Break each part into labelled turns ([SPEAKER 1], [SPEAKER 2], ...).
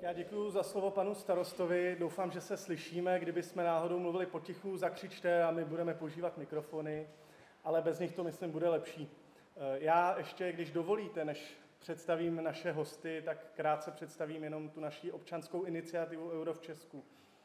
[SPEAKER 1] Já děkuji za slovo panu starostovi. Doufám, že se slyšíme. Kdybychom náhodou mluvili potichu, zakřičte a my budeme používat mikrofony, ale bez nich to, myslím, bude lepší. Já ještě, když dovolíte, než představím naše hosty, tak krátce představím jenom tu naši občanskou iniciativu Euro v Česku.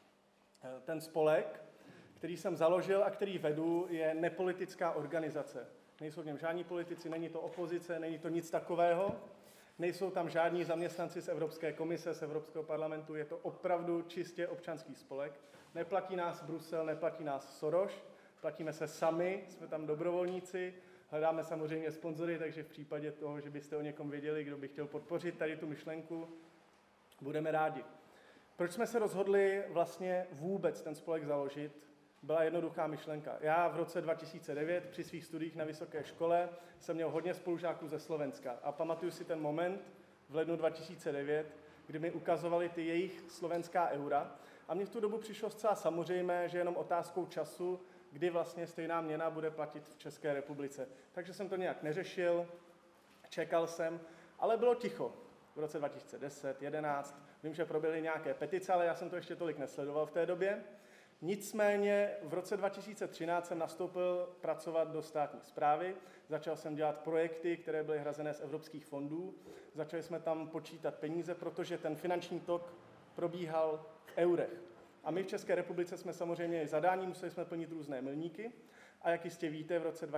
[SPEAKER 1] Ten spolek, který jsem založil a který vedu, je nepolitická organizace. Nejsou v něm žádní politici, není to opozice, není to nic takového. Nejsou tam žádní zaměstnanci z Evropské komise, z Evropského parlamentu, je to opravdu čistě občanský spolek. Neplatí nás Brusel, neplatí nás Soros, platíme se sami, jsme tam dobrovolníci, hledáme samozřejmě sponzory, takže v případě toho, že byste o někom věděli, kdo by chtěl podpořit tady tu myšlenku, budeme rádi. Proč jsme se rozhodli vlastně vůbec ten spolek založit? Byla jednoduchá myšlenka. Já v roce 2009 při svých studiích na vysoké škole jsem měl hodně spolužáků ze Slovenska a pamatuju si ten moment v lednu 2009, kdy mi ukazovali ty jejich slovenská eura a mně v tu dobu přišlo zcela samozřejmé, že jenom otázkou času, kdy vlastně stejná měna bude platit v České republice. Takže jsem to nějak neřešil, čekal jsem, ale bylo ticho. V roce 2010, 2011, vím, že proběhly nějaké petice, ale já jsem to ještě tolik nesledoval v té době. Nicméně v roce 2013 jsem nastoupil pracovat do státní správy, začal jsem dělat projekty, které byly hrazené z evropských fondů, začali jsme tam počítat peníze, protože ten finanční tok probíhal v eurech. A my v České republice jsme samozřejmě měli zadání, museli jsme plnit různé milníky a jak jistě víte, v roce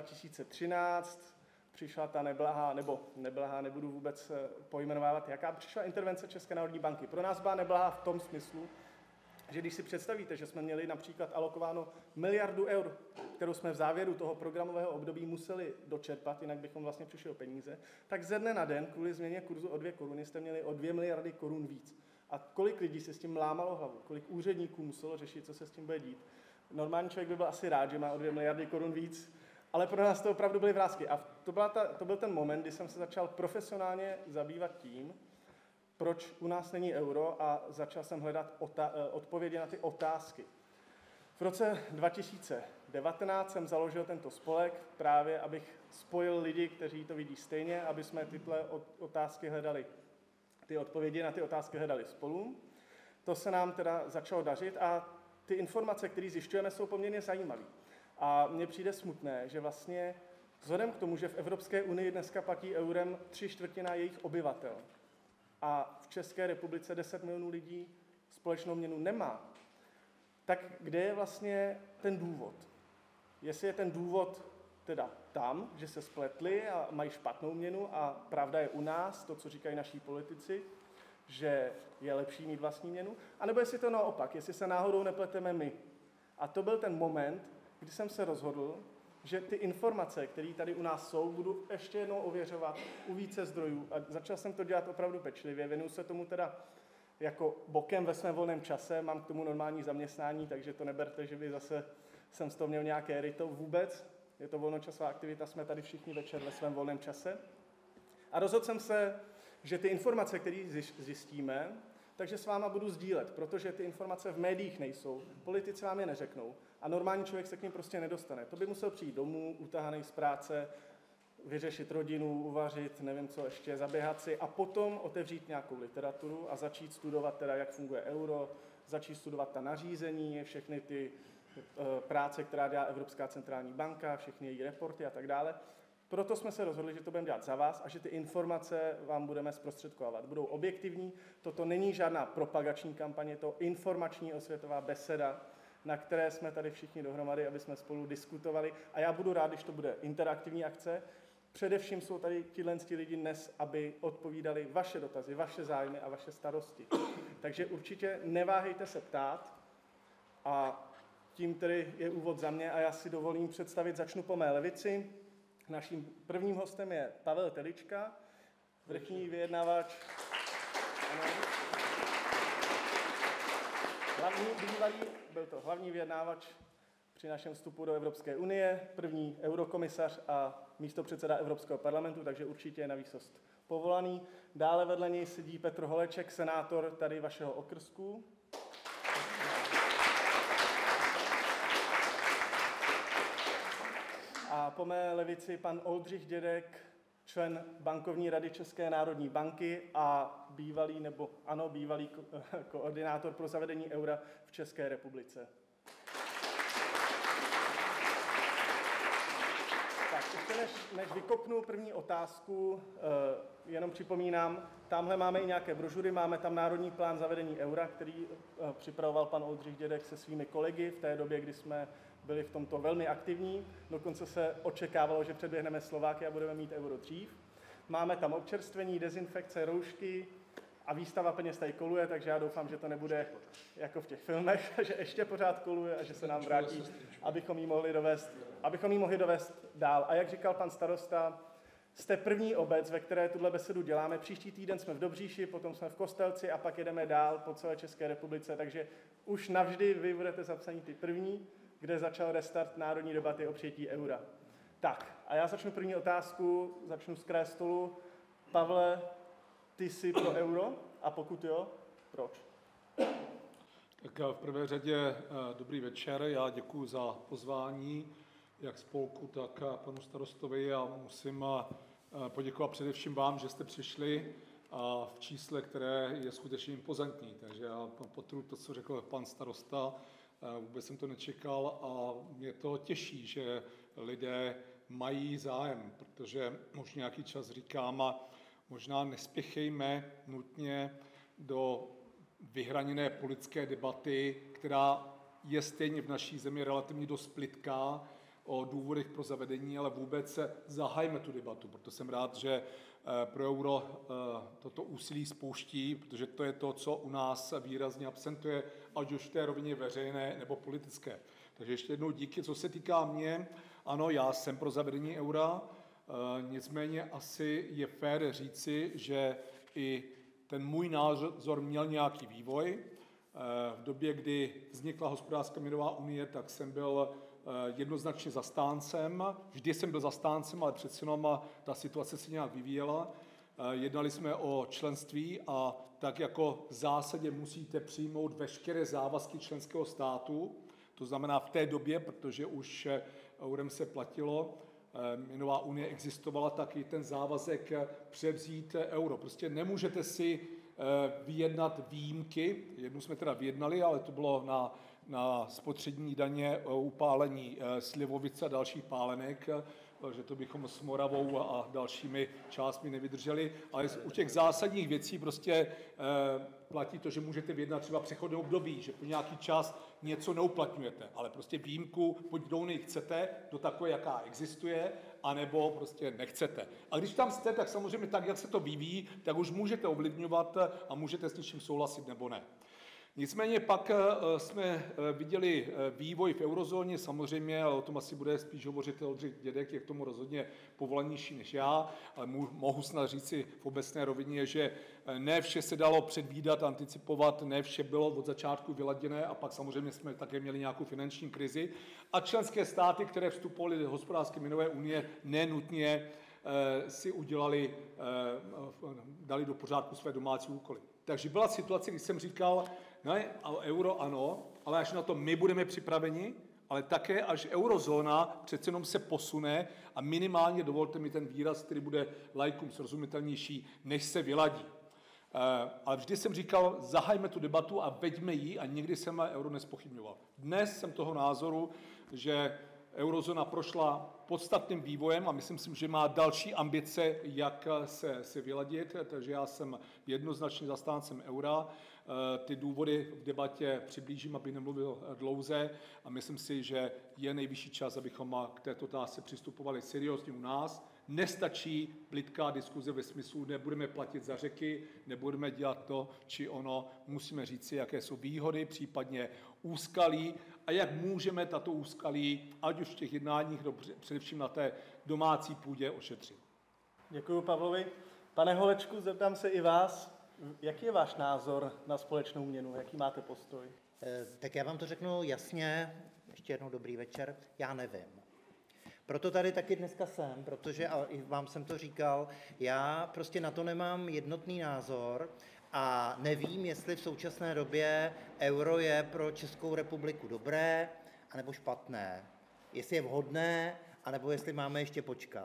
[SPEAKER 1] 2013 přišla ta neblahá, nebudu vůbec pojmenovávat, jaká přišla intervence České národní banky. Pro nás byla neblahá v tom smyslu, že když si představíte, že jsme měli například alokováno 1 miliardu eur, kterou jsme v závěru toho programového období museli dočerpat, jinak bychom vlastně přišli o peníze, tak ze dne na den kvůli změně kurzu o 2 koruny jste měli o 2 miliardy korun víc. A kolik lidí se s tím lámalo hlavu, kolik úředníků muselo řešit, co se s tím bude dít. Normální člověk by byl asi rád, že má o 2 miliardy korun víc, ale pro nás to opravdu byly vrásky. A to byl ten moment, kdy jsem se začal profesionálně zabývat tím, proč u nás není euro a začal jsem hledat odpovědi na ty otázky. V roce 2019 jsem založil tento spolek právě, abych spojil lidi, kteří to vidí stejně, aby jsme tyhle otázky hledali, ty odpovědi na ty otázky hledali spolu. To se nám teda začalo dařit a ty informace, které zjišťujeme, jsou poměrně zajímavé. A mně přijde smutné, že vlastně vzhledem k tomu, že v Evropské unii dneska platí eurem 3/4 jejich obyvatel, a v České republice 10 milionů lidí společnou měnu nemá, tak kde je vlastně ten důvod? Jestli je ten důvod teda tam, že se spletli a mají špatnou měnu a pravda je u nás, to, co říkají naši politici, že je lepší mít vlastní měnu, anebo jestli to naopak, jestli se náhodou nepleteme my. A to byl ten moment, kdy jsem se rozhodl, že ty informace, které tady u nás jsou, budu ještě jednou ověřovat u více zdrojů. A začal jsem to dělat opravdu pečlivě. Věnuju se tomu teda jako bokem ve svém volném čase. Mám k tomu normální zaměstnání, takže to neberte, že by zase jsem z toho měl nějaké ryto vůbec. Je to volnočasová aktivita, jsme tady všichni večer ve svém volném čase. A rozhodl jsem se, že ty informace, které zjistíme, takže s váma budu sdílet, protože ty informace v médiích nejsou, politici vám je neřeknou a normální člověk se k ním prostě nedostane. To by musel přijít domů, utahaný z práce, vyřešit rodinu, uvařit, nevím co ještě, zaběhat si a potom otevřít nějakou literaturu a začít studovat teda, jak funguje euro, začít studovat ta nařízení, všechny ty práce, která dělá Evropská centrální banka, všechny její reporty a tak dále. Proto jsme se rozhodli, že to budeme dělat za vás a že ty informace vám budeme zprostředkovávat. Budou objektivní, toto není žádná propagační kampaně, je to informační osvětová beseda, na které jsme tady všichni dohromady, aby jsme spolu diskutovali. A já budu rád, když to bude interaktivní akce. Především jsou tady tihle lidi dnes, aby odpovídali vaše dotazy, vaše zájmy a vaše starosti. Takže určitě neváhejte se ptát a tím tedy je úvod za mě a já si dovolím představit, začnu po mé levici. Naším prvním hostem je Pavel Telička, vrchní vyjednávač. Byl to hlavní vyjednávač při našem vstupu do Evropské unie, první eurokomisař a místopředseda Evropského parlamentu, takže určitě je na výsost povolaný. Dále vedle něj sedí Petr Holeček, senátor tady vašeho okrsku. A po mé levici pan Oldřich Dědek, člen bankovní rady České národní banky a bývalý koordinátor pro zavedení eura v České republice. Tak, ještě než vykopnu první otázku, jenom připomínám, tamhle máme i nějaké brožury, máme tam Národní plán zavedení eura, který připravoval pan Oldřich Dědek se svými kolegy v té době, kdy jsme byli v tomto velmi aktivní. Dokonce se očekávalo, že předběhneme Slováky a budeme mít euro dřív. Máme tam občerstvení, dezinfekce, roušky a výstava peněz tady koluje, takže já doufám, že to nebude jako v těch filmech, že ještě pořád koluje a že se nám vrátí, abychom ji mohli dovést dál. A jak říkal pan starosta, jste první obec, ve které tuhle besedu děláme. Příští týden jsme v Dobříši, potom jsme v Kostelci a pak jedeme dál po celé České republice, takže už navždy vy budete zapsaní ty první, kde začal restart národní debaty o přijetí eura. Tak, a já začnu první otázku, začnu z kraje stolu. Pavle, ty jsi pro euro? A pokud jo, proč?
[SPEAKER 2] Tak v prvé řadě dobrý večer, já děkuji za pozvání, jak spolku, tak panu starostovi a musím poděkovat především vám, že jste přišli a v čísle, které je skutečně impozantní. Takže já podtrhuji to, co řekl pan starosta, vůbec jsem to nečekal a mě to těší, že lidé mají zájem, protože už nějaký čas říkám a možná nespěchejme nutně do vyhraněné politické debaty, která je stejně v naší zemi relativně dost plytká o důvodech pro zavedení, ale vůbec zahajme tu debatu, proto jsem rád, že pro euro toto úsilí spouští, protože to je to, co u nás výrazně absentuje, ať už v té rovině veřejné nebo politické. Takže ještě jednou díky. Co se týká mě, ano, já jsem pro zavedení eura, nicméně asi je fér říci, že i ten můj názor měl nějaký vývoj. V době, kdy vznikla hospodářská měnová unie, tak jsem byl jednoznačně zastáncem. Vždy jsem byl zastáncem, ale přeci jenom ta situace se nějak vyvíjela. Jednali jsme o členství a tak jako v zásadě musíte přijmout veškeré závazky členského státu, to znamená v té době, protože už eurem se platilo, měnová unie existovala, tak i ten závazek převzít euro. Prostě nemůžete si vyjednat výjimky, jednu jsme teda vyjednali, ale to bylo na spotřební daně, upálení slivovice a dalších pálenek, že to bychom s Moravou a dalšími částmi nevydrželi, ale u těch zásadních věcí prostě platí to, že můžete vyjednat třeba přechodné období, že po nějaký čas něco neuplatňujete, ale prostě výjimku buď do Unii chcete, do takové, jaká existuje, anebo prostě nechcete. A když tam jste, tak samozřejmě tak, jak se to vyvíjí, tak už můžete ovlivňovat a můžete s něčím souhlasit nebo ne. Nicméně pak jsme viděli vývoj v eurozóně, samozřejmě, ale o tom asi bude spíš hovořit Oldřich Dědek, je k tomu rozhodně povolanější než já, ale mohu snad říci v obecné rovině, že ne vše se dalo předvídat, anticipovat, ne vše bylo od začátku vyladěné a pak samozřejmě jsme také měli nějakou finanční krizi a členské státy, které vstupovaly do hospodářské měnové unie, nenutně si dali do pořádku své domácí úkoly. Takže byla situace, kdy jsem říkal, ne, euro ano, ale až na to my budeme připraveni, ale také až eurozóna přece jenom se posune a minimálně, dovolte mi ten výraz, který bude laikům srozumitelnější, než se vyladí. Ale vždy jsem říkal, zahajme tu debatu a veďme ji a nikdy jsem euro nespochybňoval. Dnes jsem toho názoru, že eurozóna prošla podstatným vývojem a myslím si, že má další ambice, jak se vyladit, takže já jsem jednoznačně zastáncem eura. Ty důvody v debatě přiblížím, aby nemluvil dlouze a myslím si, že je nejvyšší čas, abychom k této otázce přistupovali seriózně u nás. Nestačí plytká diskuze ve smyslu, nebudeme platit za řeky, nebudeme dělat to či ono, musíme říci, jaké jsou výhody, případně úskalí a jak můžeme tato úskalí, ať už v těch jednáních, především na té domácí půdě, ošetřit.
[SPEAKER 1] Děkuji Pavlovi. Pane Holečku, zeptám se i vás, jaký je váš názor na společnou měnu, jaký máte postoj?
[SPEAKER 3] Tak já vám to řeknu jasně, ještě jednou dobrý večer, já nevím. Proto tady taky dneska jsem, protože, a i vám jsem to říkal, já prostě na to nemám jednotný názor a nevím, jestli v současné době euro je pro Českou republiku dobré, anebo špatné. Jestli je vhodné, anebo jestli máme ještě počkat.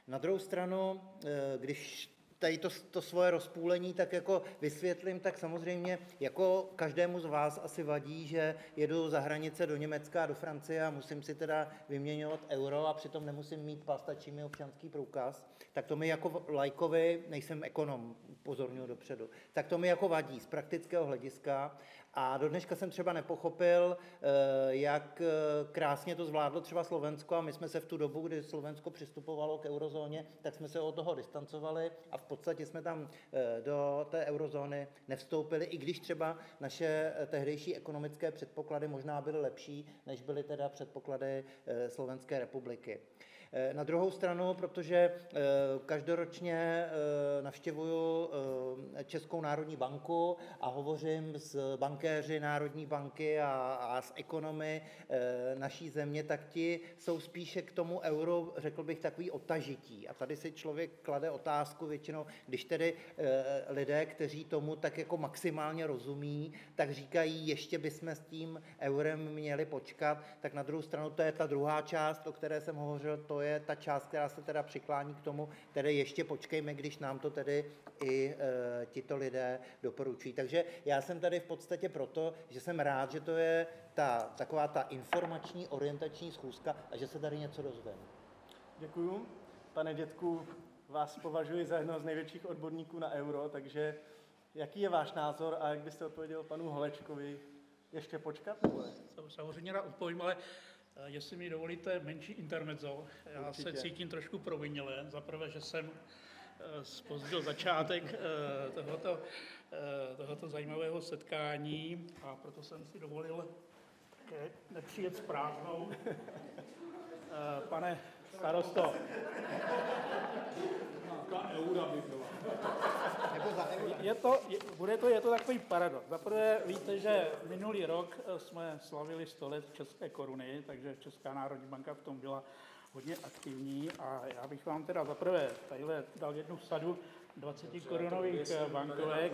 [SPEAKER 3] Na druhou stranu, když tady to svoje rozpůlení tak jako vysvětlím, tak samozřejmě jako každému z vás asi vadí, že jedu za hranice do Německa a do Francie a musím si teda vyměňovat euro a přitom nemusím mít pas, stačí mi občanský průkaz, tak to mi jako laikovi, nejsem ekonom, upozorňuji dopředu, tak to mi jako vadí z praktického hlediska. A do dneška jsem třeba nepochopil, jak krásně to zvládlo třeba Slovensko a my jsme se v tu dobu, kdy Slovensko přistupovalo k eurozóně, tak jsme se od toho distancovali a v podstatě jsme tam do té eurozóny nevstoupili, i když třeba naše tehdejší ekonomické předpoklady možná byly lepší, než byly teda předpoklady Slovenské republiky. Na druhou stranu, protože každoročně navštěvuju Českou národní banku a hovořím s bankéři Národní banky a s ekonomy naší země, tak ti jsou spíše k tomu euru, řekl bych, takový odtažití. A tady si člověk klade otázku většinou, když tedy lidé, kteří tomu tak jako maximálně rozumí, tak říkají, ještě bychom s tím eurem měli počkat, tak na druhou stranu to je ta druhá část, o které jsem hovořil, to je ta část, která se teda přiklání k tomu, tedy ještě počkejme, když nám to tedy i tito lidé doporučují. Takže já jsem tady v podstatě proto, že jsem rád, že to je taková ta informační, orientační schůzka a že se tady něco dozvím.
[SPEAKER 1] Děkuju. Pane Dětku, vás považuji za jednoho z největších odborníků na euro, takže jaký je váš názor a jak byste odpověděl panu Holečkovi? Ještě počkat?
[SPEAKER 4] Samozřejmě rád odpovím, ale jestli mi dovolíte menší intermezzo, já
[SPEAKER 1] Určitě.
[SPEAKER 4] se cítím trošku provinile. Za prvé, že jsem zpozdil začátek tohoto zajímavého setkání a proto jsem si dovolil také nepřijet s prázdnou. Pane starosto, je to takový paradox. Za prvé víte, že minulý rok jsme slavili 100 let české koruny, takže Česká národní banka v tom byla hodně aktivní a já bych vám teda za prvé tadyhle dal jednu sadu 20 korunových bankovek,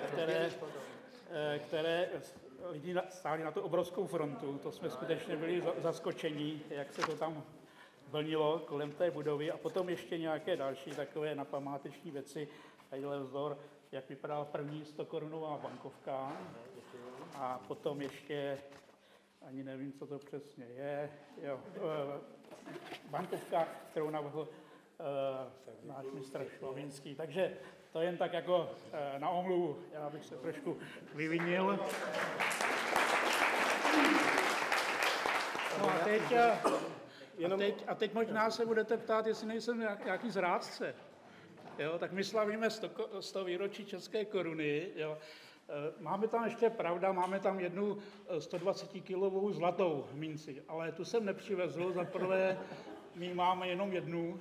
[SPEAKER 4] které lidi stáli na tu obrovskou frontu. To jsme skutečně byli zaskočení, jak se to tam vlnilo kolem té budovy a potom ještě nějaké další takové napamáteční věci. Tadyhle vzor, jak vypadala první 100korunová bankovka a potom ještě, ani nevím, co to přesně je, bankovka, kterou navrhl náš mistr Šlovinský. Takže to jen tak jako na omluvu, já bych se trošku vyvinil. No a teď možná se budete ptát, jestli nejsem nějaký zrádce. Jo, tak my slavíme 100 výročí české koruny. Jo. Máme tam ještě, pravda, máme tam jednu 120kilovou zlatou minci, ale tu jsem nepřivezl, za prvé my máme jenom jednu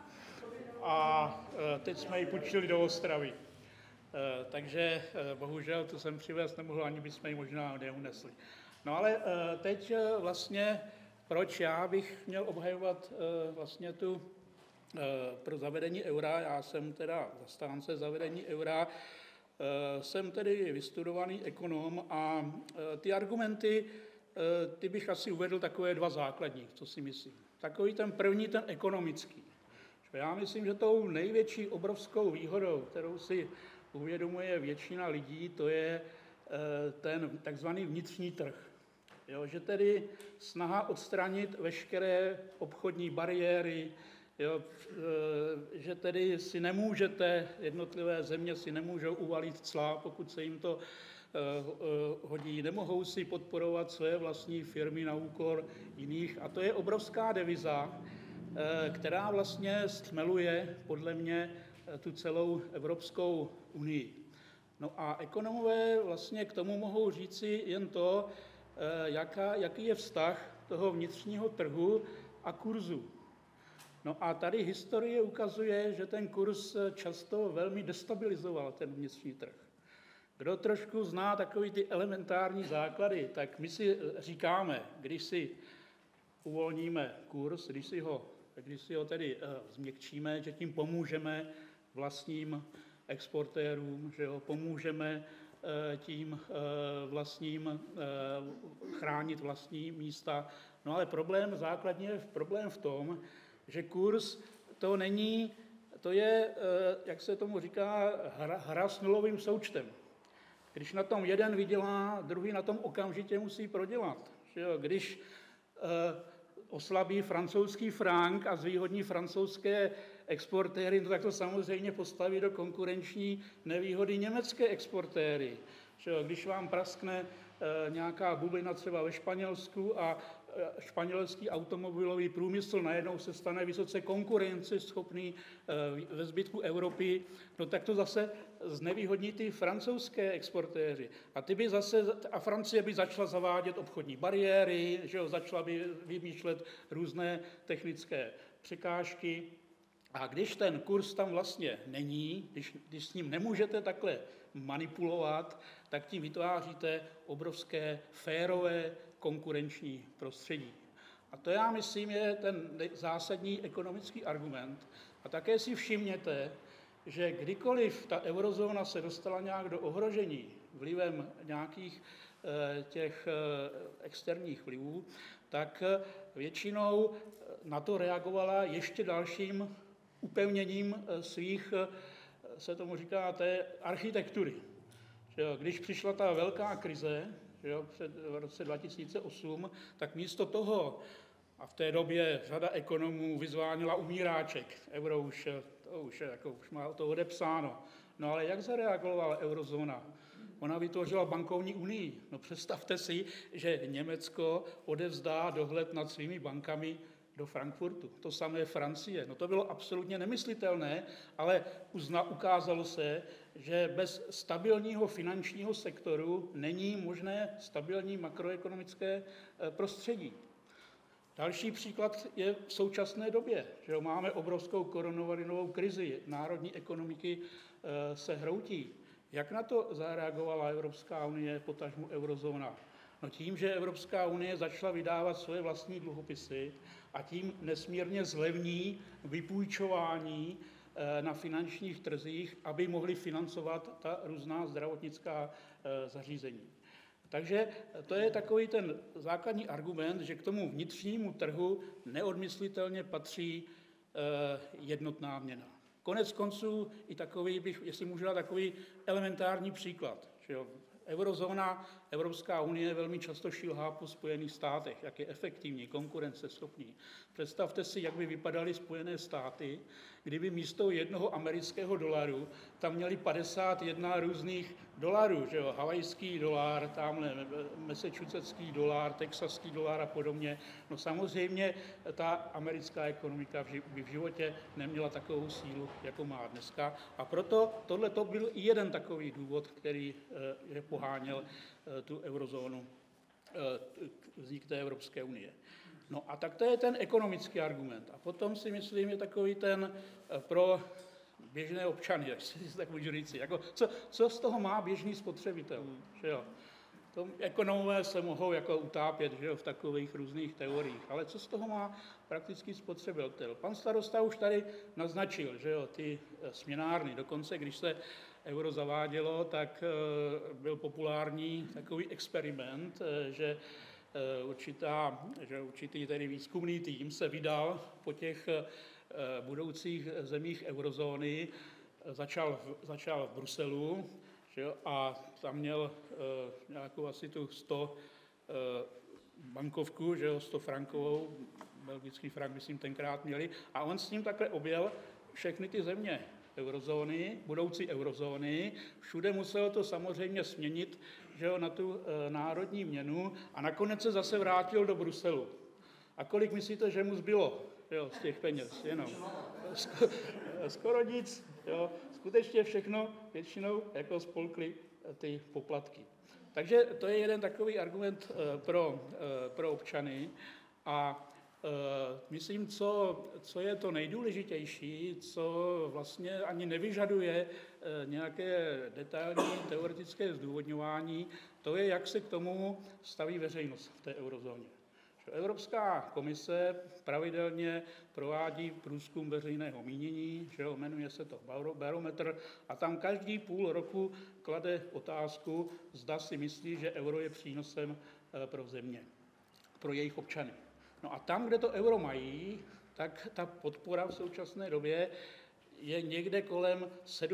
[SPEAKER 4] a teď jsme ji půjčili do Ostravy. Takže bohužel tu jsem přivést nemohl, ani bychom ji možná neunesli. No ale teď vlastně, proč já bych měl obhajovat vlastně tu pro zavedení eura, já jsem teda zastánce zavedení eura, jsem tedy vystudovaný ekonom a ty argumenty, ty bych asi uvedl takové dva základní, co si myslím. Takový ten první, ten ekonomický. Já myslím, že tou největší obrovskou výhodou, kterou si uvědomuje většina lidí, to je ten takzvaný vnitřní trh. Jo, že tedy snaha odstranit veškeré obchodní bariéry, jo, že tedy si nemůžete, jednotlivé země si nemůžou uvalit cla, pokud se jim to hodí, nemohou si podporovat své vlastní firmy na úkor jiných. A to je obrovská deviza, která vlastně stmeluje podle mě tu celou Evropskou unii. No a ekonomové vlastně k tomu mohou říci jen to, jaký je vztah toho vnitřního trhu a kurzu. No a tady historie ukazuje, že ten kurz často velmi destabilizoval ten vnitřní trh. Kdo trošku zná takový ty elementární základy, tak my si říkáme, když si uvolníme kurz, když si ho tedy změkčíme, že tím pomůžeme vlastním exportérům, že ho pomůžeme tím vlastním chránit vlastní místa. No ale základní je problém v tom, že kurz to je, jak se tomu říká, hra s nulovým součtem. Když na tom jeden vydělá, druhý na tom okamžitě musí prodělat. Že jo? Když oslabí francouzský frank a zvýhodní francouzské exportéry, no tak to samozřejmě postaví do konkurenční nevýhody německé exportéry. Že jo? Když vám praskne nějaká bublina třeba ve Španělsku a španělský automobilový průmysl najednou se stane vysoce konkurenceschopný ve zbytku Evropy, no tak to zase znevýhodní ty francouzské exportéři. A Francie by začala zavádět obchodní bariéry, že jo, začala by vymýšlet různé technické překážky. A když ten kurz tam vlastně není, když s ním nemůžete takhle manipulovat, tak tím vytváříte obrovské férové konkurenční prostředí. A to já myslím je ten zásadní ekonomický argument. A také si všimněte, že kdykoliv ta eurozóna se dostala nějak do ohrožení vlivem nějakých těch externích vlivů, tak většinou na to reagovala ještě dalším upevněním svých, se tomu říká, té architektury. Když přišla ta velká krize, v roce 2008, tak místo toho, a v té době řada ekonomů vyzvánila umíráček, euro už má to odepsáno. No ale jak zareagovala eurozóna? Ona vytvořila bankovní unii. No představte si, že Německo odevzdá dohled nad svými bankami do Frankfurtu. To samé Francie. No to bylo absolutně nemyslitelné, ale ukázalo se, že bez stabilního finančního sektoru není možné stabilní makroekonomické prostředí. Další příklad je v současné době, že máme obrovskou koronavirovou krizi, národní ekonomiky se hroutí. Jak na to zareagovala Evropská unie, potažmu eurozóna? No tím, že Evropská unie začala vydávat svoje vlastní dluhopisy a tím nesmírně zlevní vypůjčování na finančních trzích, aby mohli financovat ta různá zdravotnická zařízení. Takže to je takový ten základní argument, že k tomu vnitřnímu trhu neodmyslitelně patří jednotná měna. Konec konců i takový jestli můžu dát takový elementární příklad, že jo, eurozóna, Evropská unie velmi často šilhá po Spojených státech, jak je efektivní, konkurenceschopný. Představte si, jak by vypadaly Spojené státy, kdyby místo jednoho amerického dolaru tam měli 51 různých dolarů, že jo, havajský dolar, tamhle massachusettský dolar, texaský dolar a podobně. No samozřejmě ta americká ekonomika by v životě neměla takovou sílu, jako má dneska. A proto tohle byl i jeden takový důvod, který je poháněl tu eurozónu, vznik té Evropské unie. No a tak to je ten ekonomický argument. A potom si myslím, je takový ten pro běžné občany, jak si tak můžu říct. Jako, co z toho má běžný spotřebitel? Že jo? Ekonomové se mohou jako utápět, že jo, v takových různých teoriích, ale co z toho má praktický spotřebitel? Pan starosta už tady naznačil, že jo, ty směnárny, dokonce když se euro zavádělo, tak byl populární takový experiment, že určitý tedy výzkumný tým se vydal po těch budoucích zemích eurozóny, začal v Bruselu, že jo, a tam měl nějakou asi tu 100 bankovku, že jo, 100 frankovou, belgický frank, myslím, tenkrát měli, a on s ním takhle objel všechny ty země eurozóny, budoucí eurozóny, všude musel to samozřejmě směnit, že jo, na tu národní měnu a nakonec se zase vrátil do Bruselu. A kolik myslíte, že mu zbylo, jo, z těch peněz? Jenom. Skoro nic. Jo. Skutečně všechno většinou jako spolkly ty poplatky. Takže to je jeden takový argument pro občany. A myslím, co je to nejdůležitější, co vlastně ani nevyžaduje nějaké detailní teoretické zdůvodňování, to je, jak se k tomu staví veřejnost v té eurozóně. Evropská komise pravidelně provádí průzkum veřejného mínění, že jo, jmenuje se to barometr, a tam každý půl roku klade otázku, zda si myslí, že euro je přínosem pro země, pro jejich občany. No a tam, kde to euro mají, tak ta podpora v současné době je někde kolem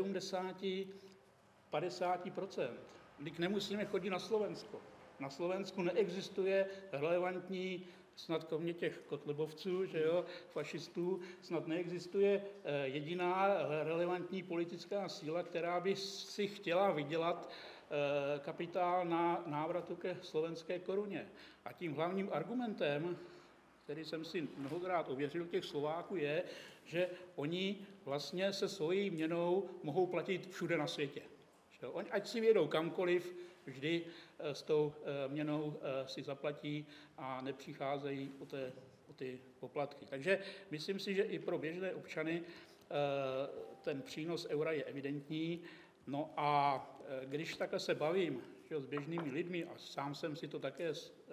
[SPEAKER 4] 70–50%. Když nemusíme chodit na Slovensko. Na Slovensku neexistuje relevantní, snad kromě těch kotlebovců, že jo, fašistů, snad neexistuje jediná relevantní politická síla, která by si chtěla vydělat kapitál na návratu ke slovenské koruně. A tím hlavním argumentem, který jsem si mnohokrát ověřil těch Slováků, je, že oni vlastně se svojí měnou mohou platit všude na světě. Oni ať si vědou kamkoliv, vždy s tou měnou si zaplatí a nepřicházejí o ty poplatky. Takže myslím si, že i pro běžné občany ten přínos eura je evidentní. No a když takhle se bavím, že, s běžnými lidmi, a sám jsem si to také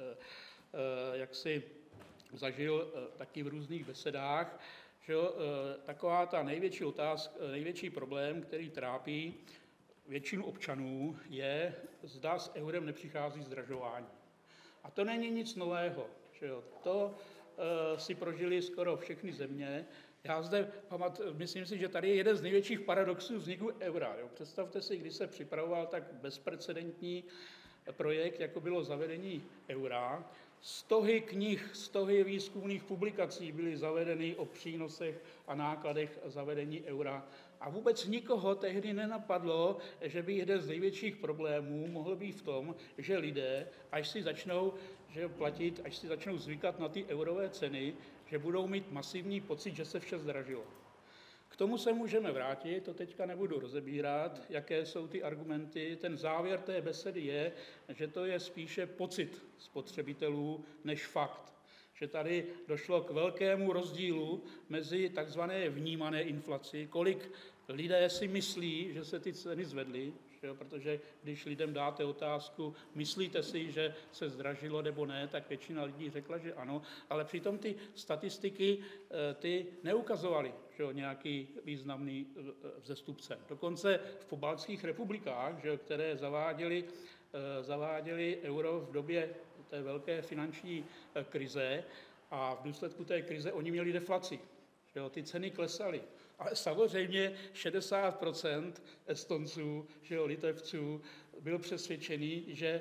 [SPEAKER 4] jaksi zažil taky v různých besedách, že, taková ta největší problém, který trápí většinu občanů, je, zda s eurem nepřichází zdražování. A to není nic nového. Že jo. To si prožili skoro všechny země. Já zde myslím si, že tady je jeden z největších paradoxů vzniku eura. Jo. Představte si, když se připravoval tak bezprecedentní projekt, jako bylo zavedení eura. Stohy knih, stohy výzkumných publikací byly zavedeny o přínosech a nákladech zavedení eura. A vůbec nikoho tehdy nenapadlo, že by jeden z největších problémů mohl být v tom, že lidé, až si začnou platit, až si začnou zvykat na ty eurové ceny, že budou mít masivní pocit, že se vše zdražilo. K tomu se můžeme vrátit, to teďka nebudu rozebírat, jaké jsou ty argumenty. Ten závěr té besedy je, že to je spíše pocit spotřebitelů než fakt. Že tady došlo k velkému rozdílu mezi takzvané vnímané inflaci, kolik lidé si myslí, že se ty ceny zvedly, protože když lidem dáte otázku, myslíte si, že se zdražilo nebo ne, tak většina lidí řekla, že ano, ale přitom ty statistiky ty neukazovaly nějaký významný vzestupce. Dokonce v pobaltských republikách, které zaváděly euro v době té velké finanční krize a v důsledku té krize oni měli deflaci. Ty ceny klesaly. Ale samozřejmě 60% Estonců, Litevců byl přesvědčený, že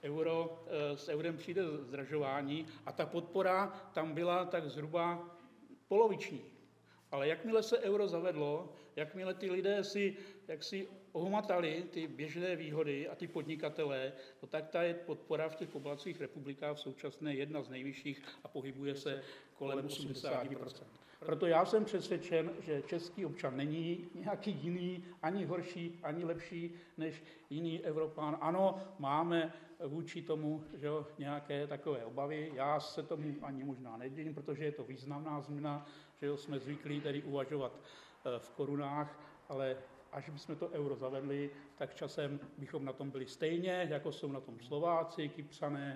[SPEAKER 4] s eurem přijde zdražování a ta podpora tam byla tak zhruba poloviční. Ale jakmile se euro zavedlo, jakmile ty lidé si jaksi ohmatali ty běžné výhody a ty podnikatelé, no tak ta je podpora v těch pobaltských republikách v současné jedna z nejvyšších a pohybuje se kolem 80%. Proto já jsem přesvědčen, že český občan není nějaký jiný, ani horší, ani lepší než jiný Evropán. Ano, máme vůči tomu nějaké takové obavy. Já se tomu ani možná nedivím, protože je to významná změna, že jsme zvyklí tedy uvažovat v korunách, ale až bychom to euro zavedli, tak časem bychom na tom byli stejně, jako jsou na tom Slováci, Kypřané,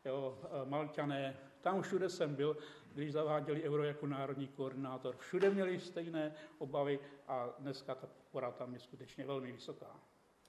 [SPEAKER 4] Malťané. Tam všude jsem byl, když zaváděli euro jako národní koordinátor. Všude měli stejné obavy a dneska ta podpora tam je skutečně velmi vysoká.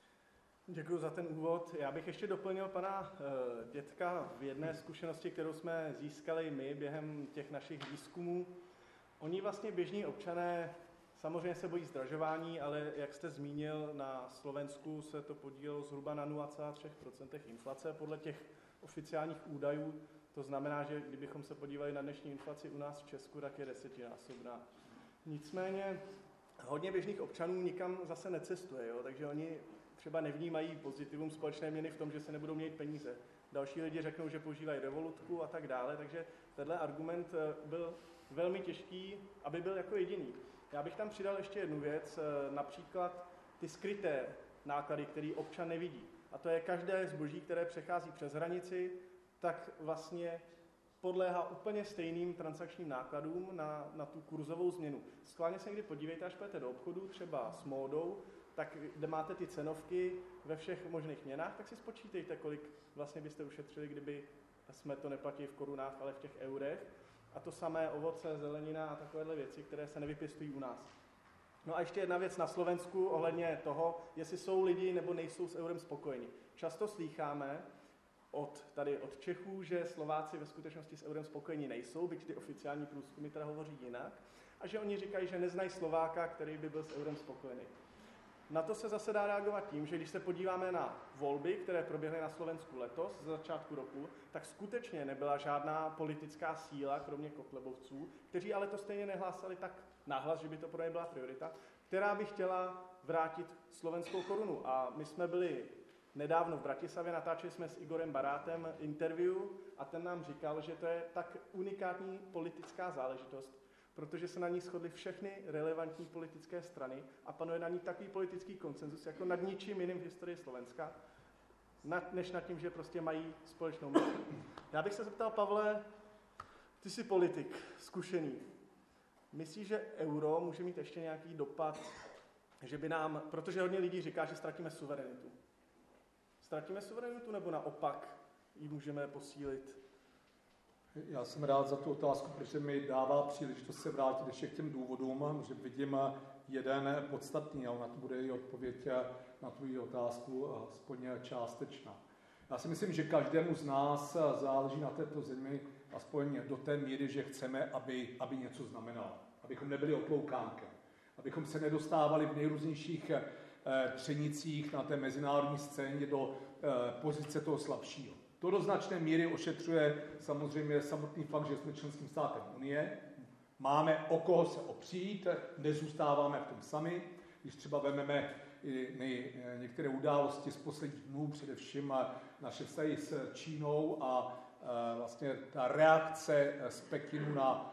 [SPEAKER 1] Děkuji za ten úvod. Já bych ještě doplnil pana Dětka v jedné zkušenosti, kterou jsme získali my během těch našich výzkumů. Oni vlastně běžní občané samozřejmě se bojí zdražování, ale jak jste zmínil, na Slovensku se to podílelo zhruba na 0,3% inflace podle těch oficiálních údajů. To znamená, že kdybychom se podívali na dnešní inflaci u nás v Česku, tak je 10násobná. Nicméně hodně běžných občanů nikam zase necestuje, jo? Takže oni třeba nevnímají pozitivum společné měny v tom, že se nebudou mít peníze. Další lidi řeknou, že používají revolutku a tak dále, takže tenhle argument byl velmi těžký, aby byl jako jediný. Já bych tam přidal ještě jednu věc, například ty skryté náklady, které občan nevidí. A to je každé zboží, které přechází přes hranici, tak vlastně podléhá úplně stejným transakčním nákladům na tu kurzovou změnu. Schválně se někdy podívejte, až půjdete do obchodu, třeba s módou, tak kde máte ty cenovky ve všech možných měnách, tak si spočítejte, kolik vlastně byste ušetřili, kdyby jsme to neplatili v korunách, ale v těch eurech. A to samé ovoce, zelenina a takovéhle věci, které se nevypěstují u nás. No a ještě jedna věc na Slovensku ohledně toho, jestli jsou lidi nebo nejsou s eurem spokojeni. Často slýcháme od Čechů, že Slováci ve skutečnosti s eurem spokojení nejsou, byť ty oficiální průzkumy teda hovoří jinak, a že oni říkají, že neznají Slováka, který by byl s eurem spokojený. Na to se zase dá reagovat tím, že když se podíváme na volby, které proběhly na Slovensku letos, z začátku roku, tak skutečně nebyla žádná politická síla, kromě kotlebovců, kteří ale to stejně nehlásali tak nahlas, že by to pro ně byla priorita, která by chtěla vrátit slovenskou korunu. A my jsme byli nedávno v Bratislavě, natáčeli jsme s Igorem Barátem interview a ten nám říkal, že to je tak unikátní politická záležitost, protože se na ní shodly všechny relevantní politické strany a panuje na ní takový politický konsenzus, jako nad ničím jiným v historii Slovenska, než nad tím, že prostě mají společnou myšlenku. Já bych se zeptal, Pavle, ty jsi politik, zkušený. Myslíš, že euro může mít ještě nějaký dopad, že by nám, protože hodně lidí říká, že ztratíme suverenitu. Ztratíme suverenitu nebo naopak ji můžeme posílit?
[SPEAKER 2] Já jsem rád za tu otázku, protože mi dává příležitost se vrátit ještě k těm důvodům, že vidím jeden podstatný, a ona to bude i odpověď na tvou otázku aspoň částečná. Já si myslím, že každému z nás záleží na této zemi aspoň do té míry, že chceme, aby něco znamenalo. Abychom nebyli otloukánkem. Abychom se nedostávali v nejrůznějších třenicích na té mezinárodní scéně do pozice toho slabšího. To do značné míry ošetřuje samozřejmě samotný fakt, že jsme členským státem Unie. Máme o koho se opřít, nezůstáváme v tom sami. Když třeba vezmeme některé události z posledních dnů, především naše vztahy s Čínou a vlastně ta reakce z Pekinu na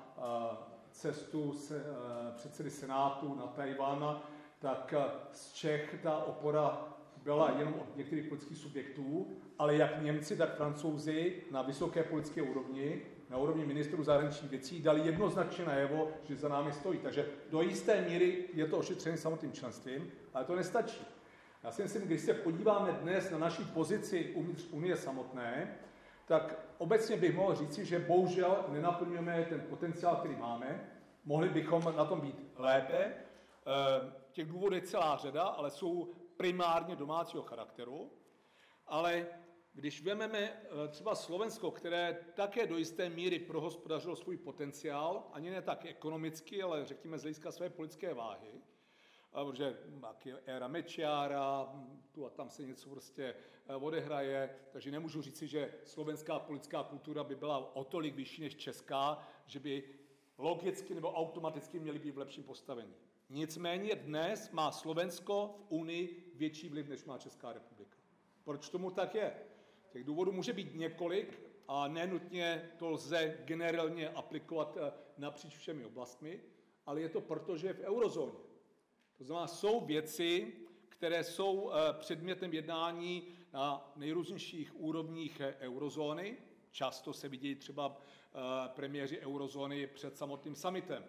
[SPEAKER 2] cestu předsedy Senátu na Tajvan, tak z Čech ta opora byla jenom od některých politických subjektů, ale jak Němci, tak Francouzi na vysoké politické úrovni, na úrovni ministrů zahraničních věcí, dali jednoznačně najevo, že za námi stojí. Takže do jisté míry je to ošetřené samotným členstvím, ale to nestačí. Já si myslím, když se podíváme dnes na naši pozici uvnitř Unie samotné, tak obecně bych mohl říci, že bohužel nenaplňujeme ten potenciál, který máme. Mohli bychom na tom být lépe. Těch důvodů je celá řada, ale jsou primárně domácího charakteru. Ale když vezmeme třeba Slovensko, které také do jisté míry prohospodařilo svůj potenciál, ani ne tak ekonomicky, ale řekněme z hlediska své politické váhy, protože je éra Mečiara, tu a tam se něco prostě odehraje, takže nemůžu říci, že slovenská politická kultura by byla o tolik vyšší než česká, že by logicky nebo automaticky měly být v lepším postavení. Nicméně dnes má Slovensko v Unii větší vliv, než má Česká republika. Proč tomu tak je? Těch důvodů může být několik a nenutně to lze generálně aplikovat napříč všemi oblastmi, ale je to proto, že je v eurozóně. To znamená, jsou věci, které jsou předmětem jednání na nejrůznějších úrovních eurozóny. Často se vidějí třeba premiéři eurozóny před samotným summitem,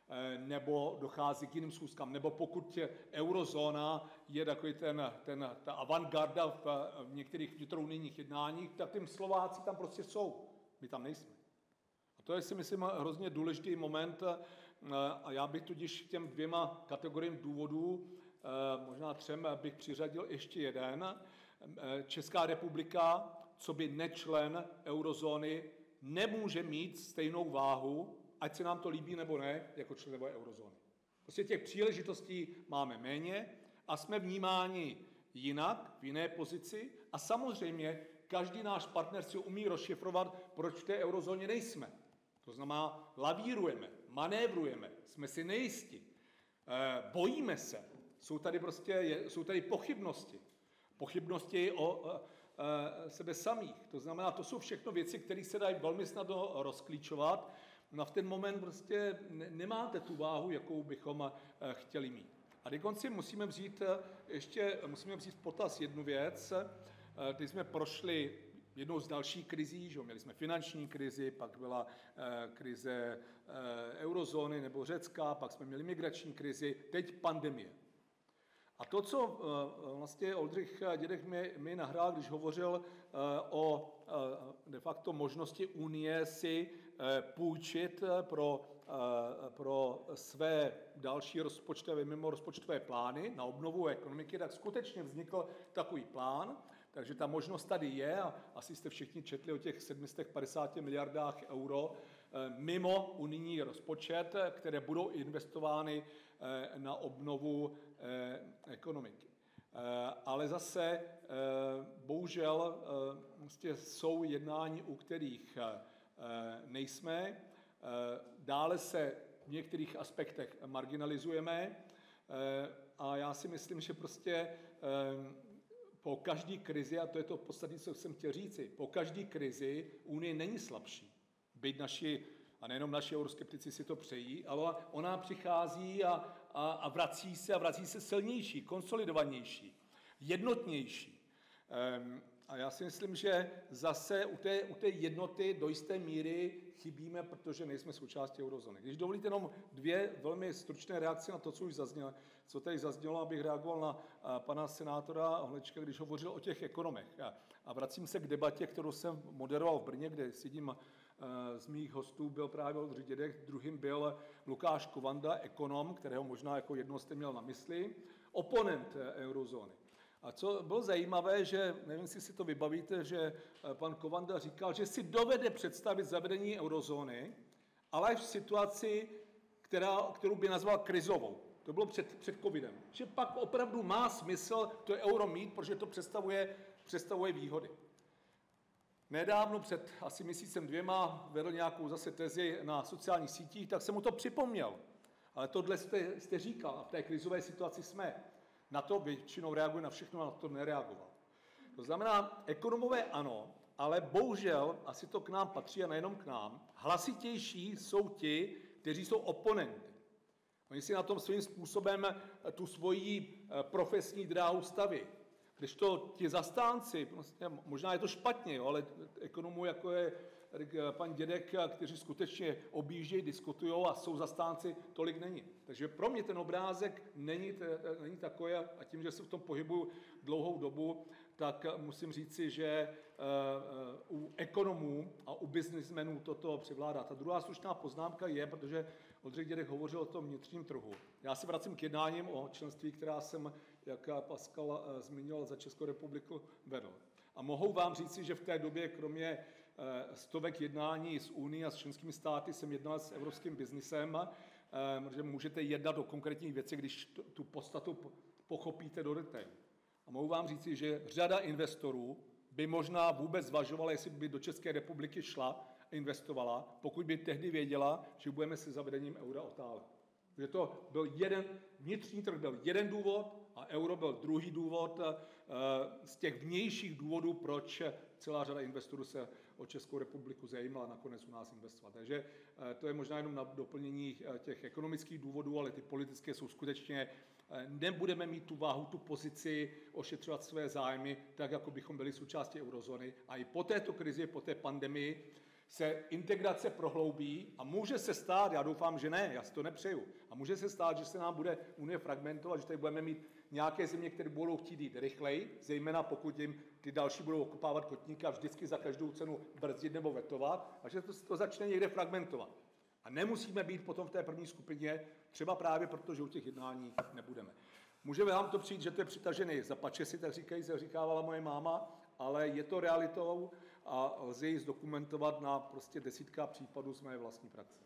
[SPEAKER 2] nebo dochází k jiným schůzkám, nebo pokud eurozóna je takový ta avantgarda v některých vnitrounijních jednáních, tak tím Slováci tam prostě jsou. My tam nejsme. A to je, si myslím, hrozně důležitý moment a já bych tudíž k těm dvěma kategoriím důvodů, možná třem, bych přiřadil ještě jeden. Česká republika, co by nečlen eurozóny, nemůže mít stejnou váhu, ať se nám to líbí nebo ne, jako členové eurozóny. Prostě těch příležitostí máme méně a jsme vnímáni jinak, v jiné pozici a samozřejmě každý náš partner si umí rozšifrovat, proč v té eurozóně nejsme. To znamená, lavírujeme, manévrujeme, jsme si nejisti, bojíme se, jsou tady pochybnosti. Pochybnosti o sebe samých. To znamená, to jsou všechno věci, které se dají velmi snadno rozklíčovat. No v ten moment prostě nemáte tu váhu, jakou bychom chtěli mít. A dokonce musíme vzít v potaz jednu věc. Když jsme prošli jednou z dalších krizí, že měli jsme finanční krizi, pak byla krize eurozóny nebo Řecka, pak jsme měli migrační krizi, teď pandemie. A to, co vlastně Oldřich Dědek mi nahrál, když hovořil o de facto možnosti Unie si půjčit pro své další rozpočtové, mimo rozpočtové plány na obnovu ekonomiky, tak skutečně vznikl takový plán. Takže ta možnost tady je a asi jste všichni četli o těch 750 miliardách euro mimo unijní rozpočet, které budou investovány na obnovu ekonomiky. Ale zase bohužel jsou jednání, u kterých nejsme. Dále se v některých aspektech marginalizujeme a já si myslím, že prostě po každé krizi, a to je to podstatné, co jsem chtěl říci, po každé krizi Unie není slabší. Byť naši, a nejenom naši euroskeptici si to přejí, ale ona přichází a vrací se silnější, konsolidovanější, jednotnější. A já si myslím, že zase u té jednoty do jisté míry chybíme, protože nejsme součástí eurozóny. Když dovolíte jenom dvě velmi stručné reakce na to, co tady zaznělo, abych reagoval na pana senátora Holečka, když hovořil o těch ekonomech. A vracím se k debatě, kterou jsem moderoval v Brně, kde sedím z mých hostů, byl právě Oldřich Dědek, druhým byl Lukáš Kovanda, ekonom, kterého možná jako jednoho jste měl na mysli, oponent eurozóny. A co bylo zajímavé, že, nevím, jestli si to vybavíte, že pan Kovanda říkal, že si dovede představit zavedení eurozóny, ale v situaci, kterou by nazval krizovou. To bylo před covidem. Že pak opravdu má smysl to euro mít, protože to představuje výhody. Nedávno, před asi měsícem dvěma, vedl nějakou zase tezi na sociálních sítích, tak jsem mu to připomněl. Ale tohle jste říkal a v té krizové situaci jsme. Na to většinou reaguje na všechno, a na to nereagoval. To znamená, ekonomové ano, ale bohužel, asi to k nám patří a nejenom k nám, hlasitější jsou ti, kteří jsou oponenty. Oni si na tom svým způsobem tu svoji profesní dráhu staví. Když to ti zastánci, prostě, možná je to špatně, jo, ale ekonomů, jako je pan Dědek, kteří skutečně objíždějí, diskutují a jsou zastánci, tolik není. Takže pro mě ten obrázek není takový a tím, že se v tom pohybuju dlouhou dobu, tak musím říci, že u ekonomů a u biznismenů toto převládá. Ta druhá slušná poznámka je, protože Oldřich Dědek hovořil o tom vnitřním trhu. Já se vracím k jednáním o členství, která jsem, jak Pascal zmiňoval, za Českou republiku vedl. A mohu vám říci, že v té době, kromě stovek jednání s Unií a s členskými státy, jsem jednal s evropským biznisem, protože můžete jednat o konkrétních věcech, když tu podstatu pochopíte do detailu. A mohu vám říci, že řada investorů by možná vůbec zvažovala, jestli by do České republiky šla a investovala, pokud by tehdy věděla, že budeme se zavedením eura otálet. Protože to byl vnitřní trh byl jeden důvod a euro byl druhý důvod z těch vnějších důvodů, proč celá řada investorů se o Českou republiku zajímala a nakonec u nás investovat. Takže to je možná jenom na doplnění těch ekonomických důvodů, ale ty politické jsou skutečně, nebudeme mít tu váhu, tu pozici ošetřovat své zájmy, tak jako bychom byli součástí eurozóny. A i po této krizi, po té pandemii, se integrace prohloubí a může se stát, já doufám, že ne, já si to nepřeju, a může se stát, že se nám bude Unie fragmentovat, že tady budeme mít nějaké země, které budou chtít jít rychleji, zejména pokud jim ty další budou okupávat kotníky a vždycky za každou cenu brzdit nebo vetovat, a že to začne někde fragmentovat. A nemusíme být potom v té první skupině, třeba právě proto, že u těch jednání nebudeme. Může vám to přijít, že to je přitažený za pačesy, tak říkávala moje máma, ale je to realitou a lze ji zdokumentovat na prostě desítkách případů z mé vlastní praxe.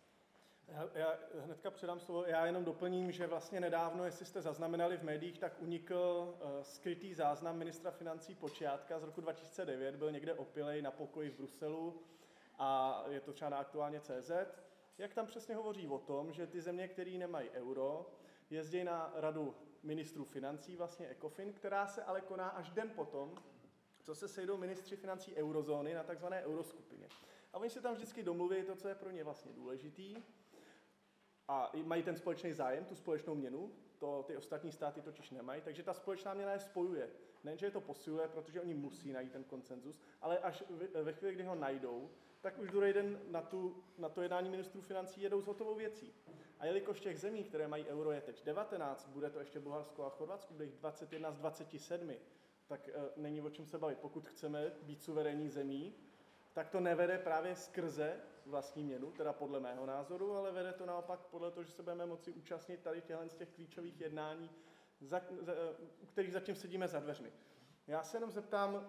[SPEAKER 1] Já hnedka předám slovo, já jenom doplním, že vlastně nedávno, jestli jste zaznamenali v médiích, tak unikl skrytý záznam ministra financí Počátka z roku 2009, byl někde opilej na pokoji v Bruselu a je to třeba na aktuálně CZ, jak tam přesně hovoří o tom, že ty země, které nemají euro, jezdí na radu ministrů financí, vlastně ECOFIN, která se ale koná až den potom, co se sejdou ministři financí eurozóny na takzvané euroskupině. A oni se tam vždycky domluví to, co je pro ně vlastně důležitý. A mají ten společný zájem, tu společnou měnu, to ty ostatní státy totiž nemají, takže ta společná měna je spojuje. Nejenže je to posiluje, protože oni musí najít ten konsenzus, ale až ve chvíli, kdy ho najdou, tak už druhý den na to jednání ministrů financí jedou s hotovou věcí. A jelikož těch zemí, které mají euro, je teď 19, bude to ještě Bulharsko a Chorvatsko, bude jich 21 z 27, tak není o čem se bavit. Pokud chceme být suverénní zemí, tak to nevede právě skrze vlastní měnu, teda podle mého názoru, ale vede to naopak podle toho, že se budeme moci účastnit tady z těch klíčových jednání, u kterých zatím sedíme za dveřmi. Já se jenom zeptám,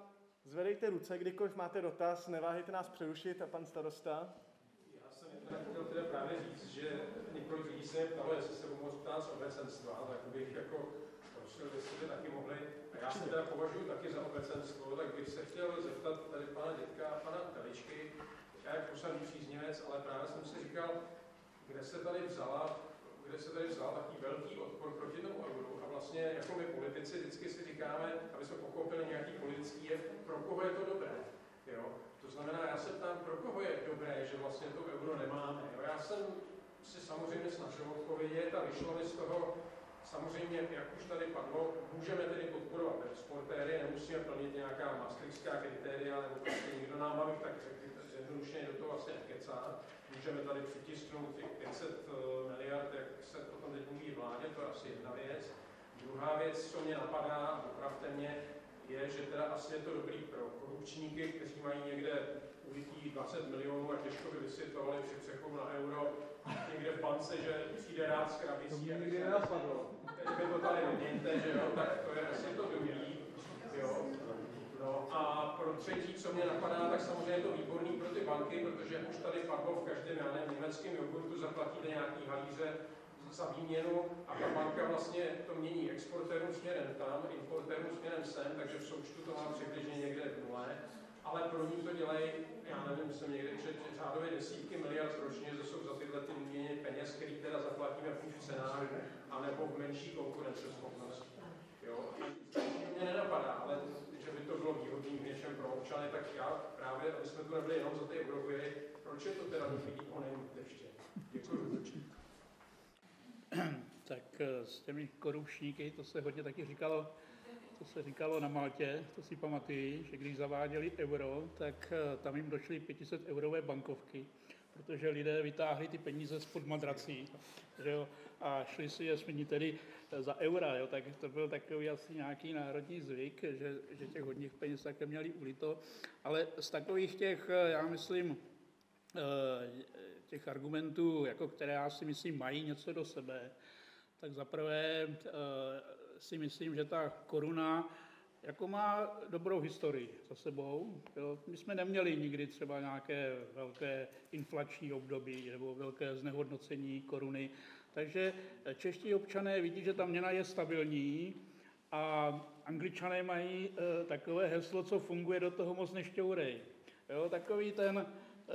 [SPEAKER 1] Zvedejte ruce, kdykoliv máte dotaz, neváhejte nás přerušit. A pan starosta?
[SPEAKER 5] Já jsem chtěl teda právě říct, že několik lidí se mě ptalo, jestli se mohu ptát z obecenstva, tak bych jako prosil, jestli by taky mohli, a já se teda považuji taky za obecenstvo, tak bych se chtěl zeptat tady pana Dětka a pana Teličky, já jako jsem příznivec, ale právě jsem si říkal, kde se tady vzal takový velký odpor proti tomu euru a vlastně jako my politici vždycky si říkáme, aby jsme pochopili nějaký politický jev, pro koho je to dobré. Jo? To znamená, já se ptám, pro koho je dobré, že vlastně to euro nemáme. Jo? Já jsem si samozřejmě snažil odpovědět a vyšlo mi z toho, samozřejmě, jak už tady padlo, můžeme tedy podporovat exportéry, nemusíme plnit nějaká maastrichtská kritéria, nebo prostě nikdo nám, abych tak řekl, jednoduše do toho vlastně nekecá. Můžeme tady přitisknout těch 500 miliard, jak se potom teď mluví vládě, to je asi jedna věc. Druhá věc, co mě napadá, opravte mě, je, že teda asi je to dobrý pro korupčníky, kteří mají někde ulitý 20 milionů a těžko by vysvětlovali při přechodu na euro někde v bance, že přijde rád s krabicí. To nikdy nenapadlo. Teď to tady nemějte, že jo, tak to je asi to druhý. Jo. No a pro třetí, co mě napadá, tak samozřejmě je to výborný pro ty banky, protože už tady padlo v každém německém jogurtu zaplatíte nějaký halíře za výměnu a ta banka vlastně to mění exportérům směrem tam, importérům směrem sem, takže v součtu to má přibližně někde v nule, ale pro ní to dělají, já nevím, jsem někde řádově desítky miliard ročně, že jsou za tyhle ty výměny peněz, který teda zaplatíme buď v cenách, anebo v menší konkurenceschopnosti. Jo? Mě nenapadá, ale že by to bylo výhodný v něčem pro občany, tak já právě, aby jsme tu nebyli jenom za ty euroviry, proč je to teda dobrý onem ještě? Děkuji.
[SPEAKER 4] Tak s těmi korupčníky, to se hodně taky říkalo na Maltě, to si pamatuju, že když zaváděli euro, tak tam jim došly 500 eurové bankovky, protože lidé vytáhli ty peníze spod madrací, že jo, a šli si je směnit tedy za eura, jo, tak to byl takový asi nějaký národní zvyk, že těch hodných peněz také měli ulito, ale z takových těch, já myslím, těch argumentů, jako které já si myslím mají něco do sebe, tak zaprvé si myslím, že ta koruna jako má dobrou historii za sebou. Jo. My jsme neměli nikdy třeba nějaké velké inflační období nebo velké znehodnocení koruny, takže čeští občané vidí, že ta měna je stabilní a Angličané mají takové heslo, co funguje, do toho moc nešťourej. Jo, takový ten,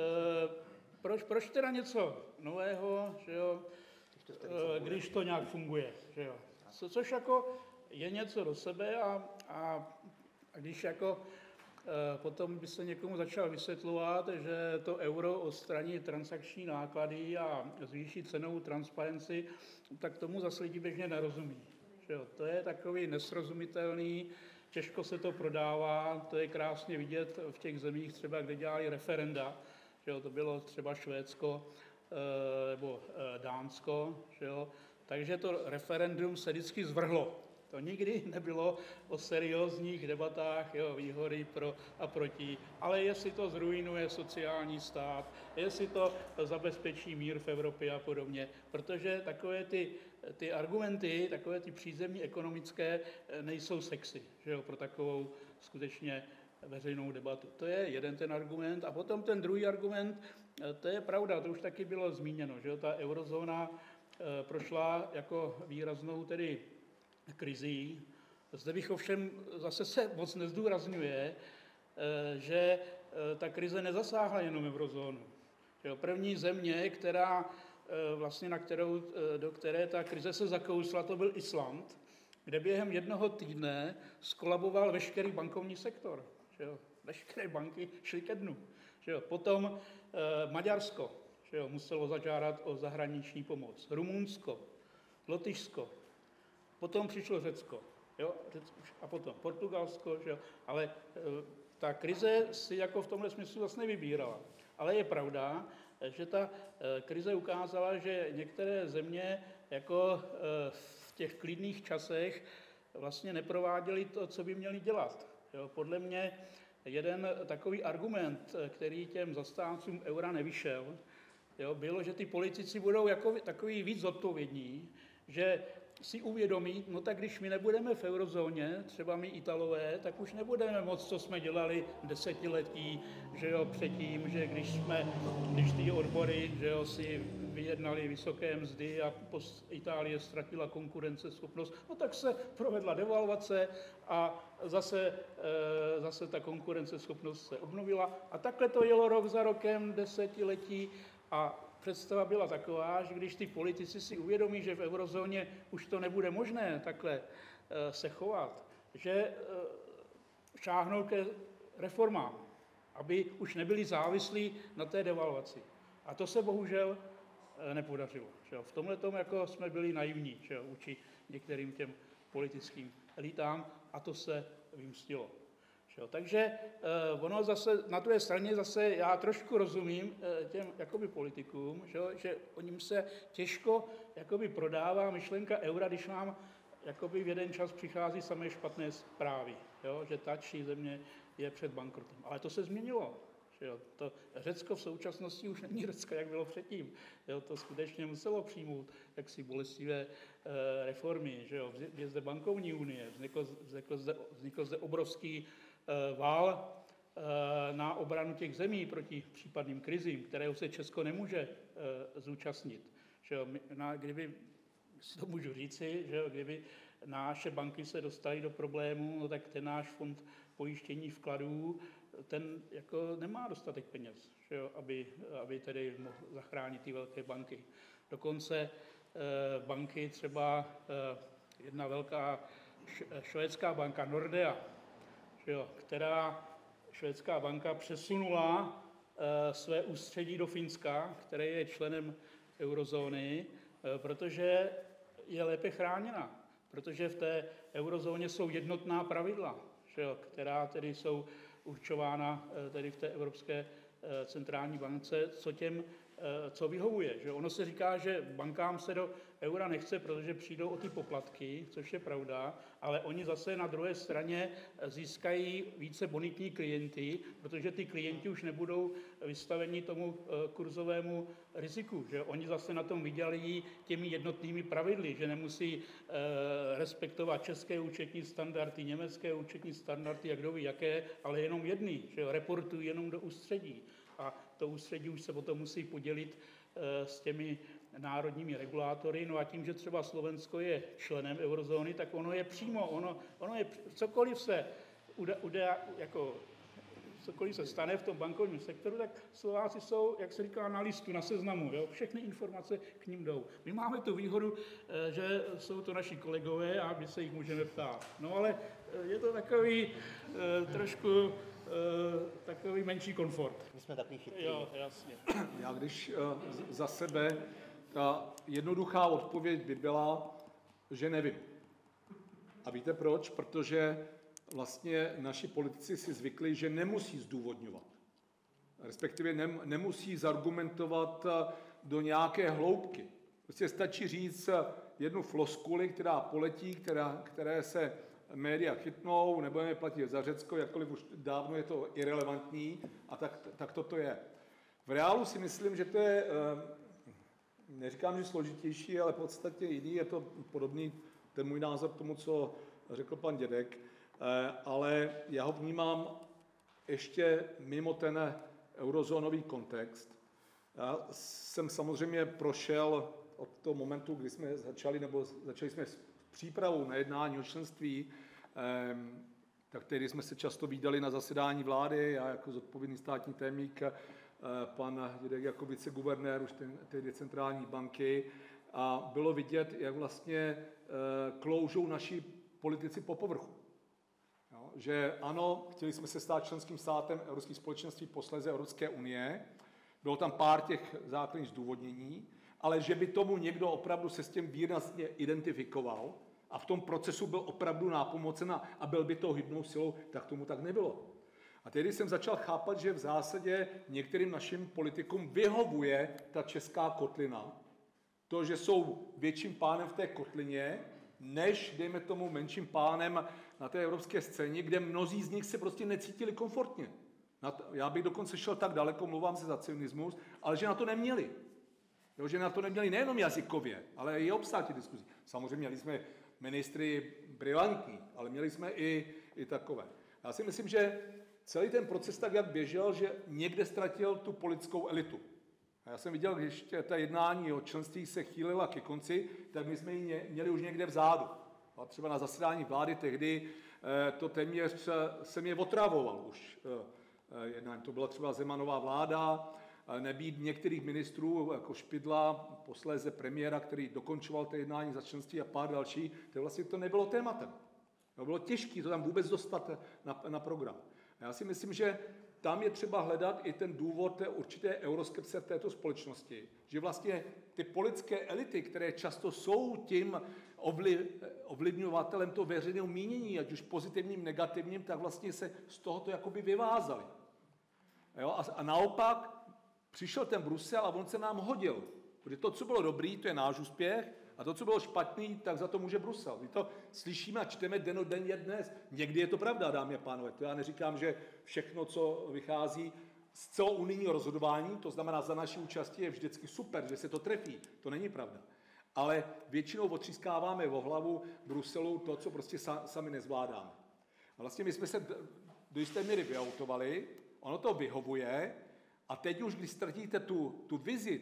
[SPEAKER 4] proč teda něco nového, že jo, když to nějak funguje, že jo. Což jako je něco do sebe a když jako potom by se někomu začal vysvětlovat, že to euro odstraní transakční náklady a zvýší cenovou transparenci, tak tomu zase lidi běžně nerozumí. Že jo. To je takový nesrozumitelný, těžko se to prodává, to je krásně vidět v těch zemích třeba, kde dělali referenda, že jo, to bylo třeba Švédsko nebo Dánsko, že jo, takže to referendum se vždycky zvrhlo. To nikdy nebylo o seriózních debatách, jo, výhody pro a proti, ale jestli to zruinuje sociální stát, jestli to zabezpečí mír v Evropě a podobně, protože takové ty argumenty, takové ty přízemní ekonomické nejsou sexy, že jo, pro takovou skutečně veřejnou debatu. To je jeden ten argument. A potom ten druhý argument, to je pravda, to už taky bylo zmíněno, že jo, ta eurozóna prošla jako výraznou tedy krizí. Zde bych ovšem zase se moc nezdůrazňuje, že ta krize nezasáhla jenom eurozónu. První země, která vlastně do které ta krize se zakousla, to byl Island, kde během jednoho týdne skolaboval veškerý bankovní sektor. Veškeré banky šly ke dnu. Potom Maďarsko muselo zažádat o zahraniční pomoc. Rumunsko, Lotyšsko, potom přišlo Řecko, a potom Portugalsko, ale ta krize si jako v tomhle smyslu vlastně nevybírala. Ale je pravda, že ta krize ukázala, že některé země jako v těch klidných časech vlastně neprováděly to, co by měly dělat. Podle mě jeden takový argument, který těm zastáncům eura nevyšel, bylo, že ty politici budou jako takový víc zodpovědní, že si uvědomí, no tak když my nebudeme v eurozóně, třeba my Italové, tak už nebudeme moc, co jsme dělali desetiletí, že jo, předtím, že když ty odbory, že jo, si vyjednali vysoké mzdy a Itálie ztratila konkurenceschopnost, no tak se provedla devalvace a zase ta konkurenceschopnost se obnovila. A takhle to jelo rok za rokem, desetiletí a představa byla taková, že když ty politici si uvědomí, že v eurozóně už to nebude možné takhle se chovat, že šáhnou ke reformám, aby už nebyli závislí na té devalvaci. A to se bohužel nepodařilo. Že jo. V tomhletom jako jsme byli naivní, že jo, vůči některým těm politickým elitám a to se vymstilo. Že jo. Takže ono zase na druhé straně zase já trošku rozumím těm jakoby politikům, že oním se těžko jakoby prodává myšlenka eura, když nám jakoby v jeden čas přichází samé špatné zprávy, jo, že ta či země je před bankrotem. Ale to se změnilo. Že jo. To Řecko v současnosti už není Řecko, jak bylo předtím. Jo. To skutečně muselo přijmout jaksi bolestivé reformy. Že jo. Je zde bankovní unie, vznikl zde obrovský vál na obranu těch zemí proti případným krizím, kterého se Česko nemůže zúčastnit. Že jo. Kdyby, si to můžu říci, že jo, kdyby naše banky se dostaly do problémů, no tak ten náš fond pojištění vkladů, ten jako nemá dostatek peněz, že jo, aby tedy mohl zachránit ty velké banky. Dokonce banky, třeba jedna velká švédská banka Nordea, že jo, která švédská banka přesunula své ústředí do Finska, které je členem eurozóny, protože je lépe chráněna, protože v té eurozóně jsou jednotná pravidla, že jo, která tedy jsou určována tedy v té Evropské centrální bance, co vyhovuje. Že? Ono se říká, že bankám se do eura nechce, protože přijdou o ty poplatky, což je pravda, ale oni zase na druhé straně získají více bonitní klienty, protože ty klienti už nebudou vystaveni tomu kurzovému riziku. Že? Oni zase na tom vydělají těmi jednotnými pravidly, že nemusí respektovat české účetní standardy, německé účetní standardy, jak kdo ví jaké, ale jenom jedny, že reportují jenom do ústředí. A to ústředí už se potom musí podělit s těmi národními regulátory. No a tím, že třeba Slovensko je členem eurozóny, tak ono je přímo, ono je, cokoliv se stane v tom bankovním sektoru, tak Slováci jsou, jak se říká, na listu, na seznamu. Jo? Všechny informace k ním jdou. My máme tu výhodu, že jsou to naši kolegové a my se jich můžeme ptát. No ale je to takový trošku takový menší komfort.
[SPEAKER 3] My jsme takový chytrý.
[SPEAKER 4] Jo, jasně.
[SPEAKER 2] Já když za sebe, ta jednoduchá odpověď by byla, že nevím. A víte proč? Protože vlastně naši politici si zvykli, že nemusí zdůvodňovat. Respektive nemusí zargumentovat do nějaké hloubky. Prostě stačí říct jednu floskuli, která poletí, které se média chytnou, nebudeme platit za Řecko, jakkoliv už dávno je to irelevantní, a tak toto je. V reálu si myslím, že to je, neříkám, že složitější, ale v podstatě jiný, je to podobný ten můj názor k tomu, co řekl pan Dědek, ale já ho vnímám ještě mimo ten eurozónový kontext. Já jsem samozřejmě prošel od toho momentu, kdy jsme začali jsme s přípravou na jednání o členství, tak tehdy jsme se často vídali na zasedání vlády, já jako zodpovědný státní tajemník, pan Dědek jako viceguvernér už tehdy centrální banky, a bylo vidět, jak vlastně kloužou naši politici po povrchu. Jo, že ano, chtěli jsme se stát členským státem Evropských společenství, posléze Evropské unie, bylo tam pár těch základních zdůvodnění, ale že by tomu někdo opravdu se s tím výrazně identifikoval a v tom procesu byl opravdu nápomocen a byl by to hybnou silou, tak tomu tak nebylo. A tehdy jsem začal chápat, že v zásadě některým našim politikům vyhovuje ta česká kotlina, to, že jsou větším pánem v té kotlině, než, dejme tomu, menším pánem na té evropské scéně, kde mnozí z nich se prostě necítili komfortně. Já bych dokonce šel tak daleko, mluvám se za cynismus, ale že na to neměli. Jo, že na to neměli nejenom jazykově, ale i obsah těch diskuzí. Samozřejmě měli jsme ministry brilantní, ale měli jsme i takové. Já si myslím, že celý ten proces tak, jak běžel, že někde ztratil tu politickou elitu. A já jsem viděl, když ta jednání o členství se chýlila ke konci, tak my jsme ji měli už někde vzadu. A třeba na zasedání vlády tehdy to téměř se mě otravoval už jednání. To byla třeba Zemanová vláda, nebýt některých ministrů, jako Špidla, posléze premiéra, který dokončoval to jednání za členství a pár další, to vlastně to nebylo tématem. To bylo těžké to tam vůbec dostat na program. A já si myslím, že tam je třeba hledat i ten důvod té určité euroskepse v této společnosti. Že vlastně ty politické elity, které často jsou tím ovlivňovatelem toho veřejného mínění, ať už pozitivním, negativním, tak vlastně se z tohoto jakoby vyvázaly. A naopak přišel ten Brusel a on se nám hodil. Protože to, co bylo dobrý, to je náš úspěch, a to, co bylo špatný, tak za to může Brusel. My to slyšíme a čteme dennodenně dnes. Někdy je to pravda, dámy a pánové. To já neříkám, že všechno, co vychází z celounijního rozhodování, to znamená za naší účastí, je vždycky super, že se to trefí. To není pravda. Ale většinou otřískáváme o hlavu Bruselu to, co prostě sami nezvládáme. A vlastně my jsme se do jisté míry vyautovali, ono to vyhovuje, a teď už, když ztratíte tu vizi,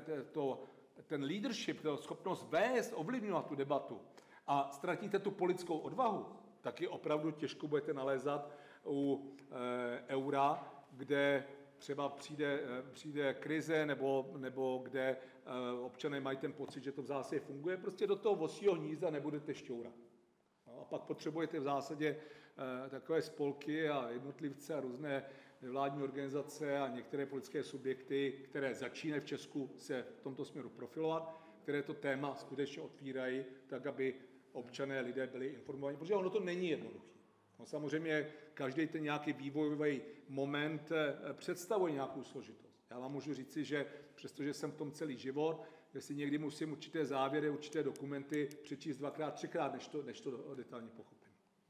[SPEAKER 2] ten leadership, schopnost vést, ovlivňovat tu debatu a ztratíte tu politickou odvahu, tak je opravdu těžko budete nalézat u eura, kde třeba přijde krize nebo kde občané mají ten pocit, že to v zásadě funguje, prostě do toho vosího hnízda nebudete šťourat. A pak potřebujete v zásadě takové spolky a jednotlivce a různé nevládní organizace a některé politické subjekty, které začínají v Česku se v tomto směru profilovat, které to téma skutečně otvírají, tak aby občané, lidé byli informovaní, protože ono to není jednoduché. No, samozřejmě každý ten nějaký vývojový moment představuje nějakou složitost. Já vám můžu říci, že přestože jsem v tom celý život, že si někdy musím určité závěry, určité dokumenty přečíst dvakrát, třikrát, než to detailně pochopím.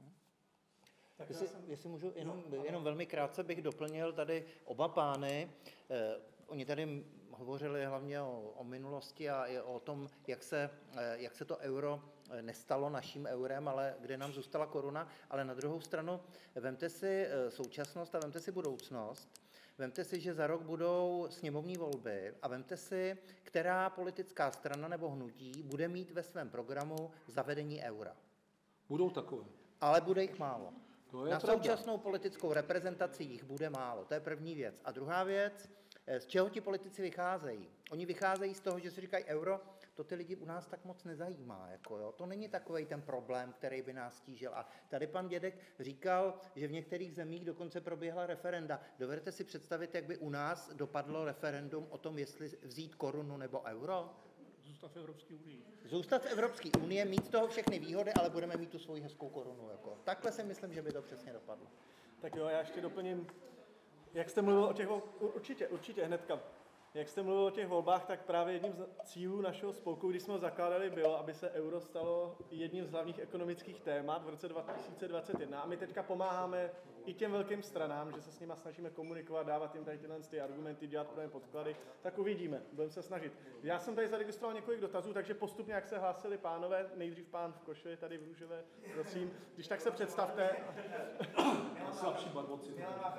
[SPEAKER 3] Jestli můžu, jenom velmi krátce bych doplnil tady oba pány. Oni tady hovořili hlavně o minulosti a i o tom, jak se to euro nestalo naším eurem, ale kde nám zůstala koruna. Ale na druhou stranu, vemte si současnost a vemte si budoucnost. Vemte si, že za rok budou sněmovní volby a vemte si, která politická strana nebo hnutí bude mít ve svém programu zavedení eura.
[SPEAKER 2] Budou takové.
[SPEAKER 3] Ale bude jich málo. Na současnou
[SPEAKER 2] pravda.
[SPEAKER 3] politickou reprezentaci jich bude málo. To je první věc. A druhá věc, z čeho ti politici vycházejí? Oni vycházejí z toho, že si říkají euro, to ty lidi u nás tak moc nezajímá. To není takovej ten problém, který by nás stížil. A tady pan Dědek říkal, že v některých zemích dokonce proběhla referenda. Dovedete si představit, jak by u nás dopadlo referendum o tom, jestli vzít korunu nebo euro?
[SPEAKER 4] Zůstat v Evropské unii.
[SPEAKER 3] Zůstat v Evropské unii, mít z toho všechny výhody, ale budeme mít tu svoji hezkou korunu. Takhle si myslím, že by to přesně dopadlo.
[SPEAKER 1] Tak jo, já ještě doplním, jak jste mluvil o těch určitě hnedka. Jak jste mluvil o těch volbách, tak právě jedním z cílů našeho spolku, když jsme ho zakládali, bylo, aby se euro stalo jedním z hlavních ekonomických témat v roce 2021. A my teďka pomáháme i těm velkým stranám, že se s nimi snažíme komunikovat, dávat jim tady ty argumenty, dělat pro ně podklady, tak uvidíme, budeme se snažit. Já jsem tady zaregistroval několik dotazů, takže postupně, jak se hlásili pánové, nejdřív pán v košili, tady v růžové, prosím, když tak se představte.
[SPEAKER 2] Slabší barvoci.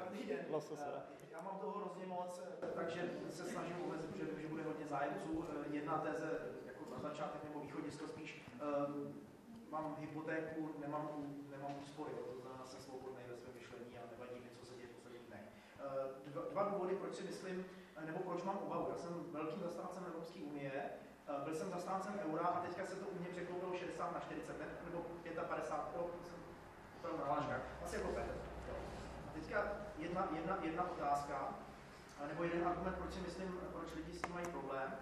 [SPEAKER 6] Já mám toho hrozně moc, takže se snažím omezit, že bude hodně zájemců. Jedna teze, jako na začátek nebo východisko spíš, mám hypotéku, nemám úspory, to znamená, jsem svobodný ve svém myšlení a nevadí mi, co se děje v posledních dnech. Dva důvody, proč si myslím, nebo proč mám obavu. Já jsem velkým zastáncem Evropské unie, byl jsem zastáncem eura a teďka se to u mě překloupilo 60/40, nebo 55, jsem opravdu na lážkách. Asi jako Petr. Teďka jedna otázka, nebo jeden argument, proč si myslím, proč lidi s tím mají problém.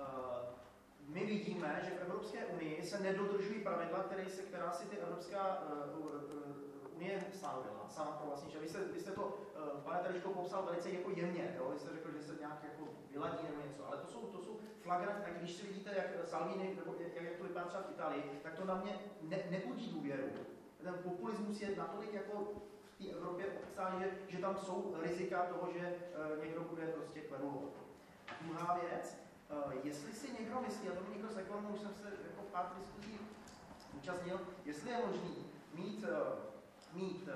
[SPEAKER 6] My vidíme, že v Evropské unii se nedodržují pravidla, která si ty Evropská unie stanovila sama pro vlastní čas. Vy jste to, pane Teličko, popsal velice jako jemně, jo? Vy jste řekl, že se nějak jako vyladí nebo něco, ale to jsou flagrantní, když si vidíte, jak Salvini, nebo jak to vypadá třeba v Itálii, tak to na mě nebudí důvěru. Ten populismus je natolik jako v té Evropě obsáhlý, že tam jsou rizika toho, že někdo bude prostě klenulovat. Druhá věc, Jestli si někdo myslí, a to mě někdo z ekonomů, už jsem se jako pár diskuzí účastnil, jestli je možný mít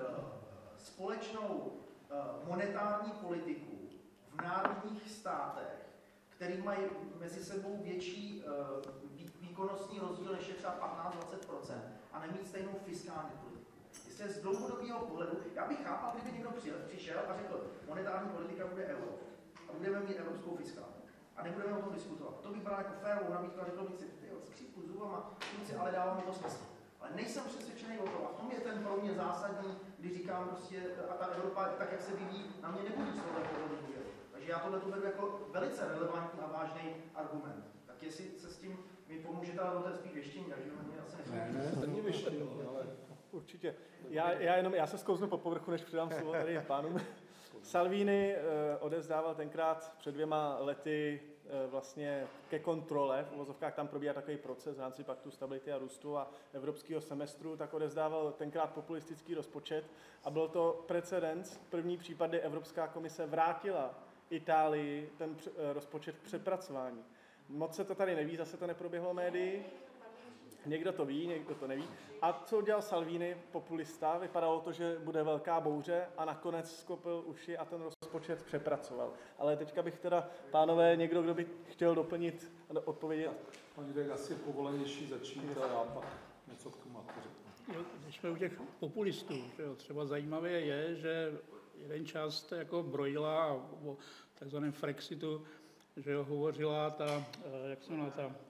[SPEAKER 6] společnou monetární politiku v národních státech, který mají mezi sebou větší výkonnostní rozdíl, než je třeba 15-20%, a nemít stejnou fiskální politiku. Jestli z dlouhodobého pohledu, já bych chápal, kdyby někdo přišel a řekl, monetární politika bude euro a budeme mít evropskou fiskální. A nebudeme o tom diskutovat. To bych bral jako férovou nabídku a řekl bych si, skřípku zubama, ale dává mi to smysl. Ale nejsem přesvědčený o tom. A v tom je ten pro mě zásadní, když říkám prostě, a ta Evropa, tak jak se vyvíjí, na mě nebudí z tohle pohledu důvěry. Takže já tohle tu beru jako velice relevantní a vážný argument. Tak jestli se s tím mi pomůžete, ale to je spíš věštění, takže mě asi
[SPEAKER 2] Ne, to není věštění, ale...
[SPEAKER 1] Určitě. Já se zkouznu po povrchu, než předám slovo tady pánům. Salvini odevzdával tenkrát před 2 lety vlastně ke kontrole, v uvozovkách tam probíhá takový proces v rámci paktu stability a růstu a evropského semestru, tak odevzdával tenkrát populistický rozpočet a byl to precedens, první případ, kdy Evropská komise vrátila Itálii ten rozpočet k přepracování. Moc se to tady neví, zase to neproběhlo médii. Někdo to ví, někdo to neví. A co udělal Salvini, populista? Vypadalo to, že bude velká bouře a nakonec skopil uši a ten rozpočet přepracoval. Ale teďka bych teda, pánové, někdo, kdo by chtěl doplnit a odpovědět?
[SPEAKER 2] Oni tak asi povolenější začít a já pak něco k tomu řeknu.
[SPEAKER 4] Když jsme u těch populistů, že jo, třeba zajímavé je, že jeden čas jako brojila o takzvaném Frexitu, že jo, hovořila ta, jak se jmenuje ta,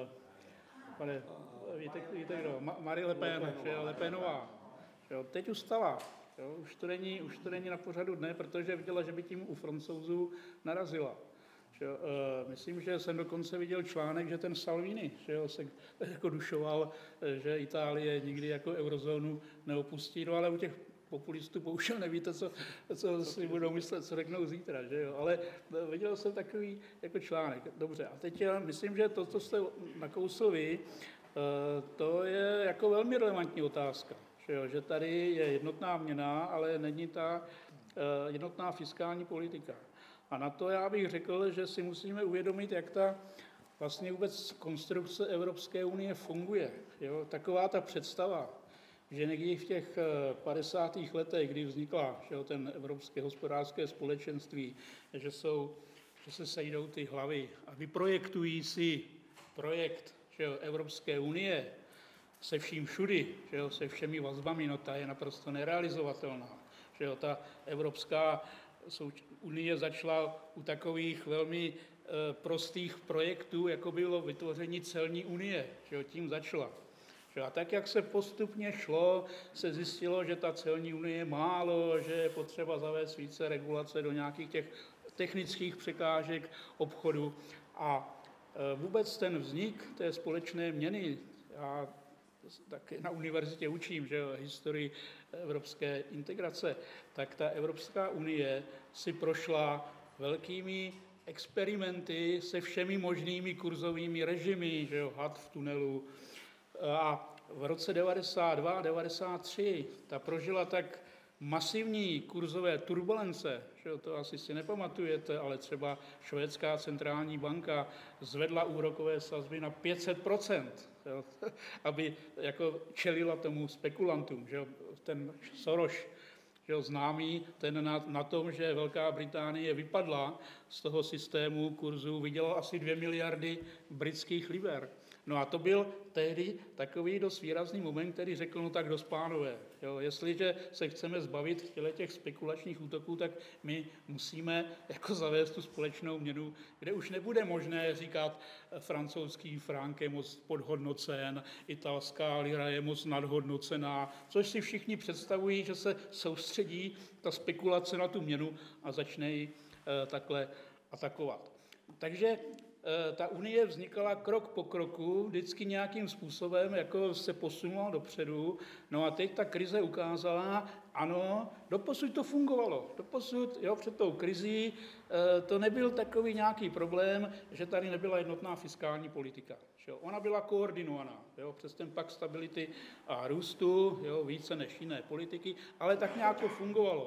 [SPEAKER 4] pane, víte kdo, Marie Le Pen, že jo, Le Penová, že jo, teď ustala, jo, už to není na pořadu dne, protože viděla, že by tím u Francouzů narazila. Že jo, myslím, že jsem dokonce viděl článek, že ten Salvini, že jo, se jako dušoval, že Itálie nikdy jako eurozónu neopustí, no ale u těch populistů bohužel nevíte, co si budou myslet, co řeknou zítra, že jo, ale viděl jsem takový jako článek. Dobře, a teď já myslím, že to, co jste nakousl vy, to je jako velmi relevantní otázka, že jo, že tady je jednotná měna, ale není ta jednotná fiskální politika. A na to já bych řekl, že si musíme uvědomit, jak ta vlastně vůbec konstrukce Evropské unie funguje. Jo? Taková ta představa, že někdy v těch 50. letech, kdy vznikla, že jo, ten Evropské hospodářské společenství, že se sejdou ty hlavy a vyprojektují si projekt, že jo, Evropské unie se vším všudy, že jo, se všemi vazbami, no ta je naprosto nerealizovatelná. Že jo, ta Evropská unie začala u takových velmi prostých projektů, jako bylo vytvoření celní unie, že jo, tím začala. A tak, jak se postupně šlo, se zjistilo, že ta celní unie je málo, že je potřeba zavést více regulace do nějakých těch technických překážek obchodu. A vůbec ten vznik té společné měny, já taky na univerzitě učím, že jo, historii evropské integrace, tak ta Evropská unie si prošla velkými experimenty se všemi možnými kurzovými režimy, že jo, had v tunelu. A v roce 92 a 93 ta prožila tak masivní kurzové turbulence, že to asi si nepamatujete, ale třeba švédská centrální banka zvedla úrokové sazby na 500%, jo, aby jako čelila tomu spekulantům. Že ten Soros, že známý, ten na tom, že Velká Británie vypadla z toho systému kurzů, vydělal asi 2 miliardy britských liber. No a to byl tehdy takový dost výrazný moment, který řekl, no tak dost pánové, jo, jestliže se chceme zbavit těch spekulačních útoků, tak my musíme jako zavést tu společnou měnu, kde už nebude možné říkat, francouzský frank je moc podhodnocen, italská lira je moc nadhodnocená, což si všichni představují, že se soustředí ta spekulace na tu měnu a začne ji takhle atakovat. Takže ta unie vznikala krok po kroku, vždycky nějakým způsobem jako se posunula dopředu. No a teď ta krize ukázala, ano, doposud to fungovalo. Doposud, jo, před tou krizí to nebyl takový nějaký problém, že tady nebyla jednotná fiskální politika. Jo. Ona byla koordinovaná, jo, přes ten pakt stability a růstu, jo, více než jiné politiky, ale tak nějak to fungovalo.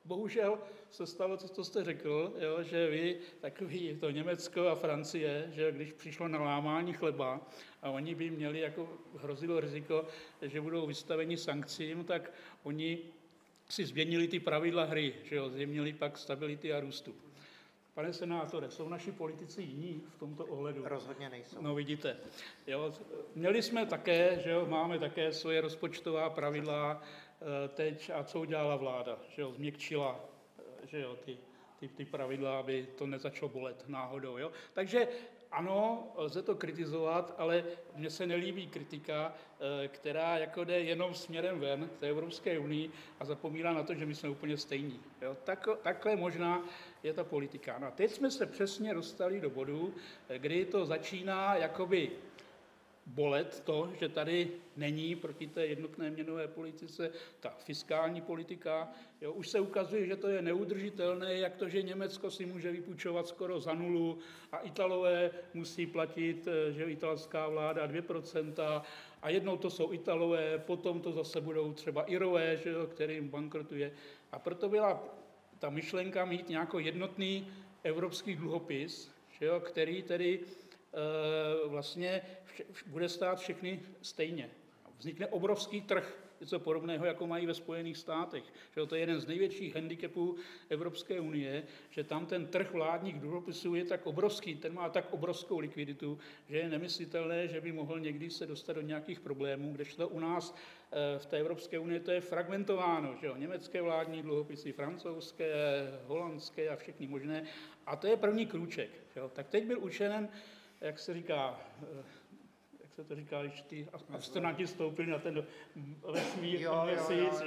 [SPEAKER 4] Bohužel se stalo to, co jste řekl, jo, že vy, takový to Německo a Francie, že když přišlo na lámání chleba a oni by měli, jako hrozilo riziko, že budou vystaveni sankcím, tak oni si změnili ty pravidla hry, že jo, změnili pak stability a růstu. Pane senátore, jsou naši politici jiní v tomto ohledu?
[SPEAKER 3] Rozhodně nejsou.
[SPEAKER 4] No vidíte, jo, měli jsme také, že jo, máme také svoje rozpočtová pravidla teď a co udělala vláda, že jo, změkčila, že jo, ty pravidla, aby to nezačalo bolet náhodou, jo. Takže ano, lze to kritizovat, ale mně se nelíbí kritika, která jako jde jenom směrem ven k té Evropské unii a zapomíná na to, že my jsme úplně stejní. Jo. Takhle možná je ta politika. No a teď jsme se přesně dostali do bodu, kdy to začíná jakoby bolet to, že tady není proti té jednotné měnové politice ta fiskální politika. Jo, už se ukazuje, že to je neudržitelné, jak to, že Německo si může vypůjčovat skoro za nulu a Italové musí platit, že italská vláda 2%, a jednou to jsou Italové, potom to zase budou třeba Irové, že jo, kterým bankrotuje. A proto byla ta myšlenka mít nějaký jednotný evropský dluhopis, že jo, který tedy vlastně bude stát všechny stejně. Vznikne obrovský trh, něco podobného, jako mají ve Spojených státech. Že to je jeden z největších handicapů Evropské unie, že tam ten trh vládních dluhopisů je tak obrovský, ten má tak obrovskou likviditu, že je nemyslitelné, že by mohl někdy se dostat do nějakých problémů, kdežto u nás v té Evropské unii to je fragmentováno, že jo? Německé vládní dluhopisy, francouzské, holandské a všechny možné. A to je první krůček. Že jo? Tak teď byl učen, jak se říká, jak se to říká, když ty astronauti stoupili na ten vesmír, měsíc,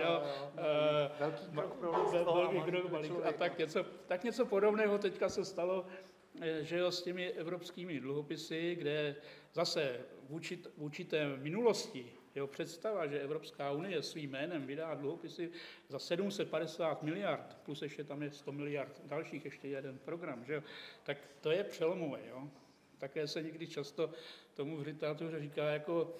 [SPEAKER 4] velký krok balík. A tak něco podobného teďka se stalo, že jo, s těmi evropskými dluhopisy, kde zase vůči té minulosti, jeho představa, že Evropská unie svým jménem vydá dluhopisy za 750 miliard, plus ještě tam je 100 miliard dalších, ještě jeden program, že jo, tak to je přelomové, jo. Také se někdy často tomu v literatuře říká jako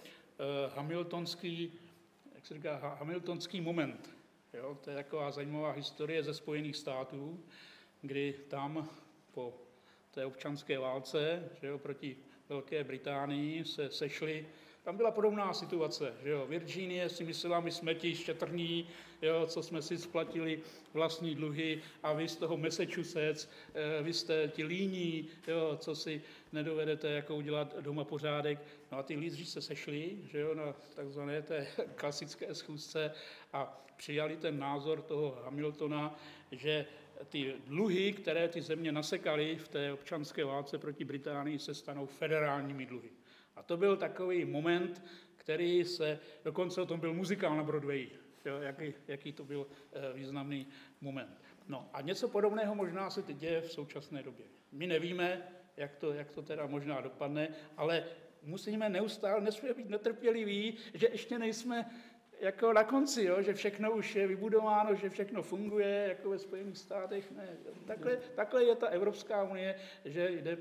[SPEAKER 4] hamiltonský moment. Jo? To je taková zajímavá historie ze Spojených států, kdy tam po té občanské válce, že jo, proti Velké Británii se sešli. Tam byla podobná situace, že jo. Virginie si myslela, my jsme ti šetrní, jo, co jsme si splatili vlastní dluhy, a vy z toho Massachusetts, vy jste ti líní, jo, co si nedovedete jako udělat doma pořádek. No a ty lídři se sešli, že jo, na takzvané té klasické schůzce a přijali ten názor toho Hamiltona, že ty dluhy, které ty země nasekaly v té občanské válce proti Británii, se stanou federálními dluhy. A to byl takový moment, který se, dokonce o tom byl muzikál na Broadwayi, jo, jaký to byl významný moment. No a něco podobného možná se teď děje v současné době. My nevíme, jak to teda možná dopadne, ale musíme nesmíme být netrpěliví, že ještě nejsme jako na konci, jo, že všechno už je vybudováno, že všechno funguje, jako ve Spojených státech. Ne. Takhle je ta Evropská unie, že jde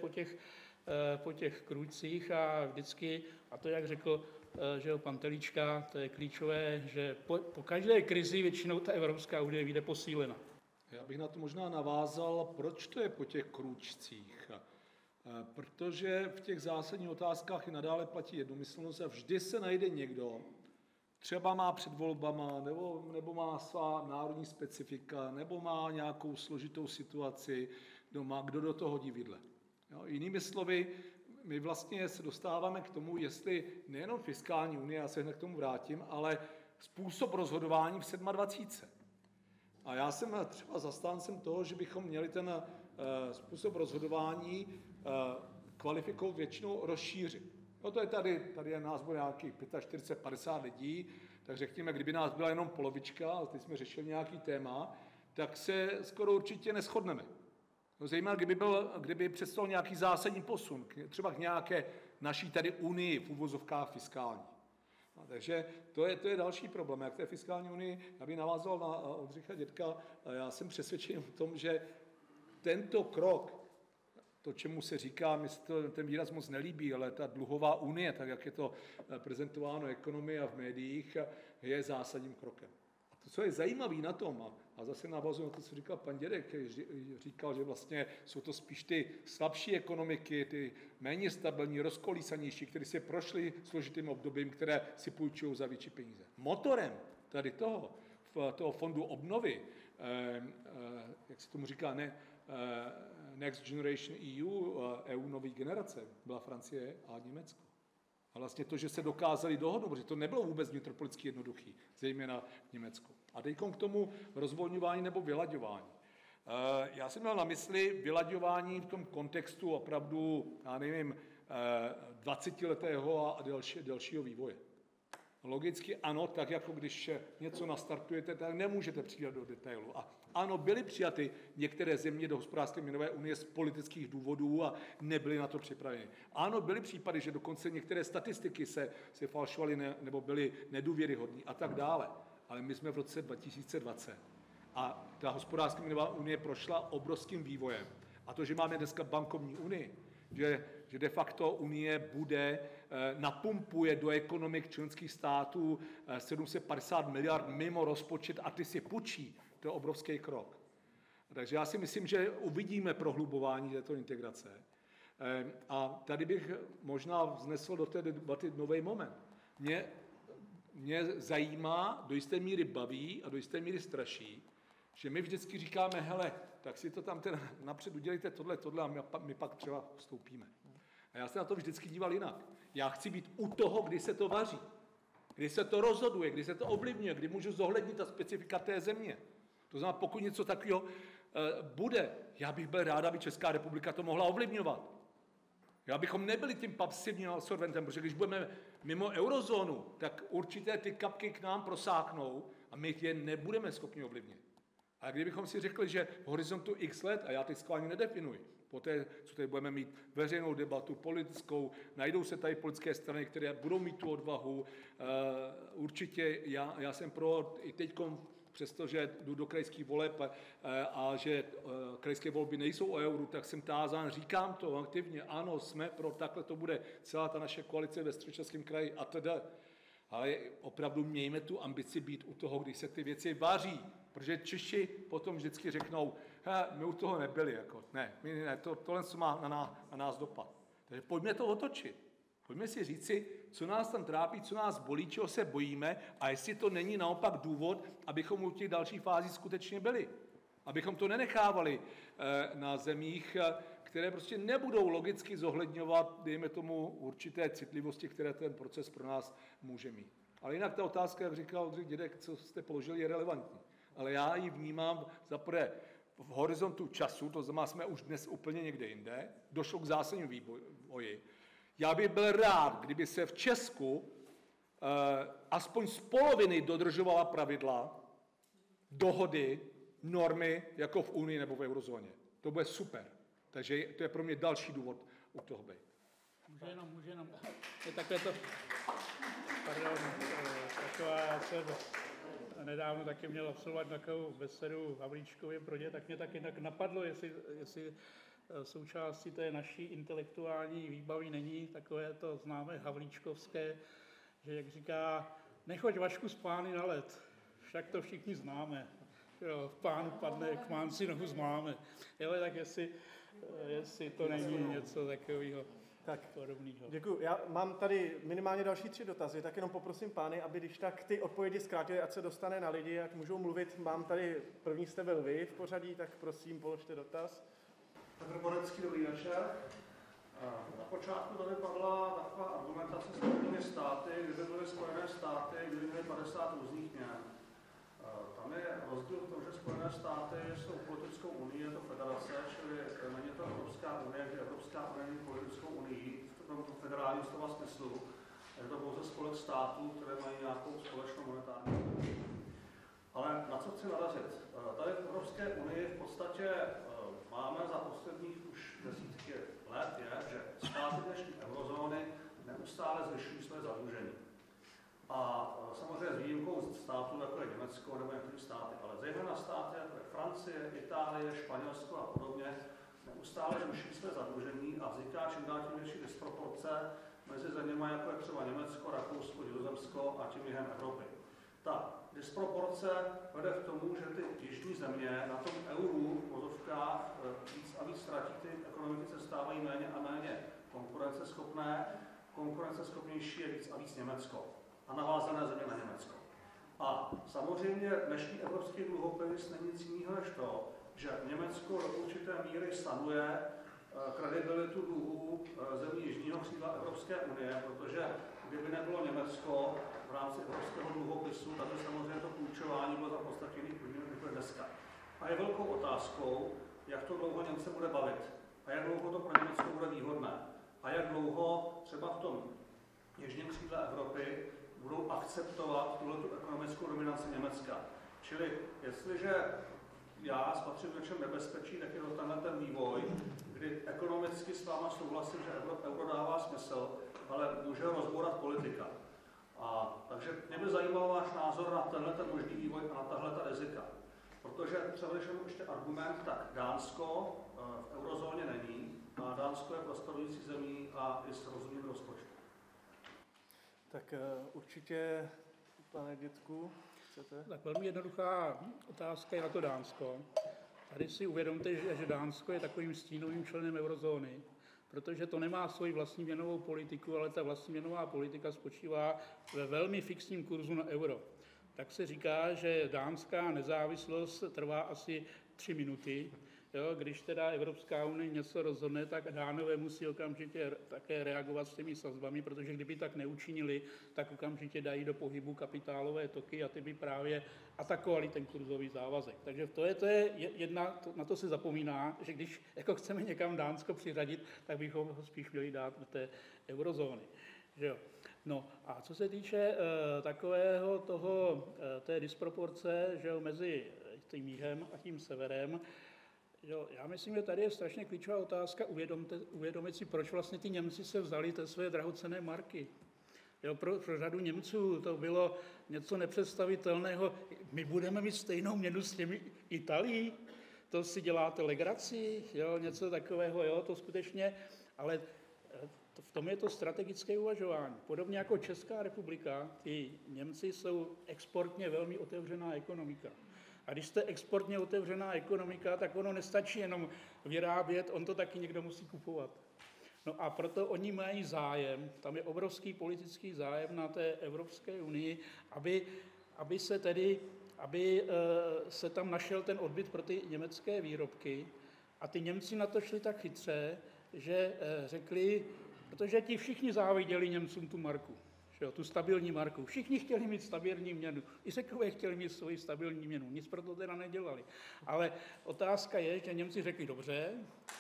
[SPEAKER 4] po těch krůčcích a vždycky, a to, jak řekl že jo, pan Telička, to je klíčové, že po každé krizi většinou ta Evropská unie vyjde posílena.
[SPEAKER 2] Já bych na to možná navázal, proč to je po těch krůčcích. Protože v těch zásadních otázkách i nadále platí jednomyslnost a vždy se najde někdo, třeba má před volbama, nebo má svá národní specifika, nebo má nějakou složitou situaci doma, kdo do toho hodí vidle. Jo, jinými slovy, my vlastně se dostáváme k tomu, jestli nejenom fiskální unie, já se hned k tomu vrátím, ale způsob rozhodování v 27. A já jsem třeba zastáncem toho, že bychom měli ten způsob rozhodování kvalifikovat většinou rozšířit. No to je tady je nás bylo nějakých 45, 50 lidí, tak řekněme, kdyby nás byla jenom polovička, a teď jsme řešili nějaký téma, tak se skoro určitě neshodneme. No zejména, kdyby představil nějaký zásadní posun, třeba k nějaké naší tady unii v uvozovkách fiskální. No, takže to je další problém. Jak té fiskální unii, já bych navázal na Oldřicha Dědka, já jsem přesvědčen o tom, že tento krok, to, čemu se říká, mi se ten výraz moc nelíbí, ale ta dluhová unie, tak jak je to prezentováno v ekonomii a v médiích, je zásadním krokem. A Co je zajímavé na tom, a zase navazuji na to, co říkal pan Dědek, říkal, že vlastně jsou to spíš ty slabší ekonomiky, ty méně stabilní, rozkolísanější, které si prošly složitým obdobím, které si půjčují za větší peníze. Motorem tady toho fondu obnovy, jak se tomu říká, Next Generation EU nový generace, byla Francie a Německo. A vlastně to, že se dokázali dohodnout, protože to nebylo vůbec vnitropoliticky jednoduchý, zejména v Německu. A teď k tomu rozvolňování nebo vylaďování. Já jsem měl na mysli vylaďování v tom kontextu opravdu, já nevím, 20letého a dalšího vývoje. Logicky ano, tak jako když něco nastartujete, tak nemůžete přijít do detailu. A ano, byly přijaty některé země do hospodářské měnové unie z politických důvodů a nebyly na to připraveny. Ano, byly případy, že dokonce některé statistiky se falšovaly nebo byly nedůvěryhodné a tak dále. Ale my jsme v roce 2020 a ta hospodářská měnová unie prošla obrovským vývojem. A to, že máme dneska bankovní unii, že de facto Unie napumpuje do ekonomik členských států 750 miliard mimo rozpočet a ty si půjčí, to je obrovský krok. Takže já si myslím, že uvidíme prohlubování této integrace. A tady bych možná vznesl do té debaty nový moment. Mě zajímá, do jisté míry baví a do jisté míry straší, že my vždycky říkáme, hele, tak si to tam napřed udělejte tohle a my pak třeba vstoupíme. A já se na to vždycky díval jinak. Já chci být u toho, kdy se to vaří, kdy se to rozhoduje, kdy se to ovlivňuje, kdy můžu zohlednit ta specifika té země. To znamená, pokud něco takového bude, já bych byl rád, aby Česká republika to mohla ovlivňovat. Abychom nebyli tím pasivním absorbentem, protože když budeme mimo eurozónu, tak určité ty kapky k nám prosáknou a my je nebudeme schopni ovlivnit. A kdybychom si řekli, že v horizontu x let, a já teď schválně nedefinuji, poté, co tady budeme mít veřejnou debatu politickou, najdou se tady politické strany, které budou mít tu odvahu, určitě já jsem pro i teďkom, přestože jdu do krajských voleb a že krajské volby nejsou o euru, tak jsem tázán, říkám to aktivně, ano, jsme pro, takhle to bude celá ta naše koalice ve Středočeském kraji a teda. Ale opravdu mějme tu ambici být u toho, když se ty věci vaří, protože Češi potom vždycky řeknou, my u toho nebyli, jako, ne, tohle má na nás dopad. Takže pojďme to otočit. Pojďme si říci, co nás tam trápí, co nás bolí, čeho se bojíme a jestli to není naopak důvod, abychom u těch dalších fází skutečně byli. Abychom to nenechávali na zemích, které prostě nebudou logicky zohledňovat, dejme tomu, určité citlivosti, které ten proces pro nás může mít. Ale jinak ta otázka, jak říkal Dědek, co jste položili, je relevantní. Ale já ji vnímám zaprvé v horizontu času, to znamená, jsme už dnes úplně někde jinde, došlo k zásadnímu vývoji. Já bych byl rád, kdyby se v Česku aspoň z poloviny dodržovala pravidla, dohody, normy, jako v Unii nebo v eurozóně. To bude super. Takže to je pro mě další důvod u toho být.
[SPEAKER 4] Může jenom. Je takové to, pardon, taková, já jsem nedávno taky měl absolvovat takovou besedu v Havlíčkově Brodě, tak mě taky napadlo, jestli součástí té naší intelektuální výbavy není takové to známé havlíčkovské, že jak říká, nechoď Vašku z pány na led, však to všichni známe. Jo, pán padne, k mánci nohu zmáme. Jo, tak jestli to není něco takového podobného.
[SPEAKER 1] Děkuji. Já mám tady minimálně další 3 dotazy, tak jenom poprosím pány, aby když tak ty odpovědi zkrátili, ať se dostane na lidi, jak můžou mluvit. Mám tady, první jste byl vy v pořadí, tak prosím, položte dotaz.
[SPEAKER 6] Petr Borecký, dobrý večer. Na počátku tady padla taková argumentace s Spojenými státy, kdyby byly Spojené státy, kdyby byly 50 různých měn. Tam je rozdíl v tom, že Spojené státy jsou politickou unii, je to federace, čili není to Evropská unie, že Evropská unie není politickou unii, v tom federálním slova smyslu. Je to pouze spolek států, které mají nějakou společnou monetární politiku. Ale na co chci narazit? Tady v Evropské unii v podstatě máme za posledních už desítky let, že státy dnešní eurozóny neustále zvyšují své zadlužení. A samozřejmě s výjimkou států, jako je Německo nebo některé státy, ale zejména státy, jako je Francie, Itálie, Španělsko a podobně, neustále zvyšují své zadlužení a vzniká čím dál tím větší disproporce mezi zeměmi, jako je třeba Německo, Rakousko, Nizozemsko a tím jihem Evropy. Tak,
[SPEAKER 7] disproporce vede k tomu, že ty jižní země na tom euru v vozovkách víc a víc ztratí, ty ekonomiky se stávají méně a méně konkurenceschopné. Konkurenceschopnější je víc a víc Německo a navázané země na Německo. A samozřejmě dnešní evropský dluhopis není nic jiného než to, že Německo do určité míry sanuje kredibilitu dluhů zemí jižního křídla Evropské unie, protože kdyby nebylo Německo v rámci evropského dluhopisu, tak by samozřejmě to půjčování bylo za podstatněných podmínek jako dneska. A je velkou otázkou, jak to dlouho Němce bude bavit a jak dlouho to pro Německo bude výhodné a jak dlouho třeba v tom jižním křídle Evropy budou akceptovat tuhletu ekonomickou dominanci Německa. Čili jestliže já spatřím v něčem nebezpečí, tak je to ten vývoj, kdy ekonomicky s váma souhlasím, že euro dává smysl, ale může rozbourat politika. Takže mě by zajímal váš názor na tenhle možný vývoj a na tahle rizika. Protože třeba když ještě argument, tak Dánsko v eurozóně není a Dánsko je prosperující zemí a i s rozumným rozpočtem.
[SPEAKER 1] Tak určitě, pane Dětku, chcete?
[SPEAKER 4] Tak velmi jednoduchá otázka je na to Dánsko. Tady si uvědomte, že Dánsko je takovým stínovým členem eurozóny, protože to nemá svoji vlastní měnovou politiku, ale ta vlastní měnová politika spočívá ve velmi fixním kurzu na euro. Tak se říká, že dánská nezávislost trvá asi 3 minuty. Jo, když teda Evropská unie něco rozhodne, tak Dánové musí okamžitě také reagovat s těmi sazbami, protože kdyby tak neučinili, tak okamžitě dají do pohybu kapitálové toky a ty by právě atakovali ten kurzový závazek. Takže to je jedna, na to se zapomíná, že když jako chceme někam Dánsko přiřadit, tak bychom ho spíš měli dát do té eurozóny. Že jo? No a co se týče té disproporce, že jo, mezi tím jihem a tím severem, jo, já myslím, že tady je strašně klíčová otázka uvědomit si, proč vlastně ty Němci se vzali té své drahocenné marky. Jo, pro řadu Němců to bylo něco nepředstavitelného. My budeme mít stejnou měnu s těmi Italií? To si děláte legraci? Jo, něco takového, jo, to skutečně, ale v tom je to strategické uvažování. Podobně jako Česká republika, ty Němci jsou exportně velmi otevřená ekonomika. A když jste exportně otevřená ekonomika, tak ono nestačí jenom vyrábět, on to taky někdo musí kupovat. No a proto oni mají zájem, tam je obrovský politický zájem na té Evropské unii, aby se tam našel ten odbyt pro ty německé výrobky. A ty Němci na to šli tak chytře, že řekli, protože ti všichni záviděli Němcům tu marku. Jo, tu stabilní marku. Všichni chtěli mít stabilní měnu. I Řekové chtěli mít svoji stabilní měnu. Nic pro to teda nedělali. Ale otázka je, že Němci řekli, dobře,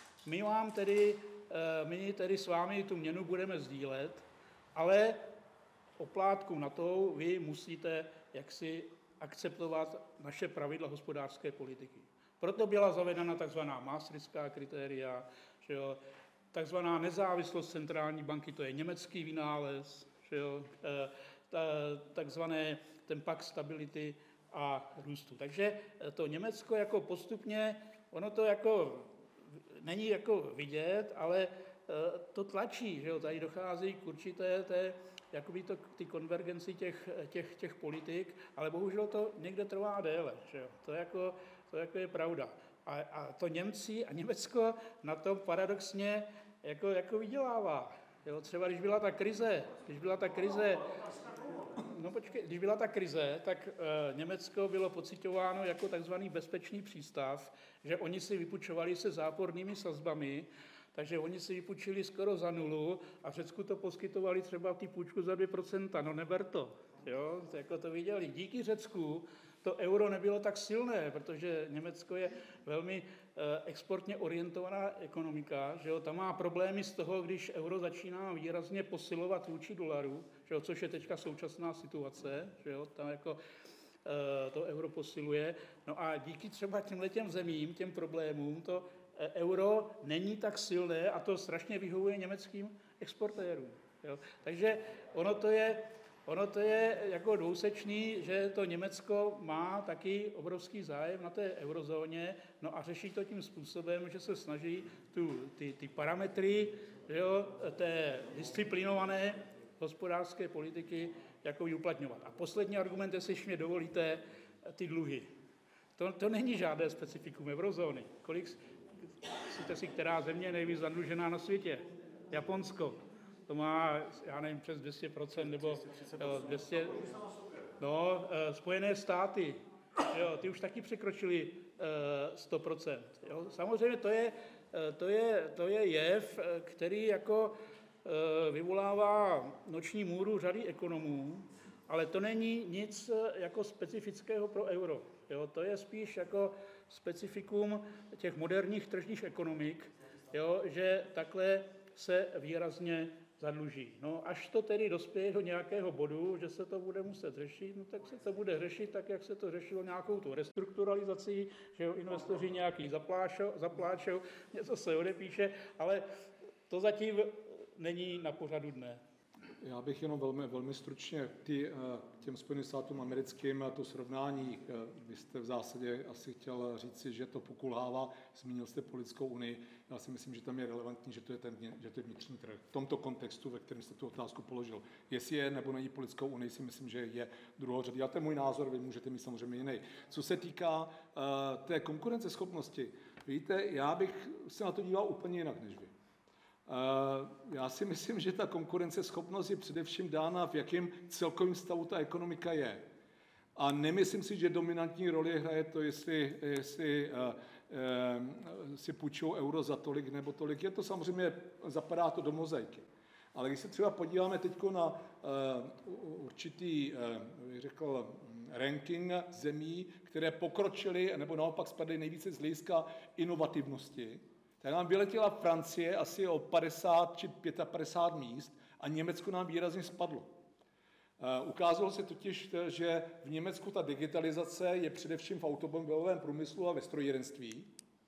[SPEAKER 4] my tedy s vámi tu měnu budeme sdílet, ale oplátku na to vy musíte jaksi akceptovat naše pravidla hospodářské politiky. Proto byla zavedena takzvaná maastrichtská kritéria, že jo, takzvaná nezávislost centrální banky, to je německý vynález, že jo, takzvané ten pakt stability a růstu. Takže to Německo jako postupně, ono to jako není jako vidět, ale to tlačí, že jo, tady dochází k určité ty konvergenci těch politik, ale bohužel to někde trvá déle, že jo, to jako je pravda. A to Němci a Německo na tom paradoxně jako vydělává. Jo, třeba když byla ta krize, tak Německo bylo pociťováno jako takzvaný bezpečný přístav, že oni si vypůjčovali se zápornými sazbami, takže oni si vypůjčili skoro za 0 a Řecku to poskytovali třeba ty půjčku za 2%, no neber to. Jo, jako to viděli. Díky Řecku to euro nebylo tak silné, protože Německo je velmi exportně orientovaná ekonomika, že jo, tam má problémy z toho, když euro začíná výrazně posilovat vůči dolaru, že jo, což je teďka současná situace, že jo, tam jako to euro posiluje. No a díky třeba těmhletěm zemím, těm problémům, to euro není tak silné a to strašně vyhovuje německým exportérům. Jo. Takže ono to je jako dvousečný, že to Německo má taky obrovský zájem na té eurozóně, no a řeší to tím způsobem, že se snaží ty parametry, jo, té disciplinované hospodářské politiky jako ji uplatňovat. A poslední argument, jestli mě dovolíte, ty dluhy. To není žádné specifikum eurozóny. Myslíte si, která země je nejvíc zadlužená na světě? Japonsko. To má, já nevím, přes 200% nebo 200. No, Spojené státy, jo, ty už taky překročili 100%. Jo. Samozřejmě to je jev, který jako vyvolává noční můru řady ekonomů, ale to není nic jako specifického pro euro. Jo. To je spíš jako specifikum těch moderních tržních ekonomik, jo, že takhle se výrazně zadluží. No, až to tedy dospěje do nějakého bodu, že se to bude muset řešit, no tak se to bude řešit tak, jak se to řešilo nějakou tu restrukturalizací, že jo, investoři nějaký zapláčou, něco se odepíše, ale to zatím není na pořadu dne.
[SPEAKER 2] Já bych jenom velmi stručně těm Spojeným státům americkým to srovnání. Vy jste v zásadě asi chtěl říci, že to pokulhává. Zmínil jste politickou unii. Já si myslím, že tam je relevantní, že to je vnitřní trh. V tomto kontextu, ve kterém jste tu otázku položil. Jestli je nebo není politickou unii, si myslím, že je druhořadý. A to je můj názor, vy můžete mít samozřejmě jiný. Co se týká té konkurenceschopnosti, víte, já bych se na to díval úplně jinak než vy. Já si myslím, že ta konkurenceschopnost je především dána, v jakém celkovém stavu ta ekonomika je. A nemyslím si, že dominantní roli hraje to, jestli si půjčou euro za tolik nebo tolik. Je to samozřejmě, zapadá to do mozaiky. Ale když se třeba podíváme teď na určitý, řekl, ranking zemí, které pokročily, nebo naopak spadly nejvíce z hlediska inovativnosti, tak nám vyletěla Francie asi o 50 či 55 míst a Německo nám výrazně spadlo. Ukázalo se totiž, že v Německu ta digitalizace je především v automobilovém průmyslu a ve strojírenství,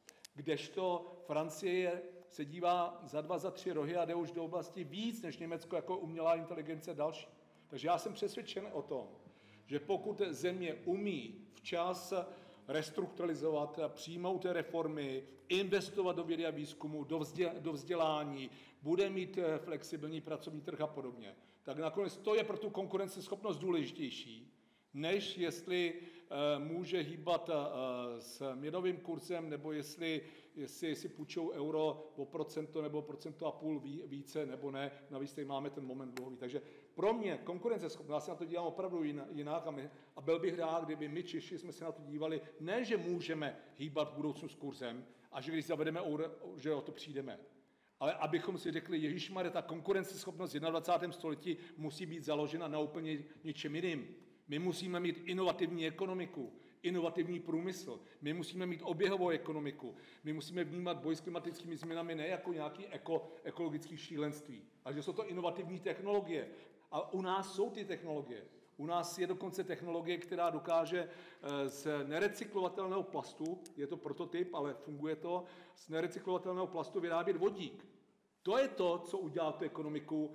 [SPEAKER 2] kdežto Francie se dívá za 2, za 3 rohy a jde už do oblasti víc než Německo jako umělá inteligence další. Takže já jsem přesvědčen o tom, že pokud země umí včas restrukturalizovat, přijmout reformy, investovat do vědy a výzkumu, do vzdělání, bude mít flexibilní pracovní trh a podobně, tak nakonec to je pro tu konkurenceschopnost důležitější, než jestli může hýbat s měnovým kurzem, nebo jestli si půjčou euro o procento nebo 1,5% více, nebo ne. Navíc tady máme ten moment dluhový. Takže pro mě konkurenceschopnost, já se na to dívám opravdu jinak a byl bych rád, kdyby my Češi jsme se na to dívali, ne, že můžeme hýbat v budoucnu s kurzem a že když zavedeme euro, že o to přijdeme. Ale abychom si řekli, ježišmarja, ta konkurenceschopnost v 21. století musí být založena na úplně něčem jiným. My musíme mít inovativní ekonomiku, inovativní průmysl, my musíme mít oběhovou ekonomiku, my musíme vnímat boj s klimatickými změnami ne jako nějaké ekologické šílenství, ale že jsou to inovativní technologie. A u nás jsou ty technologie. U nás je dokonce technologie, která dokáže z nerecyklovatelného plastu, je to prototyp, ale funguje to, z nerecyklovatelného plastu vyrábět vodík. To je to, co udělá tu ekonomiku,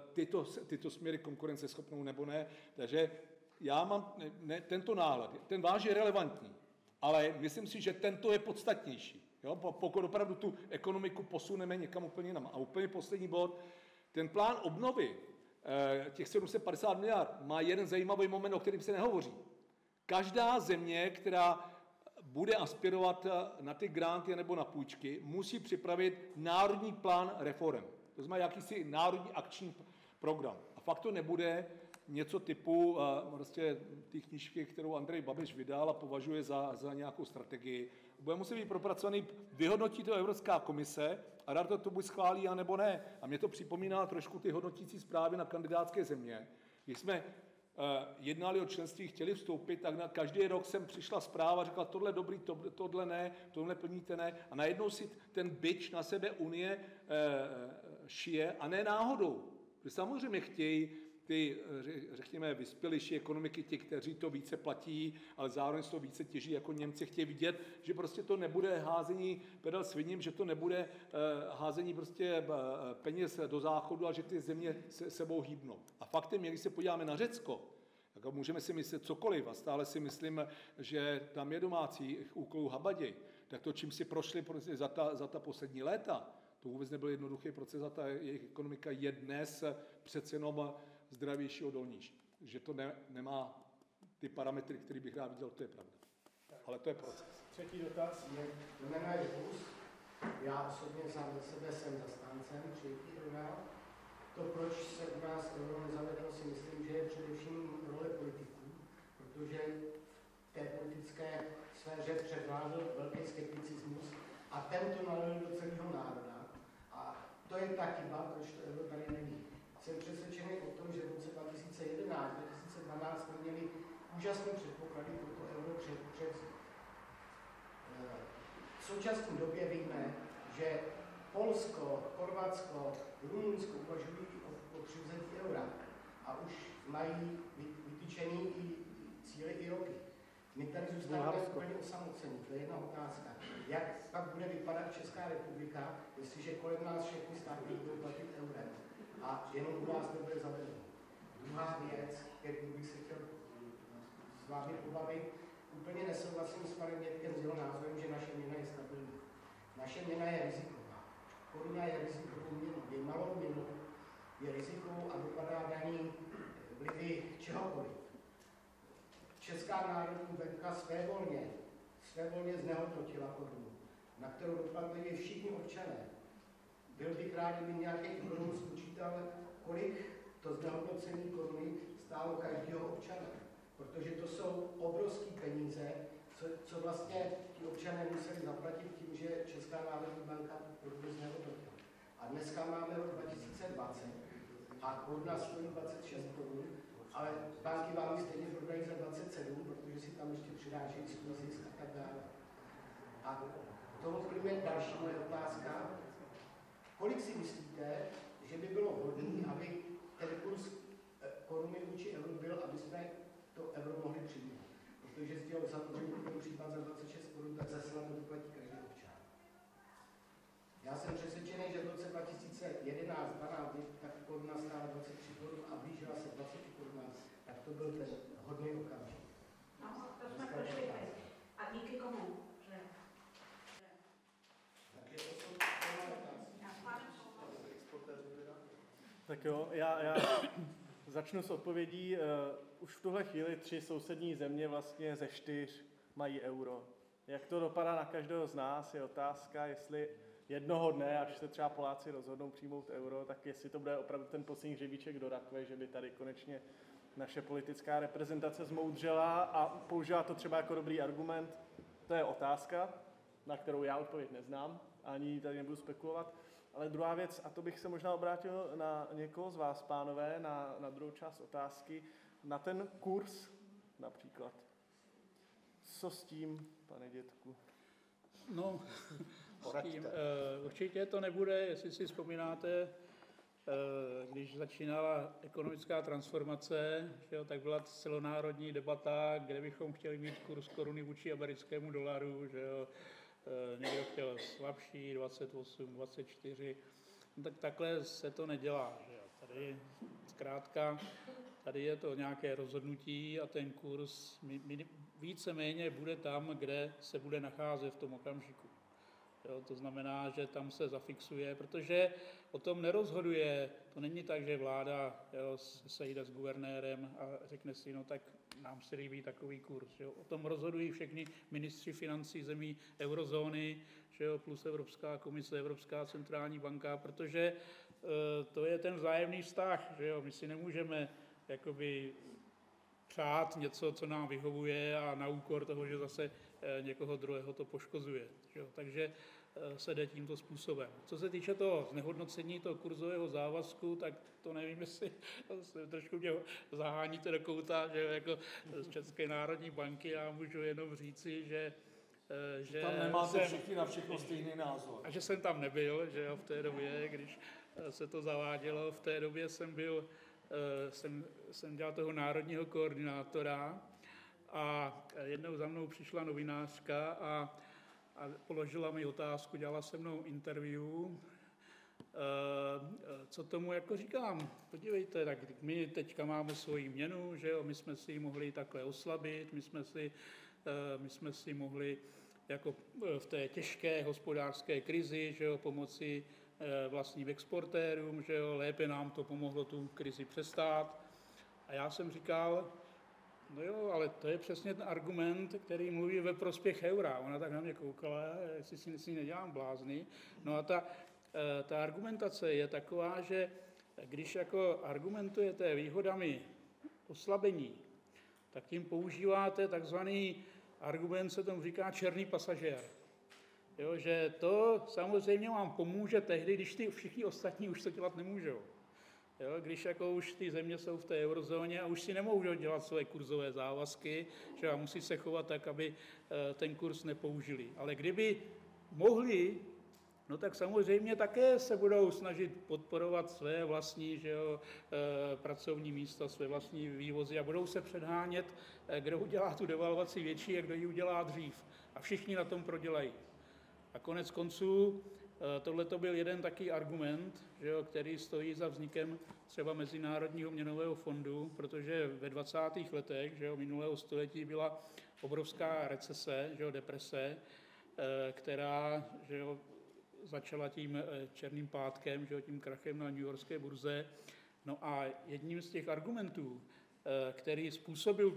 [SPEAKER 2] tyto směry konkurenceschopnou nebo ne. Takže já mám tento náhled. Ten váš je relevantní, ale myslím si, že tento je podstatnější. Jo? Pokud opravdu tu ekonomiku posuneme někam úplně jinam. A úplně poslední bod, ten plán obnovy, těch 750 miliard, má jeden zajímavý moment, o kterém se nehovoří. Každá země, která bude aspirovat na ty granty nebo na půjčky, musí připravit národní plán reform. To znamená jakýsi národní akční program. A fakt to nebude něco typu prostě té knížky, kterou Andrej Babiš vydal a považuje za nějakou strategii. Bude muset být propracovaný, vyhodnotí to Evropská komise a rada to buď schválí, anebo ne. A mě to připomíná trošku ty hodnotící zprávy na kandidátské země. Když jsme jednali o členství, chtěli vstoupit, tak na každý rok sem přišla zpráva, řekla, tohle dobrý, tohle ne, tohle plníte ne. A najednou si ten bič na sebe Unie šije a ne náhodou. Protože samozřejmě chtějí ty, řekněme, vyspělejší ekonomiky, ti, kteří to více platí, ale zároveň to více těží, jako Němci chtějí vidět, že prostě to nebude házení pedel sviním, že to nebude házení prostě peněz do záchodu a že ty země se sebou hýbnou. A faktem je, když se podíváme na Řecko, tak můžeme si myslet cokoliv a stále si myslím, že tam je domácí úkolů habaděj. Tak to, čím si prošli za ta poslední léta, To vůbec nebyl jednoduchý proces a ta jejich ekonomika je dnes přece jenom zdravější, odolnější. Že to nemá ty parametry, které bych rád viděl, to je pravda. Ale to je proces.
[SPEAKER 1] Třetí dotaz.
[SPEAKER 8] Jméno je Vůz. Já osobně sám za sebe jsem zastáncem přijetí eura. To, proč se u nás euro nezavedlo, si myslím, že je především role politiků, protože v té politické sféře převládl velký skepticismus a tento nalil do celého národa. A to je ta chyba, proč to euro tady není. Jsem přesvědčený o tom, že v roce 2011, 2012 jsme měli úžasné předpoklady pro to euro převzít. V současné době víme, že Polsko, Chorvatsko, Rumunsko uvažují o převzetí eura a už mají vytyčený i cíle i roky. My tady zůstáváme úplně osamocení, to je jedna otázka. Jak pak bude vypadat Česká republika, jestliže kolem nás všechny státy budou platit eurem a jenom u vás nebude zavedeno. Druhá věc, kterou bych se chtěl s vámi pobavit, úplně nesouhlasím s panem Dětkem s jeho názorem, že naše měna je stabilní. Naše měna je riziková. Koruna je rizikovou měnou. Je malou měnou, je rizikovou a dopadá na ní vlivy čehokoliv. Česká národní banka svévolně znehodnotila korunu, na kterou dopadli všichni občané. Byl bych rád, kdyby nějaký ekonom spočítal, kolik to znehodnocení koruny stálo každého občana. Protože to jsou obrovské peníze, co vlastně ti občané museli zaplatit tím, že Česká národní banka tu korunu znehodnotila. A dneska máme rok 2020 a koruna stojí 26 korun, ale banky vám ji stejně prodají za 27, protože si tam ještě přidážejí svůj zisk a tak dále. A toho plně další moje otázka. Kolik si myslíte, že by bylo vhodné, aby ten kurz koruny vůči euru byl, aby jsme to euro mohli přijít? Protože z těho samozřejmě ten případ za 26 korun, tak zase na to doplatí každý občan. Já jsem přesvědčený, že v roce 2011-12, tak koruna stála 23 korun a blížila se 20 korunám, tak to byl ten hodný okamžik.
[SPEAKER 9] No, to jsme prošli teď. A díky komu? Že?
[SPEAKER 8] Takže to jsou
[SPEAKER 1] Tak jo, já začnu s odpovědí. Už v tuhle chvíli 3 sousední země vlastně ze 4 mají euro. Jak to dopadá na každého z nás, je otázka, jestli jednoho dne, až se třeba Poláci rozhodnou přijmout euro, tak jestli to bude opravdu ten poslední hřebíček do rakve, že by tady konečně naše politická reprezentace zmoudřela a použila to třeba jako dobrý argument. To je otázka, na kterou já odpověď neznám, ani tady nebudu spekulovat. Ale druhá věc, a to bych se možná obrátil na někoho z vás, pánové, na druhou část otázky, na ten kurz například. Co s tím, pane Dětku?
[SPEAKER 4] No, s tím, určitě to nebude, jestli si vzpomínáte, když začínala ekonomická transformace, že jo, tak byla celonárodní debata, kde bychom chtěli mít kurz koruny vůči americkému dolaru, že jo. Někdo chtěl slabší, 28, 24, no tak takhle se to nedělá. Že jo. Tady zkrátka, tady je to nějaké rozhodnutí a ten kurz víceméně bude tam, kde se bude nacházet v tom okamžiku. Jo, to znamená, že tam se zafixuje, protože o tom nerozhoduje, to není tak, že vláda sejde s guvernérem a řekne si, no tak nám se líbí takový kurz. Jo. O tom rozhodují všichni ministři financí zemí eurozóny, že jo, plus Evropská komise, Evropská centrální banka, protože to je ten vzájemný vztah. Že jo. My si nemůžeme jakoby přát něco, co nám vyhovuje a na úkor toho, že zase někoho druhého to poškozuje. Že jo. Takže se jde tímto způsobem. Co se týče toho znehodnocení toho kurzového závazku, tak to nevím, jestli trošku mě zaháníte do kouta, že jako z České národní banky já můžu jenom říci, že
[SPEAKER 2] tam nemáte všichni na všechno stejný názor.
[SPEAKER 4] A že jsem tam nebyl, že jo, v té době, když se to zavádělo, v té době jsem byl, jsem dělal toho národního koordinátora a jednou za mnou přišla novinářka a položila mi otázku, dělala se mnou interview, co tomu jako říkám. Podívejte, tak my teďka máme svoji měnu, že jo, my jsme si ji mohli takhle oslabit, my jsme si mohli jako v té těžké hospodářské krizi, že jo, pomoci vlastním exportérům, že jo, lépe nám to pomohlo tu krizi přestát. A já jsem říkal, no jo, ale to je přesně ten argument, který mluví ve prospěch eura. Ona tak na mě koukala, jestli si nedělám blázny. No a ta argumentace je taková, že když jako argumentujete výhodami oslabení, tak tím používáte takzvaný argument, se tomu říká černý pasažér. Jo, že to samozřejmě vám pomůže tehdy, když ty všichni ostatní už to dělat nemůžou. Jo, když jako už ty země jsou v té eurozóně a už si nemůžou dělat své kurzové závazky, že a musí se chovat tak, aby ten kurz nepoužili. Ale kdyby mohli, no tak samozřejmě také se budou snažit podporovat své vlastní, že jo, pracovní místa, své vlastní vývozy a budou se předhánět, kdo udělá tu devalvaci větší a kdo ji udělá dřív. A všichni na tom prodělají. A konec konců tohle to byl jeden taký argument, že jo, který stojí za vznikem třeba Mezinárodního měnového fondu, protože ve 20. letech, že jo, minulého století byla obrovská recese, že jo, deprese, která, že jo, začala tím černým pátkem, že jo, tím krachem na newyorské burze. No a jedním z těch argumentů, který způsobil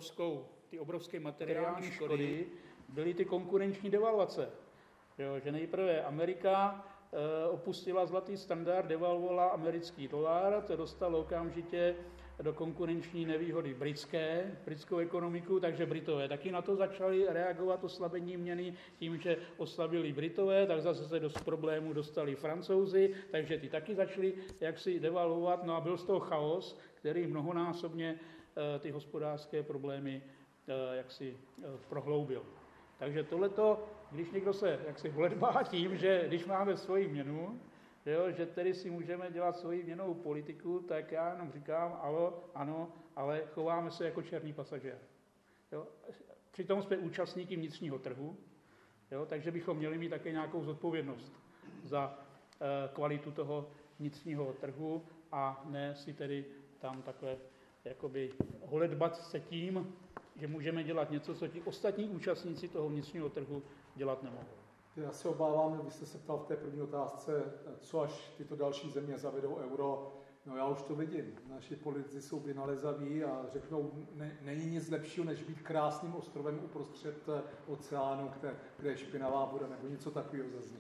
[SPEAKER 4] ty obrovské materiální škody, byly ty konkurenční devalvace. Jo, že nejprve Amerika opustila zlatý standard, devalvovala americký dolar, to dostalo okamžitě do konkurenční nevýhody britskou ekonomiku, takže Britové taky na to začali reagovat oslabení měny tím, že oslabili Britové, tak zase se do problémů dostali Francouzi, takže ty taky začali jaksi devalvovat, no a byl z toho chaos, který mnohonásobně ty hospodářské problémy jaksi prohloubil. Takže tohleto, když někdo se jaksi holedbá tím, že když máme svoji měnu, jo, že tedy si můžeme dělat svoji měnovou politiku, tak já jenom říkám, ano, ale chováme se jako černý pasažér. Jo. Přitom jsme účastníky vnitřního trhu, jo, takže bychom měli mít také nějakou zodpovědnost za kvalitu toho vnitřního trhu a ne si tedy tam takhle jakoby holedbat se tím, že můžeme dělat něco, co ti ostatní účastníci toho vnitřního trhu dělat nemohou.
[SPEAKER 2] Já se obávám, vy jste se ptal v té první otázce, co až tyto další země zavedou euro. No já už to vidím. Naši politici jsou vynalezaví a řeknou, není nic lepšího, než být krásným ostrovem uprostřed oceánu, kde je špinavá voda, nebo něco takového zazní.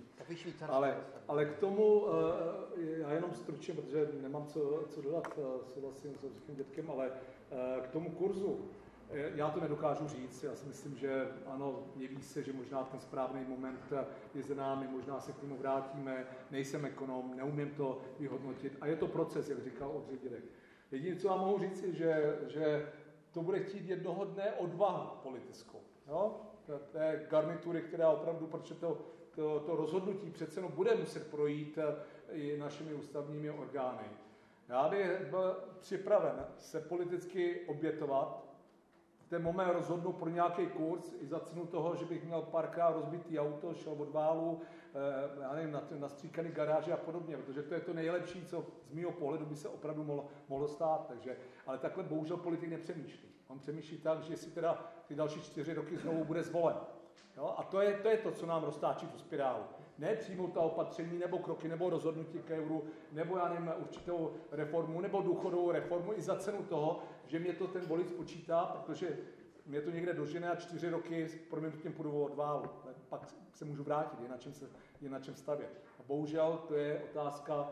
[SPEAKER 2] Ale k tomu, já jenom stručně, protože nemám co dodat, souhlasím s Josefem Dětkem, ale k tomu kurzu. Já to nedokážu říct, já si myslím, že ano, jeví se, že možná ten správný moment je za námi, možná se k tomu vrátíme, nejsem ekonom, neumím to vyhodnotit a je to proces, jak říkal Oldřich Dědek. Jediné, co vám mohu říct, je, že to bude chtít jednoho dne odvahu politickou. Jo? Té garnitury, která opravdu, protože to rozhodnutí přece bude muset projít i našimi ústavními orgány. Já bych byl připraven se politicky obětovat, v ten moment rozhodnu pro nějaký kurz i za cenu toho, že bych měl párkrát rozbitý auto, šel od válu, já nevím, na stříkaný garáže a podobně, protože to je to nejlepší, co z mýho pohledu by se opravdu mohlo stát. Takže, ale takhle bohužel politik nepřemýšlí. On přemýšlí tak, že si teda ty další 4 roky znovu bude zvolen. Jo? A to je to, co nám roztáčí tu spirálu. Ne přijmout ta opatření, nebo kroky, nebo rozhodnutí k euru, nebo já nevím, určitou reformu, nebo důchodovou reformu i za cenu toho, že mě to ten volič spočítá, protože mě to někde dožene a 4 roky s proměnutím půjdu od válu. Pak se můžu vrátit, je na čem stavět. A bohužel to je otázka,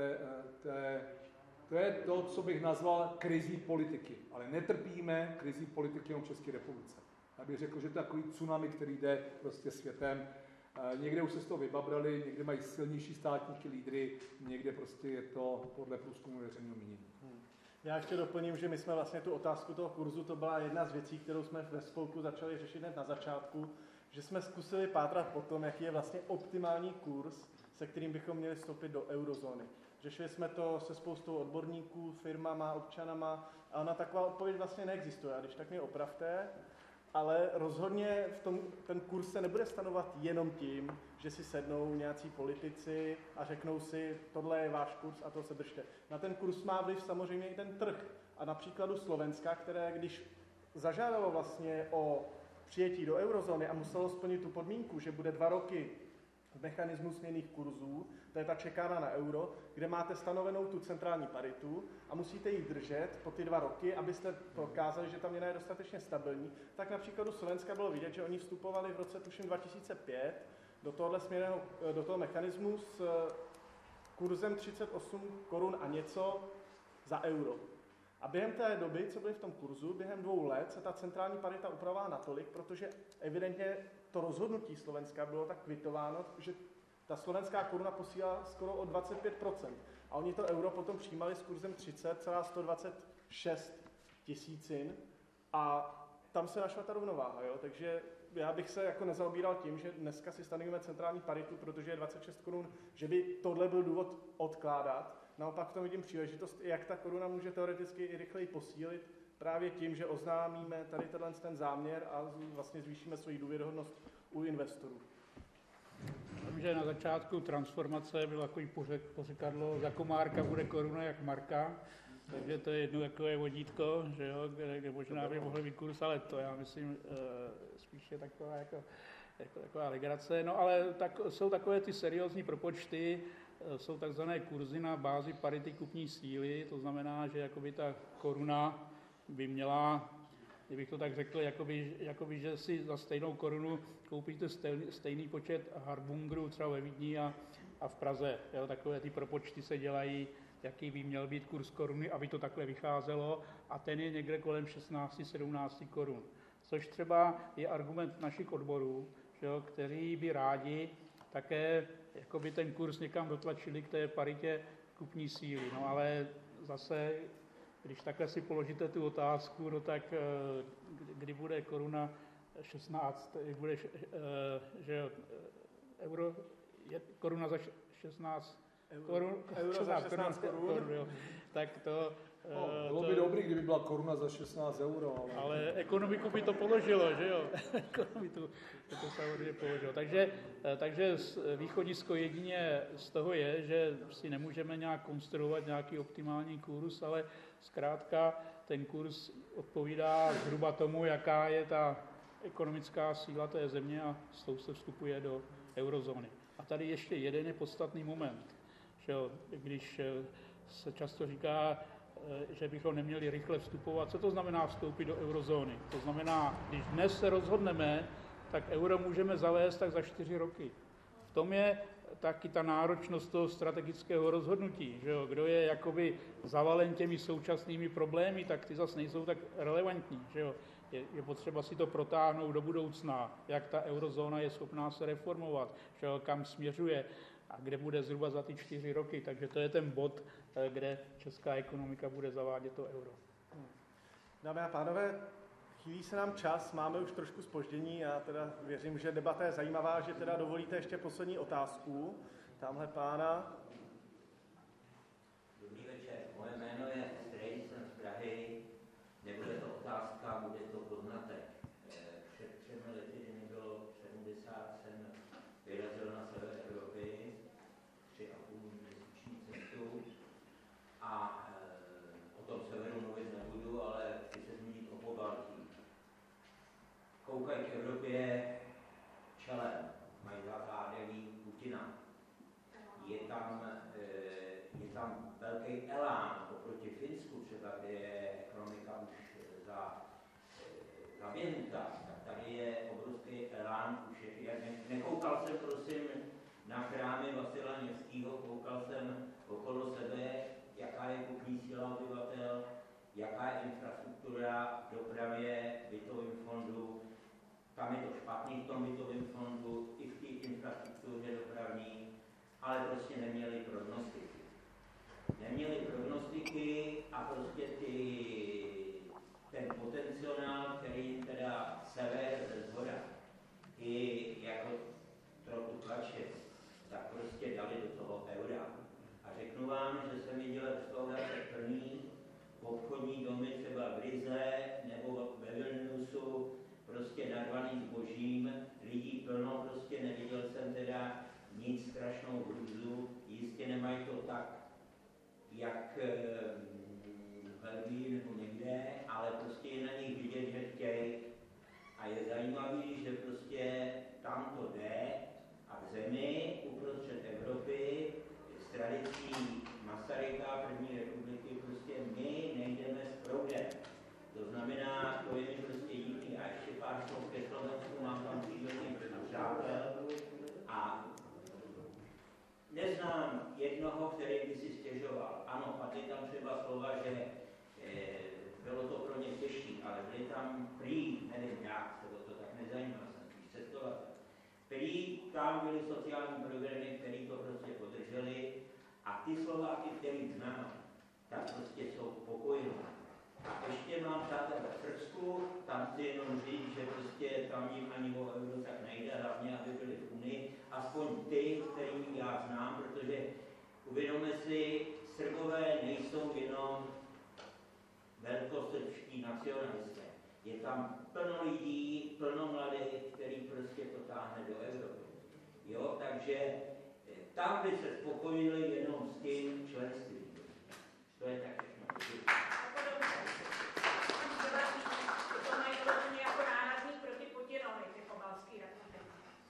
[SPEAKER 2] to je to, co bych nazval krizí politiky. Ale netrpíme krizí politiky jenom v České republice. Já bych řekl, že to je takový tsunami, který jde prostě světem. Někde už se z toho vybabrali, někde mají silnější státníky, lídry, někde prostě je to podle průzkumu veřejného mínění.
[SPEAKER 1] Já ještě doplním, že my jsme vlastně tu otázku toho kurzu, to byla jedna z věcí, kterou jsme ve spolku začali řešit hned na začátku, že jsme zkusili pátrat po tom, jaký je vlastně optimální kurz, se kterým bychom měli vstoupit do eurozóny. Řešili jsme to se spoustou odborníků, firmama, občanama a ona taková odpověď vlastně neexistuje. A když tak mě opravte, ale rozhodně ten kurz se nebude stanovat jenom tím, že si sednou nějací politici a řeknou si, tohle je váš kurz a to se držte. Na ten kurz má vliv samozřejmě i ten trh. A na příkladu Slovenska, které když zažádalo vlastně o přijetí do eurozóny a muselo splnit tu podmínku, že bude 2 roky mechanismus směnných kurzů, to je ta čekána na euro, kde máte stanovenou tu centrální paritu a musíte ji držet po ty 2 roky, abyste prokázali, že ta měna je dostatečně stabilní, tak na příkladu Slovenska bylo vidět, že oni vstupovali v roce tuším 2005 do toho mechanismu s kurzem 38 korun a něco za euro. A během té doby, co byli v tom kurzu, během 2 let se ta centrální parita upravovala natolik, protože evidentně to rozhodnutí Slovenska bylo tak kvitováno, že ta slovenská koruna posílala skoro o 25%. A oni to euro potom přijímali s kurzem 30,126 tisícin a tam se našla ta rovnováha. Jo? Takže já bych se jako nezaobíral tím, že dneska si stanovíme centrální paritu, protože je 26 korun, že by tohle byl důvod odkládat. Naopak v tom vidím příležitost, jak ta koruna může teoreticky i rychleji posílit právě tím, že oznámíme tady ten záměr a vlastně zvýšíme svoji důvěryhodnost u investorů.
[SPEAKER 4] Vím, že na začátku transformace bylo takový pořekadlo, za komárka bude koruna jak marka, takže to je jedno takové vodítko, že jo, kde možná by mohl být kurz, ale to já myslím spíše taková legrace. No ale jsou takové ty seriózní propočty, jsou takzvané kurzy na bázi parity kupní síly, to znamená, že jakoby ta koruna by měla, kdybych to tak řekl, jakoby že si za stejnou korunu koupíte stejný počet harbungrů třeba ve Vídni a v Praze. Jo, takové ty propočty se dělají, jaký by měl být kurz koruny, aby to takhle vycházelo, a ten je někde kolem 16-17 korun. Což třeba je argument našich odborů, jo, kteří by rádi také jakoby ten kurz někam dotlačili k té paritě kupní síly. No ale zase, když takhle si položíte tu otázku, no tak kdy bude koruna 16, bude, že euro je koruna za 16 korun,
[SPEAKER 1] euro za 16 korun,
[SPEAKER 4] jo, tak to...
[SPEAKER 2] Bylo by dobrý, kdyby byla koruna za 16 euro.
[SPEAKER 4] Ale ekonomiku by to položilo, že jo? Ekonomiku by to samozřejmě položilo. Takže východisko jedině z toho je, že si nemůžeme nějak konstruovat nějaký optimální kurz, ale zkrátka ten kurz odpovídá zhruba tomu, jaká je ta ekonomická síla té země, a s tou se vstupuje do eurozóny. A tady ještě jeden je podstatný moment, že jo? Když se často říká, že bychom neměli rychle vstupovat. Co to znamená vstoupit do eurozóny? To znamená, když dnes se rozhodneme, tak euro můžeme zavést tak za 4 roky. V tom je taky ta náročnost toho strategického rozhodnutí. Že jo? Kdo je jakoby zavalen těmi současnými problémy, tak ty zase nejsou tak relevantní. Že jo? Je potřeba si to protáhnout do budoucna, jak ta eurozóna je schopná se reformovat, že jo? Kam směřuje a kde bude zhruba za ty 4 roky. Takže to je ten bod, kde česká ekonomika bude zavádět to euro.
[SPEAKER 1] Dámy a pánové, chýlí se nám čas, máme už trošku zpoždění. Já teda věřím, že debata je zajímavá, že teda dovolíte ještě poslední otázku. Tamhle pána.
[SPEAKER 10] Dobrý večer, moje jméno je Strej, jsem z Prahy. Nebude to otázka, bude to poznatek. Před 3 lety, kdy mi bylo 70, jsem vyrazil na sever Evropy, 3,5 měsíční cestu. A o tom severu mluvit nebudu, ale chci se zmínit o Pobaltí. Koukají k Evropě čelem, mají zádělí Putina. Je tam velký elán oproti Finsku, třeba kde je ekonomika už zavěnutá, tak tady je obrovský elán. Nekoukal jsem, prosím, na chrámy Vasila Něvskýho, koukal jsem okolo sebe, jaká je kupní síla obyvatel, jaká je infrastruktura v dopravě, bytovém fondu. Tam je to špatný v tom bytovém fondu, i v té infrastruktuře dopravní, ale prostě neměli prognostiky. Neměli prognostiky a prostě ten potenciál, který teda sever ze zhora i jako trochu tlačil, tak prostě dali do toho eura. A řeknu vám, že jsem viděl restaurace plný, obchodní domy třeba v Rize nebo ve Vilniusu, prostě narvaný zbožím, lidí plno, prostě neviděl jsem teda nic strašnou hrůzu, jistě nemají to tak, jak v Belgii nebo někde, ale prostě je na nich vidět, že chtějí. A je zajímavé, Slovensku, mám tam přírodní přátel a neznám jednoho, který by si stěžoval. Ano, padly tam třeba slova, že bylo to pro ně těžší, ale byli tam prý, nevím jak, se to tak nezajímá, jsem spíš cestovatel. Prý tam byly sociální programy, které to prostě podrželi a ty Slováky, který znám, tak prostě jsou pokojné. A ještě mám přátel ve Srbsku, tam si jenom říct, že prostě tam jim ani o euro tak nejde, hlavně aby byli v Unii, aspoň ty, který já znám, protože uvědomme si, Srbové nejsou jenom velkosrbští nacionalisté. Je tam plno lidí, plno mladých, který prostě to táhne do Evropy. Jo, takže tam by se spokojili jenom s tím členstvím. To je tak všechno.
[SPEAKER 9] To mají podobně jako náhradník proti Putinovi, ty pobalský republiky.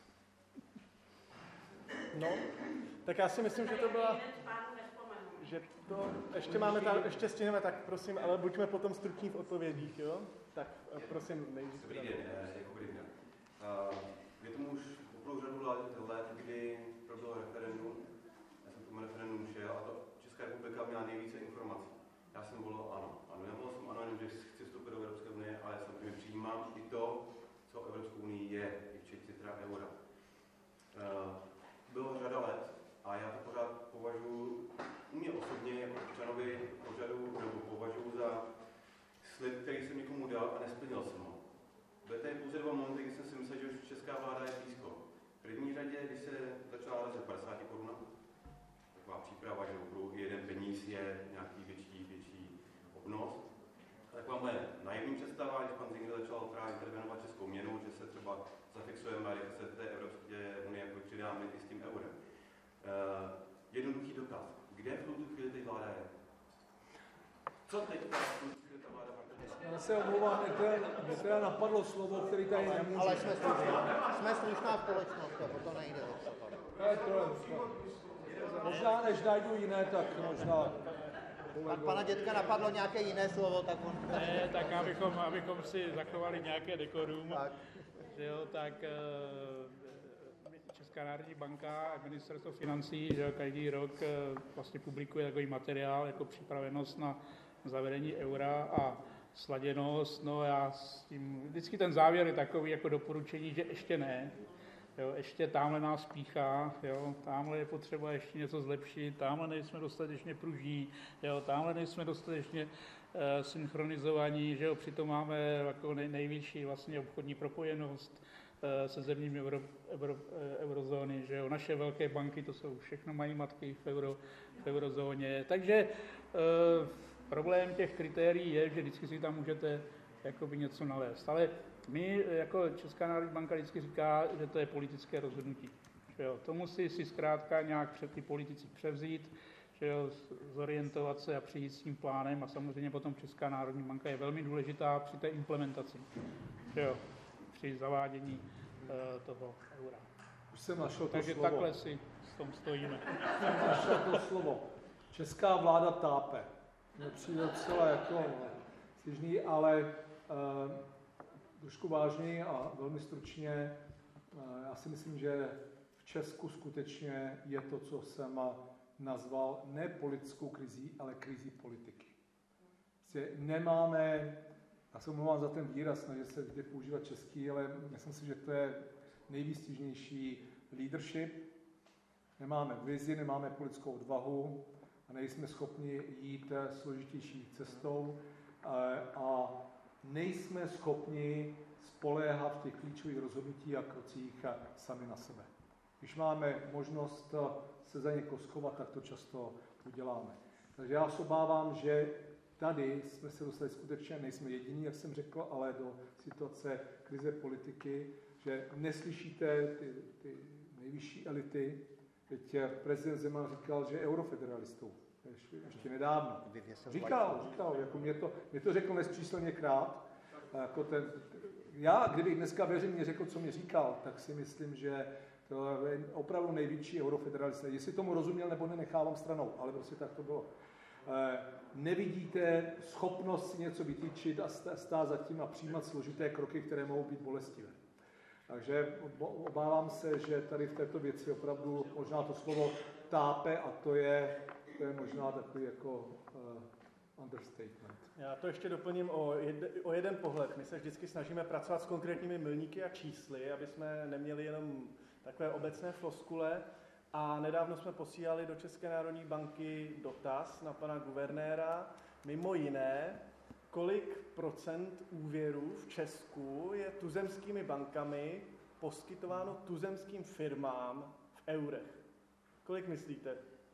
[SPEAKER 1] No, tak já si myslím, že to byla... Že to ještě stihneme, tak prosím, ale buďme potom struční v odpovědích, jo? Tak prosím, nejdřív.
[SPEAKER 11] Dobrý den, Jakub Rybňák. Je tomu už opravdu řadu let, kdy proběhlo referendum, já jsem tomu referendum šel a to Česká republika měla nejvíce informací. Já jsem volil ano. Nevolil jsem ano, jenom že chci vstoupit do Evropské unie, ale samozřejmě přijímám i to, co Evropskou unii je, i včetně teda eura. Bylo řada let a já to pořád považuji, u mě osobně jako občanovi považuji za slib, který jsem někomu dal a nesplnil jsem ho. Byly tady pouze 2 momenty, kdy jsem si myslel, že už česká vláda je blízko. V první řadě, když se začala razit 50 korun, taková příprava, že opravdu jeden peníz je nějaký větší obnos. Taková moje naivní představa, když pan Zinger začal právě intervenovat českou měnu, že se třeba zafixujeme a se té Evropské unie jako přidáme i s tím eurem. Jednoduchý dotaz. Kde v tuto chvíli teď vláda je? Co teď ta vláda partneruje?
[SPEAKER 2] Já se omlouvám, mě teda napadlo slovo, který tady nemůžu.
[SPEAKER 3] Ale jsme slušná společnost, a to nejde.
[SPEAKER 2] Možná, než najdu jiné, tak možná...
[SPEAKER 3] Pak pana dětka napadlo nějaké jiné slovo, tak on...
[SPEAKER 4] Ne, tak abychom si zachovali nějaké dekorum, tak Česká národní banka a ministerstvo financí, že každý rok vlastně publikuje takový materiál jako připravenost na zavedení eura a sladěnost. No já s tím, vždycky ten závěr je takový jako doporučení, že ještě ne. Jo, ještě tamhle nás píchá, jo, tamhle je potřeba ještě něco zlepšit, tamhle nejsme dostatečně pružní, jo, tamhle nejsme dostatečně synchronizovaní, že jo, přitom máme jako nejvyšší vlastně obchodní propojenost se zeměmi eurozóny, že jo, naše velké banky, to jsou všechno mají matky v eurozóně, takže problém těch kritérií je, že vždycky si tam můžete jakoby něco nalézt, ale my jako Česká národní banka vždycky říká, že to je politické rozhodnutí. Že jo, to musí si zkrátka nějak před ty politici převzít, že jo, zorientovat se a přijít s tím plánem a samozřejmě potom Česká národní banka je velmi důležitá při té implementaci, že jo, při zavádění toho eura.
[SPEAKER 2] Už jsem našel to
[SPEAKER 4] Takže
[SPEAKER 2] slovo.
[SPEAKER 4] takhle si s tom stojíme.
[SPEAKER 2] Jsem našel to slovo. Česká vláda tápe. Mně přijde docela jako stěžný, ale trošku vážněji a velmi stručně. Já si myslím, že v Česku skutečně je to, co jsem nazval ne politickou krizí, ale krizí politiky. Prostě nemáme, já se omlouvám za ten výraz, snažím se vždy používat český, ale myslím si, že to je nejvýstižnější leadership. Nemáme vizi, nemáme politickou odvahu a nejsme schopni jít složitější cestou a nejsme schopni spoléhat v těch klíčových rozhodnutích a krocích sami na sebe. Když máme možnost se za někoho schovat, tak to často uděláme. Takže já se obávám, že tady jsme se dostali skutečně, nejsme jediní, jak jsem řekl, ale do situace krize politiky, že neslyšíte ty nejvyšší elity. Teď prezident Zeman říkal, že je eurofederalistou. Ještě nedávno. Říkal, jako mě to řekl nesčíslněkrát. Jako já, kdybych dneska veřejně řekl, co mi říkal, tak si myslím, že to je opravdu největší eurofederalista. Jestli tomu rozuměl, nebo nenechávám stranou, ale prostě tak to bylo. Nevidíte schopnost si něco vytýčit a stát za tím a přijímat složité kroky, které mohou být bolestivé. Takže obávám se, že tady v této věci opravdu možná to slovo tápe a to je možná takový jako understatement.
[SPEAKER 1] Já to ještě doplním o jeden pohled. My se vždycky snažíme pracovat s konkrétními milníky a čísly, aby jsme neměli jenom takové obecné floskule. A nedávno jsme posílali do České národní banky dotaz na pana guvernéra, mimo jiné, kolik procent úvěrů v Česku je tuzemskými bankami poskytováno tuzemským firmám v eurech. Kolik myslíte?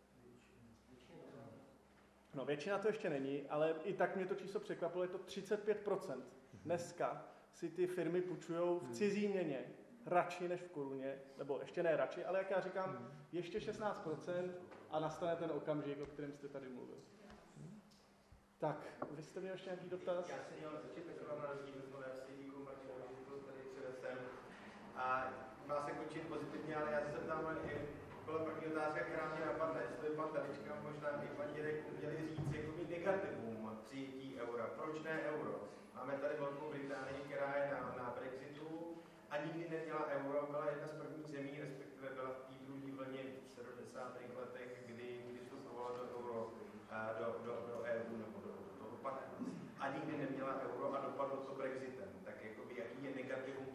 [SPEAKER 1] No, většina to ještě není, ale i tak mě to číslo překvapilo, je to 35%. Dneska si ty firmy půjčují v cizí měně radši než v koruně, nebo ještě ne radši, ale jak já říkám, ještě 16% a nastane ten okamžik, o kterém jste tady mluvil. Tak, vy jste měl ještě nějaký dotaz?
[SPEAKER 12] Já jsem měl začít takové na rozdíl, ale já si díku Martinovi, že to tady přinesem. A má se končit pozitivně, ale já se zeptám, byla první otázka, která mě napadne, jestli pan Talička, možná i pan Dědek měli říct jakoby negativum přijetí eura. Proč ne euro? Máme tady Velkou Británii, která je na Brexitu a nikdy neměla euro, byla jedna z prvních zemí, respektive byla v té druhé vlně v 70. letech, kdy vstupovala do EU nebo do toho paktu. A nikdy neměla euro a dopadlo to Brexitem. Tak jakoby, jaký je negativum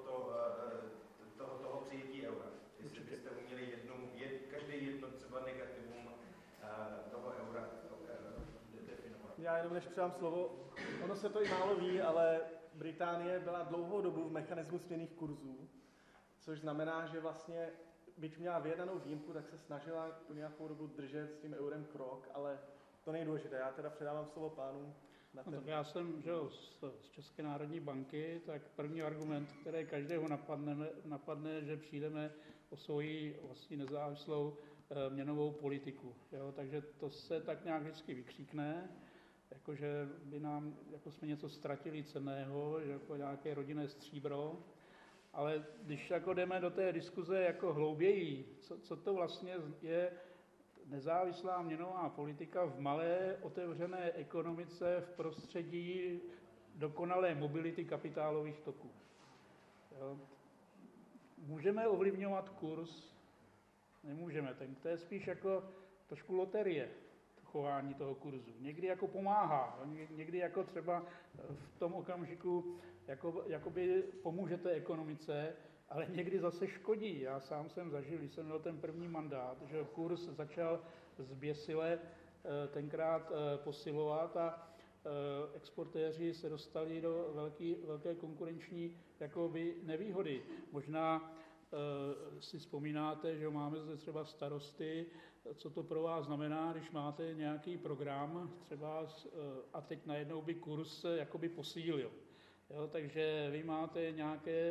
[SPEAKER 12] toho přijetí eura? Jestli byste uměli každý jedno třeba negativum toho eura definovat.
[SPEAKER 1] Já jenom než předám slovo, ono se to i málo ví, ale Británie byla dlouhou dobu v mechanismu směnných kurzů, což znamená, že vlastně, byť měla vyjednanou výjimku, tak se snažila tu nějakou dobu držet s tím eurem krok, ale to není důležité. Já teda předávám slovo pánům.
[SPEAKER 4] No, tak já jsem z České národní banky, tak první argument, který každého napadne, že přijdeme o svoji vlastně nezávislou měnovou politiku. Jo? Takže to se tak nějak vždycky vykřikne, jakože by nám, jako jsme něco ztratili cenného, že jako nějaké rodinné stříbro. Ale když jako jdeme do té diskuze jako hlouběji, co to vlastně je nezávislá měnová politika v malé otevřené ekonomice v prostředí dokonalé mobility kapitálových toků. Jo. Můžeme ovlivňovat kurz? Nemůžeme. To je spíš jako trošku loterie, to chování toho kurzu. Někdy jako pomáhá, někdy jako třeba v tom okamžiku jakoby pomůžete ekonomice, ale někdy zase škodí. Já sám jsem zažil, když jsem měl ten první mandát, že kurz začal zběsile tenkrát posilovat a exportéři se dostali do velké konkurenční jakoby nevýhody. Možná si vzpomínáte, že máme zde třeba starosty, co to pro vás znamená, když máte nějaký program třeba a teď najednou by kurz jakoby posílil. Jo, takže vy máte nějaké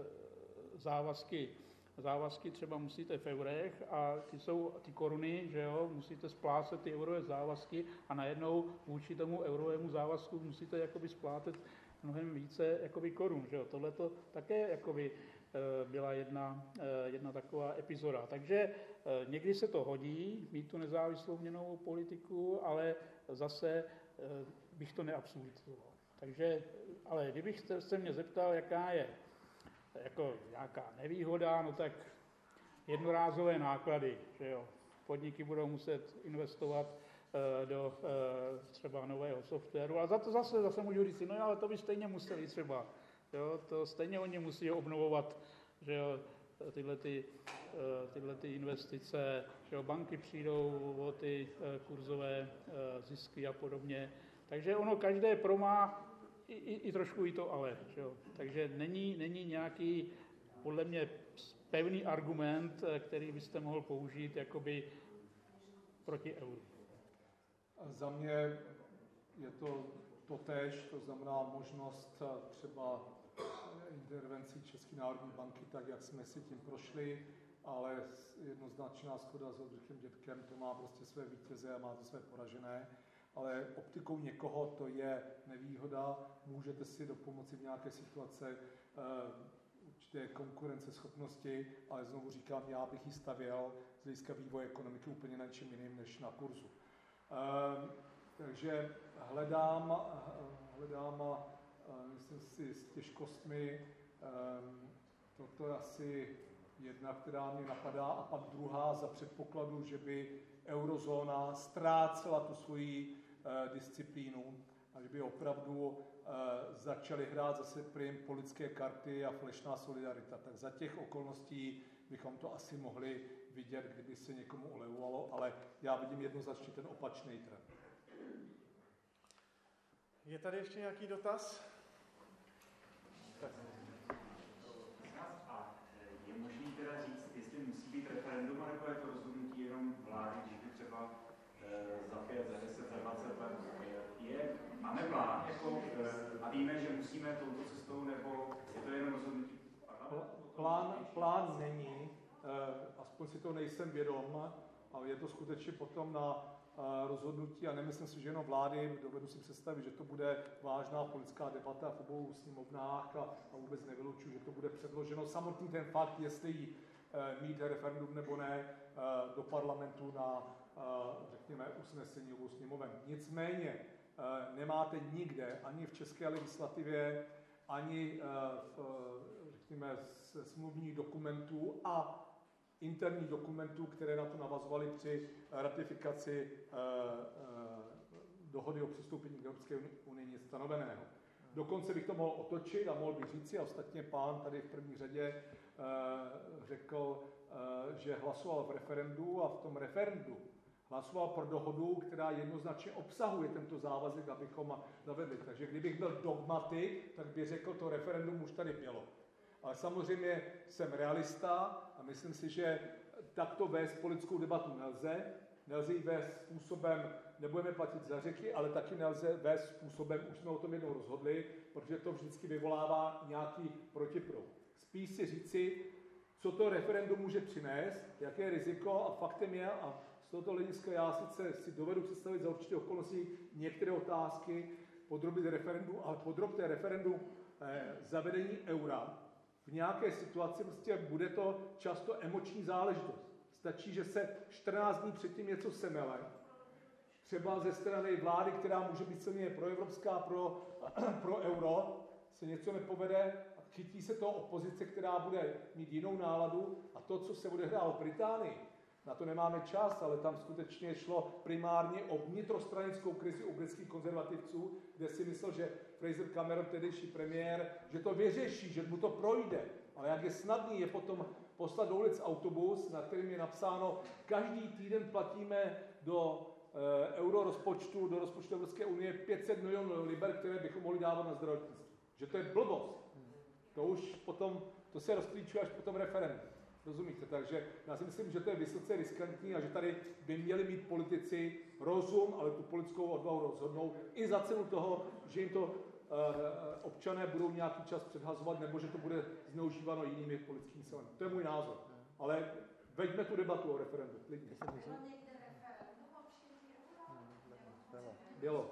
[SPEAKER 4] závazky třeba musíte v eurech a ty jsou ty koruny, že jo, musíte splácet ty eurové závazky a najednou vůči tomu eurovému závazku musíte jakoby splácet mnohem více jakoby korun, že jo. Tohle to také jakoby byla jedna taková epizoda. Takže někdy se to hodí, mít tu nezávislou měnovou politiku, ale zase bych to neabsolutoval. Takže, ale kdybyste se mě zeptal, jaká je jako nějaká nevýhoda, no tak jednorázové náklady, že jo. Podniky budou muset investovat do třeba nového softwaru, ale za to zase můžu říct, no ale to by stejně museli třeba, jo, to stejně oni musí obnovovat, že jo, tyhle investice, že jo, banky přijdou o ty kurzové zisky a podobně, takže ono každé promá i trošku i to ale, že jo. Takže není nějaký, podle mě, pevný argument, který byste mohl použít jakoby proti euru.
[SPEAKER 2] Za mě je to totéž, to znamená možnost třeba intervencí České národní banky, tak jak jsme si tím prošli, ale jednoznačná shoda s Oldřichem Dědkem, to má prostě své vítěze a má to své poražené. Ale optikou někoho to je nevýhoda, můžete si dopomoci v nějaké situace určité konkurenceschopnosti, ale znovu říkám, já bych ji stavěl z hlediska vývoje ekonomiky úplně na něčem jiným než na kurzu. Takže hledám myslím si s těžkostmi Toto je asi jedna, která mě napadá, a pak druhá za předpokladu, že by eurozóna ztrácela tu svoji disciplínu a že by opravdu začali hrát zase prim politické karty a falešná solidarita. Tak za těch okolností bychom to asi mohli vidět, kdyby se někomu olevovalo, ale já vidím jednoznačně ten opačný trend.
[SPEAKER 1] Je tady ještě nějaký dotaz? Tak.
[SPEAKER 13] A je možný teda říct, jestli musí být referendum, nebo je to rozhodnutí jenom vlády, když by třeba za 5, za 10, za 20 let máme plán jako, a víme, že musíme touto cestou, nebo je to jenom rozhodnutí?
[SPEAKER 2] Plán není, aspoň si to nejsem vědom, ale je to skutečně potom na rozhodnutí a nemyslím si, že jenom vlády, dovedu si představit, že to bude vážná politická debata v obou sněmovnách a vůbec nevylučuji, že to bude předloženo. Samotný ten fakt, jestli mít referendum nebo ne, do parlamentu na, řekněme, usnesení obou sněmoven. Nicméně nemáte nikde, ani v české legislativě, ani řekněme, smluvních dokumentů a interních dokumentů, které na to navazovaly při ratifikaci dohody o přistoupení k Evropské unii nic stanoveného. Dokonce bych to mohl otočit a mohl bych říci, a ostatně pán tady v první řadě řekl, že hlasoval v referendu a v tom referendu hlasoval pro dohodu, která jednoznačně obsahuje tento závazek, abychom zavedli. Takže kdybych byl dogmatik, tak bych řekl, to referendum už tady bylo. Ale samozřejmě jsem realista a myslím si, že takto vést politickou debatu nelze. Nelze ji vést způsobem, nebudeme platit za řeky, ale taky nelze vést způsobem, už jsme o tom jednou rozhodli, protože to vždycky vyvolává nějaký protiproud. Spíš si říci, co to referendum může přinést, jaké je riziko, a faktem je, a z tohoto hlediska já sice si dovedu představit za určité okolnosti některé otázky, podrobit referendu, ale podrobte referendu zavedení eura. V nějaké situaci prostě bude to často emoční záležitost. Stačí, že se 14 dní předtím něco semele, třeba ze strany vlády, která může být silně proevropská, pro euro, se něco nepovede a chytí se to opozice, která bude mít jinou náladu, a to, co se odehrálo v Británii, na to nemáme čas, ale tam skutečně šlo primárně o vnitrostranickou krizi u britských konzervativců, kde si myslel, že Fraser Cameron, tehdejší premiér, že to vyřeší, že mu to projde. Ale jak je snadný je potom poslat do ulic autobus, na kterým je napsáno, každý týden platíme do eurorozpočtu, do rozpočtu Evropské unie 500 milionů liber, které bychom mohli dávat na zdravotnictví. Že to je blbost. To už potom, to se rozklíčuje až po tom referendu. Rozumíte? Takže já si myslím, že to je vysoce riskantní a že tady by měli mít politici rozum, ale tu politickou odvahu rozhodnou i za cenu toho, že jim to občané budou nějaký čas předhazovat, nebo že to bude zneužíváno jinými politickými silami. To je můj názor. Ale veďme tu debatu o referendu. Klidně. Bylo.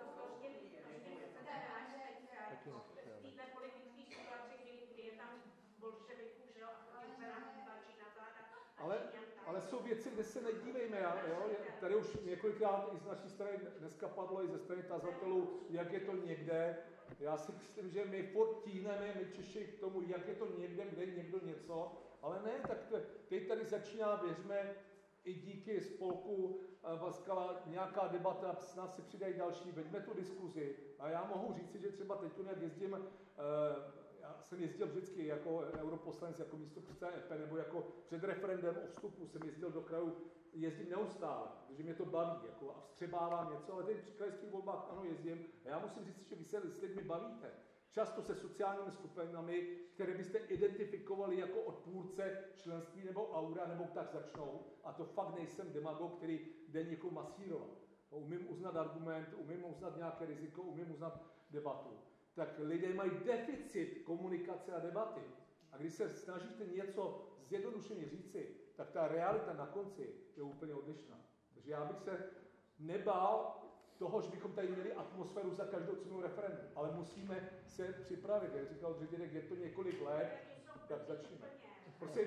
[SPEAKER 2] Ale jsou věci, kde se nedívejme. Jo? Tady už několikrát i z naší strany dneska padlo, i ze strany tazatelů, jak je to někde. Já si myslím, že my furt tíhneme, my Češi k tomu, jak je to někde, kde někdo něco. Ale ne, tak teď tady začíná, věřme, i díky spolku Vaskala nějaká debata, snad si přidají další, veďme tu diskuzi. A já mohu říct, že třeba teď, jak jezdím, já jsem jezdil vždycky jako europoslanec, jako místopředseda EP, nebo jako před referendem o vstupu jsem jezdil do krajů, jezdím neustále, protože mě to baví, jako, a vstřebávám něco, ale teď při krajských volbách ano jezdím. A já musím říct, že vy se s lidmi bavíte. Často se sociálními skupinami, které byste identifikovali jako odpůrce členství nebo aura, nebo tak začnou. A to fakt nejsem demagog, který jde někoho masírovat. Umím uznat argument, umím uznat nějaké riziko, umím uznat debatu. Tak lidé mají deficit komunikace a debaty. A když se snažíte něco zjednodušeně říci, tak ta realita na konci je úplně odlišná. Takže já bych se nebál toho, že bychom tady měli atmosféru za každou cenu referendum. Ale musíme se připravit. Jak říkal Ředinek, je to několik let, tak začneme. Prosím.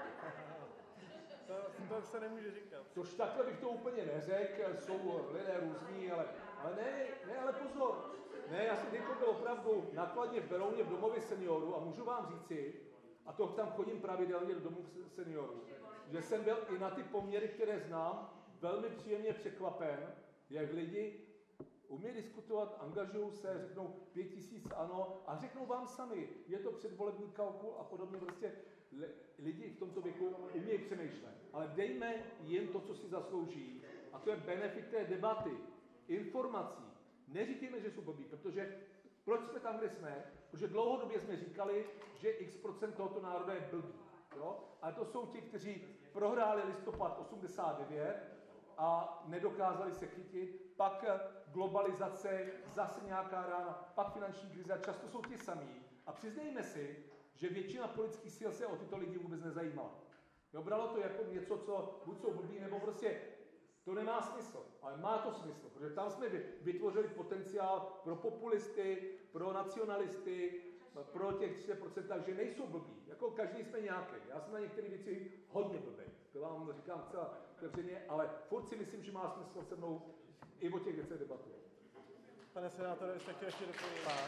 [SPEAKER 1] To se nemůže říkat.
[SPEAKER 2] Tož takhle bych to úplně neřekl, jsou lidé různí, ale ale pozor. Ne, já jsem teď byl opravdu nakladně v Berouně v domově seniorů a můžu vám říci,
[SPEAKER 14] a to tam chodím pravidelně do domů seniorů, že jsem byl i na ty poměry, které znám, velmi příjemně překvapen, jak lidi umí diskutovat, angažují se, řeknou 5 000 ano a řeknou vám sami, je to předvolební kalkul a podobně. Prostě lidi v tomto věku umějí přemýšlet. Ale dejme jim to, co si zaslouží. A to je benefit té debaty, informací. Neříkejme, že jsou blbí, protože proč jsme tam, kde jsme? Protože dlouhodobě jsme říkali, že x% tohoto národa je blbý. Jo? Ale to jsou ti, kteří prohráli listopad 89 a nedokázali se chytit, pak globalizace, zase nějaká rána, pak finanční krize a často jsou ti samí. A přiznejme si, že většina politických sil se o tyto lidi vůbec nezajímala. Jo, bralo to jako něco, co buď jsou blbí, nebo prostě to nemá smysl. Ale má to smysl, protože tam jsme vytvořili potenciál pro populisty, pro nacionalisty, pro těch 30%, takže nejsou blbí. Jako každý jsme nějaký. Já jsem na některé věci hodně blbý. To vám říkám celá otevřeně, ale furt si myslím, že má smysl se mnou i o těch věcech debatovat.
[SPEAKER 1] Pane senátore, jste chtěl ještě doplnit?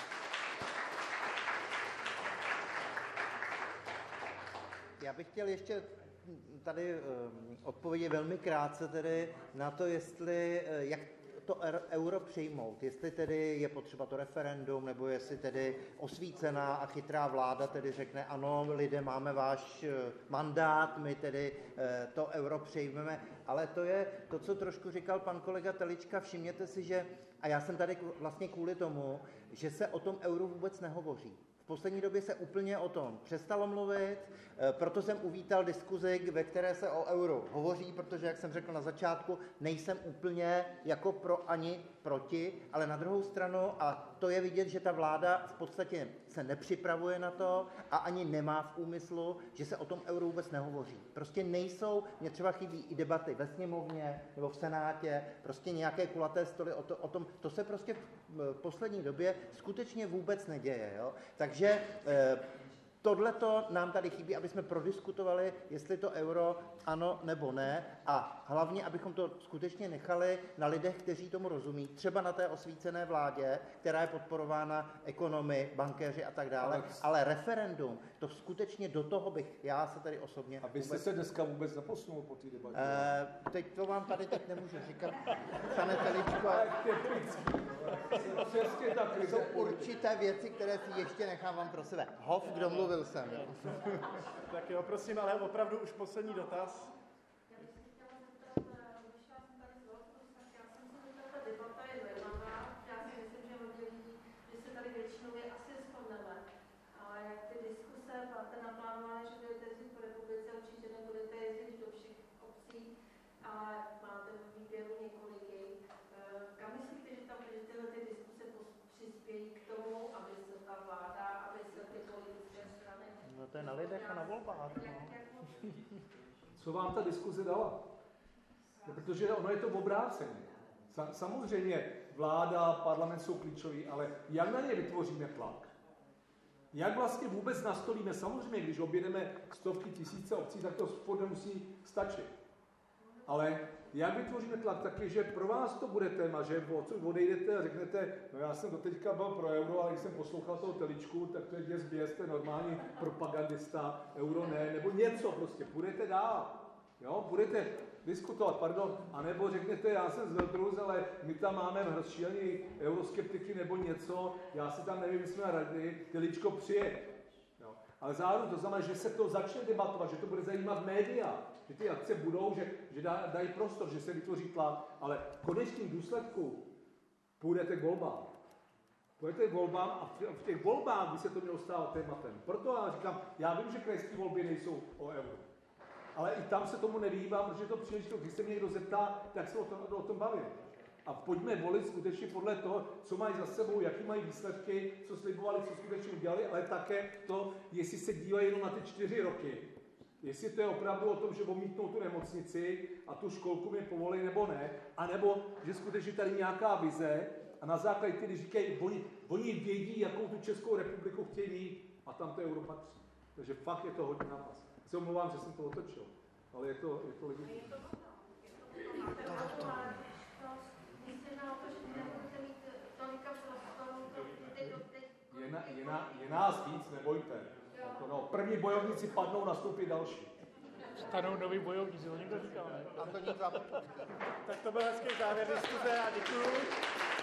[SPEAKER 3] Já bych chtěl ještě tady odpovědět velmi krátce tedy na to, jestli, jak to euro přijmout, jestli tedy je potřeba to referendum, nebo jestli tedy osvícená a chytrá vláda tedy řekne, ano, lidé, máme váš mandát, my tedy to euro přijmeme, ale to je to, co trošku říkal pan kolega Telička, všimněte si, že, a já jsem tady vlastně kvůli tomu, že se o tom euru vůbec nehovoří. V poslední době se úplně o tom přestalo mluvit, proto jsem uvítal diskuzi, ve které se o euru hovoří, protože, jak jsem řekl na začátku, nejsem úplně jako pro ani proti, ale na druhou stranu, a to je vidět, že ta vláda v podstatě se nepřipravuje na to a ani nemá v úmyslu, že se o tom euru vůbec nehovoří. Prostě nejsou, mě třeba chybí i debaty ve sněmovně nebo v senátě, prostě nějaké kulaté stoly o tom, to se prostě v poslední době skutečně vůbec neděje. Jo? Takže tohleto nám tady chybí, aby jsme prodiskutovali, jestli to euro ano nebo ne a hlavně, abychom to skutečně nechali na lidech, kteří tomu rozumí, třeba na té osvícené vládě, která je podporována ekonomy, bankéři a tak dále, ale referendum, to skutečně do toho bych, já se tady osobně...
[SPEAKER 14] A vy jste se dneska vůbec neposunul po té debatě?
[SPEAKER 3] Teď to vám tady teď nemůžu říkat, pane Teličko. Jsou určité věci, které si ještě nechávám pro sebe. Domluvil jsem.
[SPEAKER 1] Tak jo, prosím, ale opravdu už poslední dotaz.
[SPEAKER 3] To je na lidech a na volbách. No.
[SPEAKER 14] Co vám ta diskuze dala? No, protože ono je to obráceně. Samozřejmě vláda, parlament jsou klíčoví, ale jak na ně vytvoříme tlak? Jak vlastně vůbec nastolíme? Samozřejmě, když objedeme stovky tisíce obcí, tak to sport nemusí stačit. Ale jak vytvoříme tlak taky, že pro vás to bude téma, že odejdete a řeknete, no já jsem doteďka byl pro euro, ale když jsem poslouchal toho Teličku, tak to je děs běs, to je normální propagandista, euro ne, nebo něco prostě, půjdete dál, jo, budete diskutovat, pardon, anebo řeknete, já jsem z Veltrus, ale my tam máme šílený euroskeptiky nebo něco, já si tam nevím, jsme rady, Teličko přijede. Ale zároveň to znamená, že se to začne debatovat, že to bude zajímat média, že ty akce budou, že dají prostor, že se vytvoří tlak, ale v konečném důsledku půjdete k volbám. Půjdete k volbám a v těch volbách by se to mělo stávat tématem. Proto já říkám, já vím, že krajské volby nejsou o euro. Ale i tam se tomu nevyhýbám, protože to příležitost, když se mě někdo zeptá, tak se o tom bavím. A pojďme volit skutečně podle toho, co mají za sebou, jaký mají výsledky, co slibovali, co skutečně udělali, ale také to, jestli se dívají jenom na ty 4 roky. Jestli to je opravdu o tom, že omítnou tu nemocnici a tu školku mi povolí nebo ne, anebo že skutečně tady nějaká vize a na základě když říkají, oni vědí, jakou tu Českou republiku chtějí mít a tam to euro patří. Takže fakt je to hodně napas. Já se omlouvám, že jsem to otočil, ale je to legitimní. Je nás víc, nebojte. No, první bojovníci padnou, nastoupí další.
[SPEAKER 4] Stanou noví bojovníci, to někdo říkal, ne?
[SPEAKER 1] Tak to byl hezký závěr diskuze a děkuju.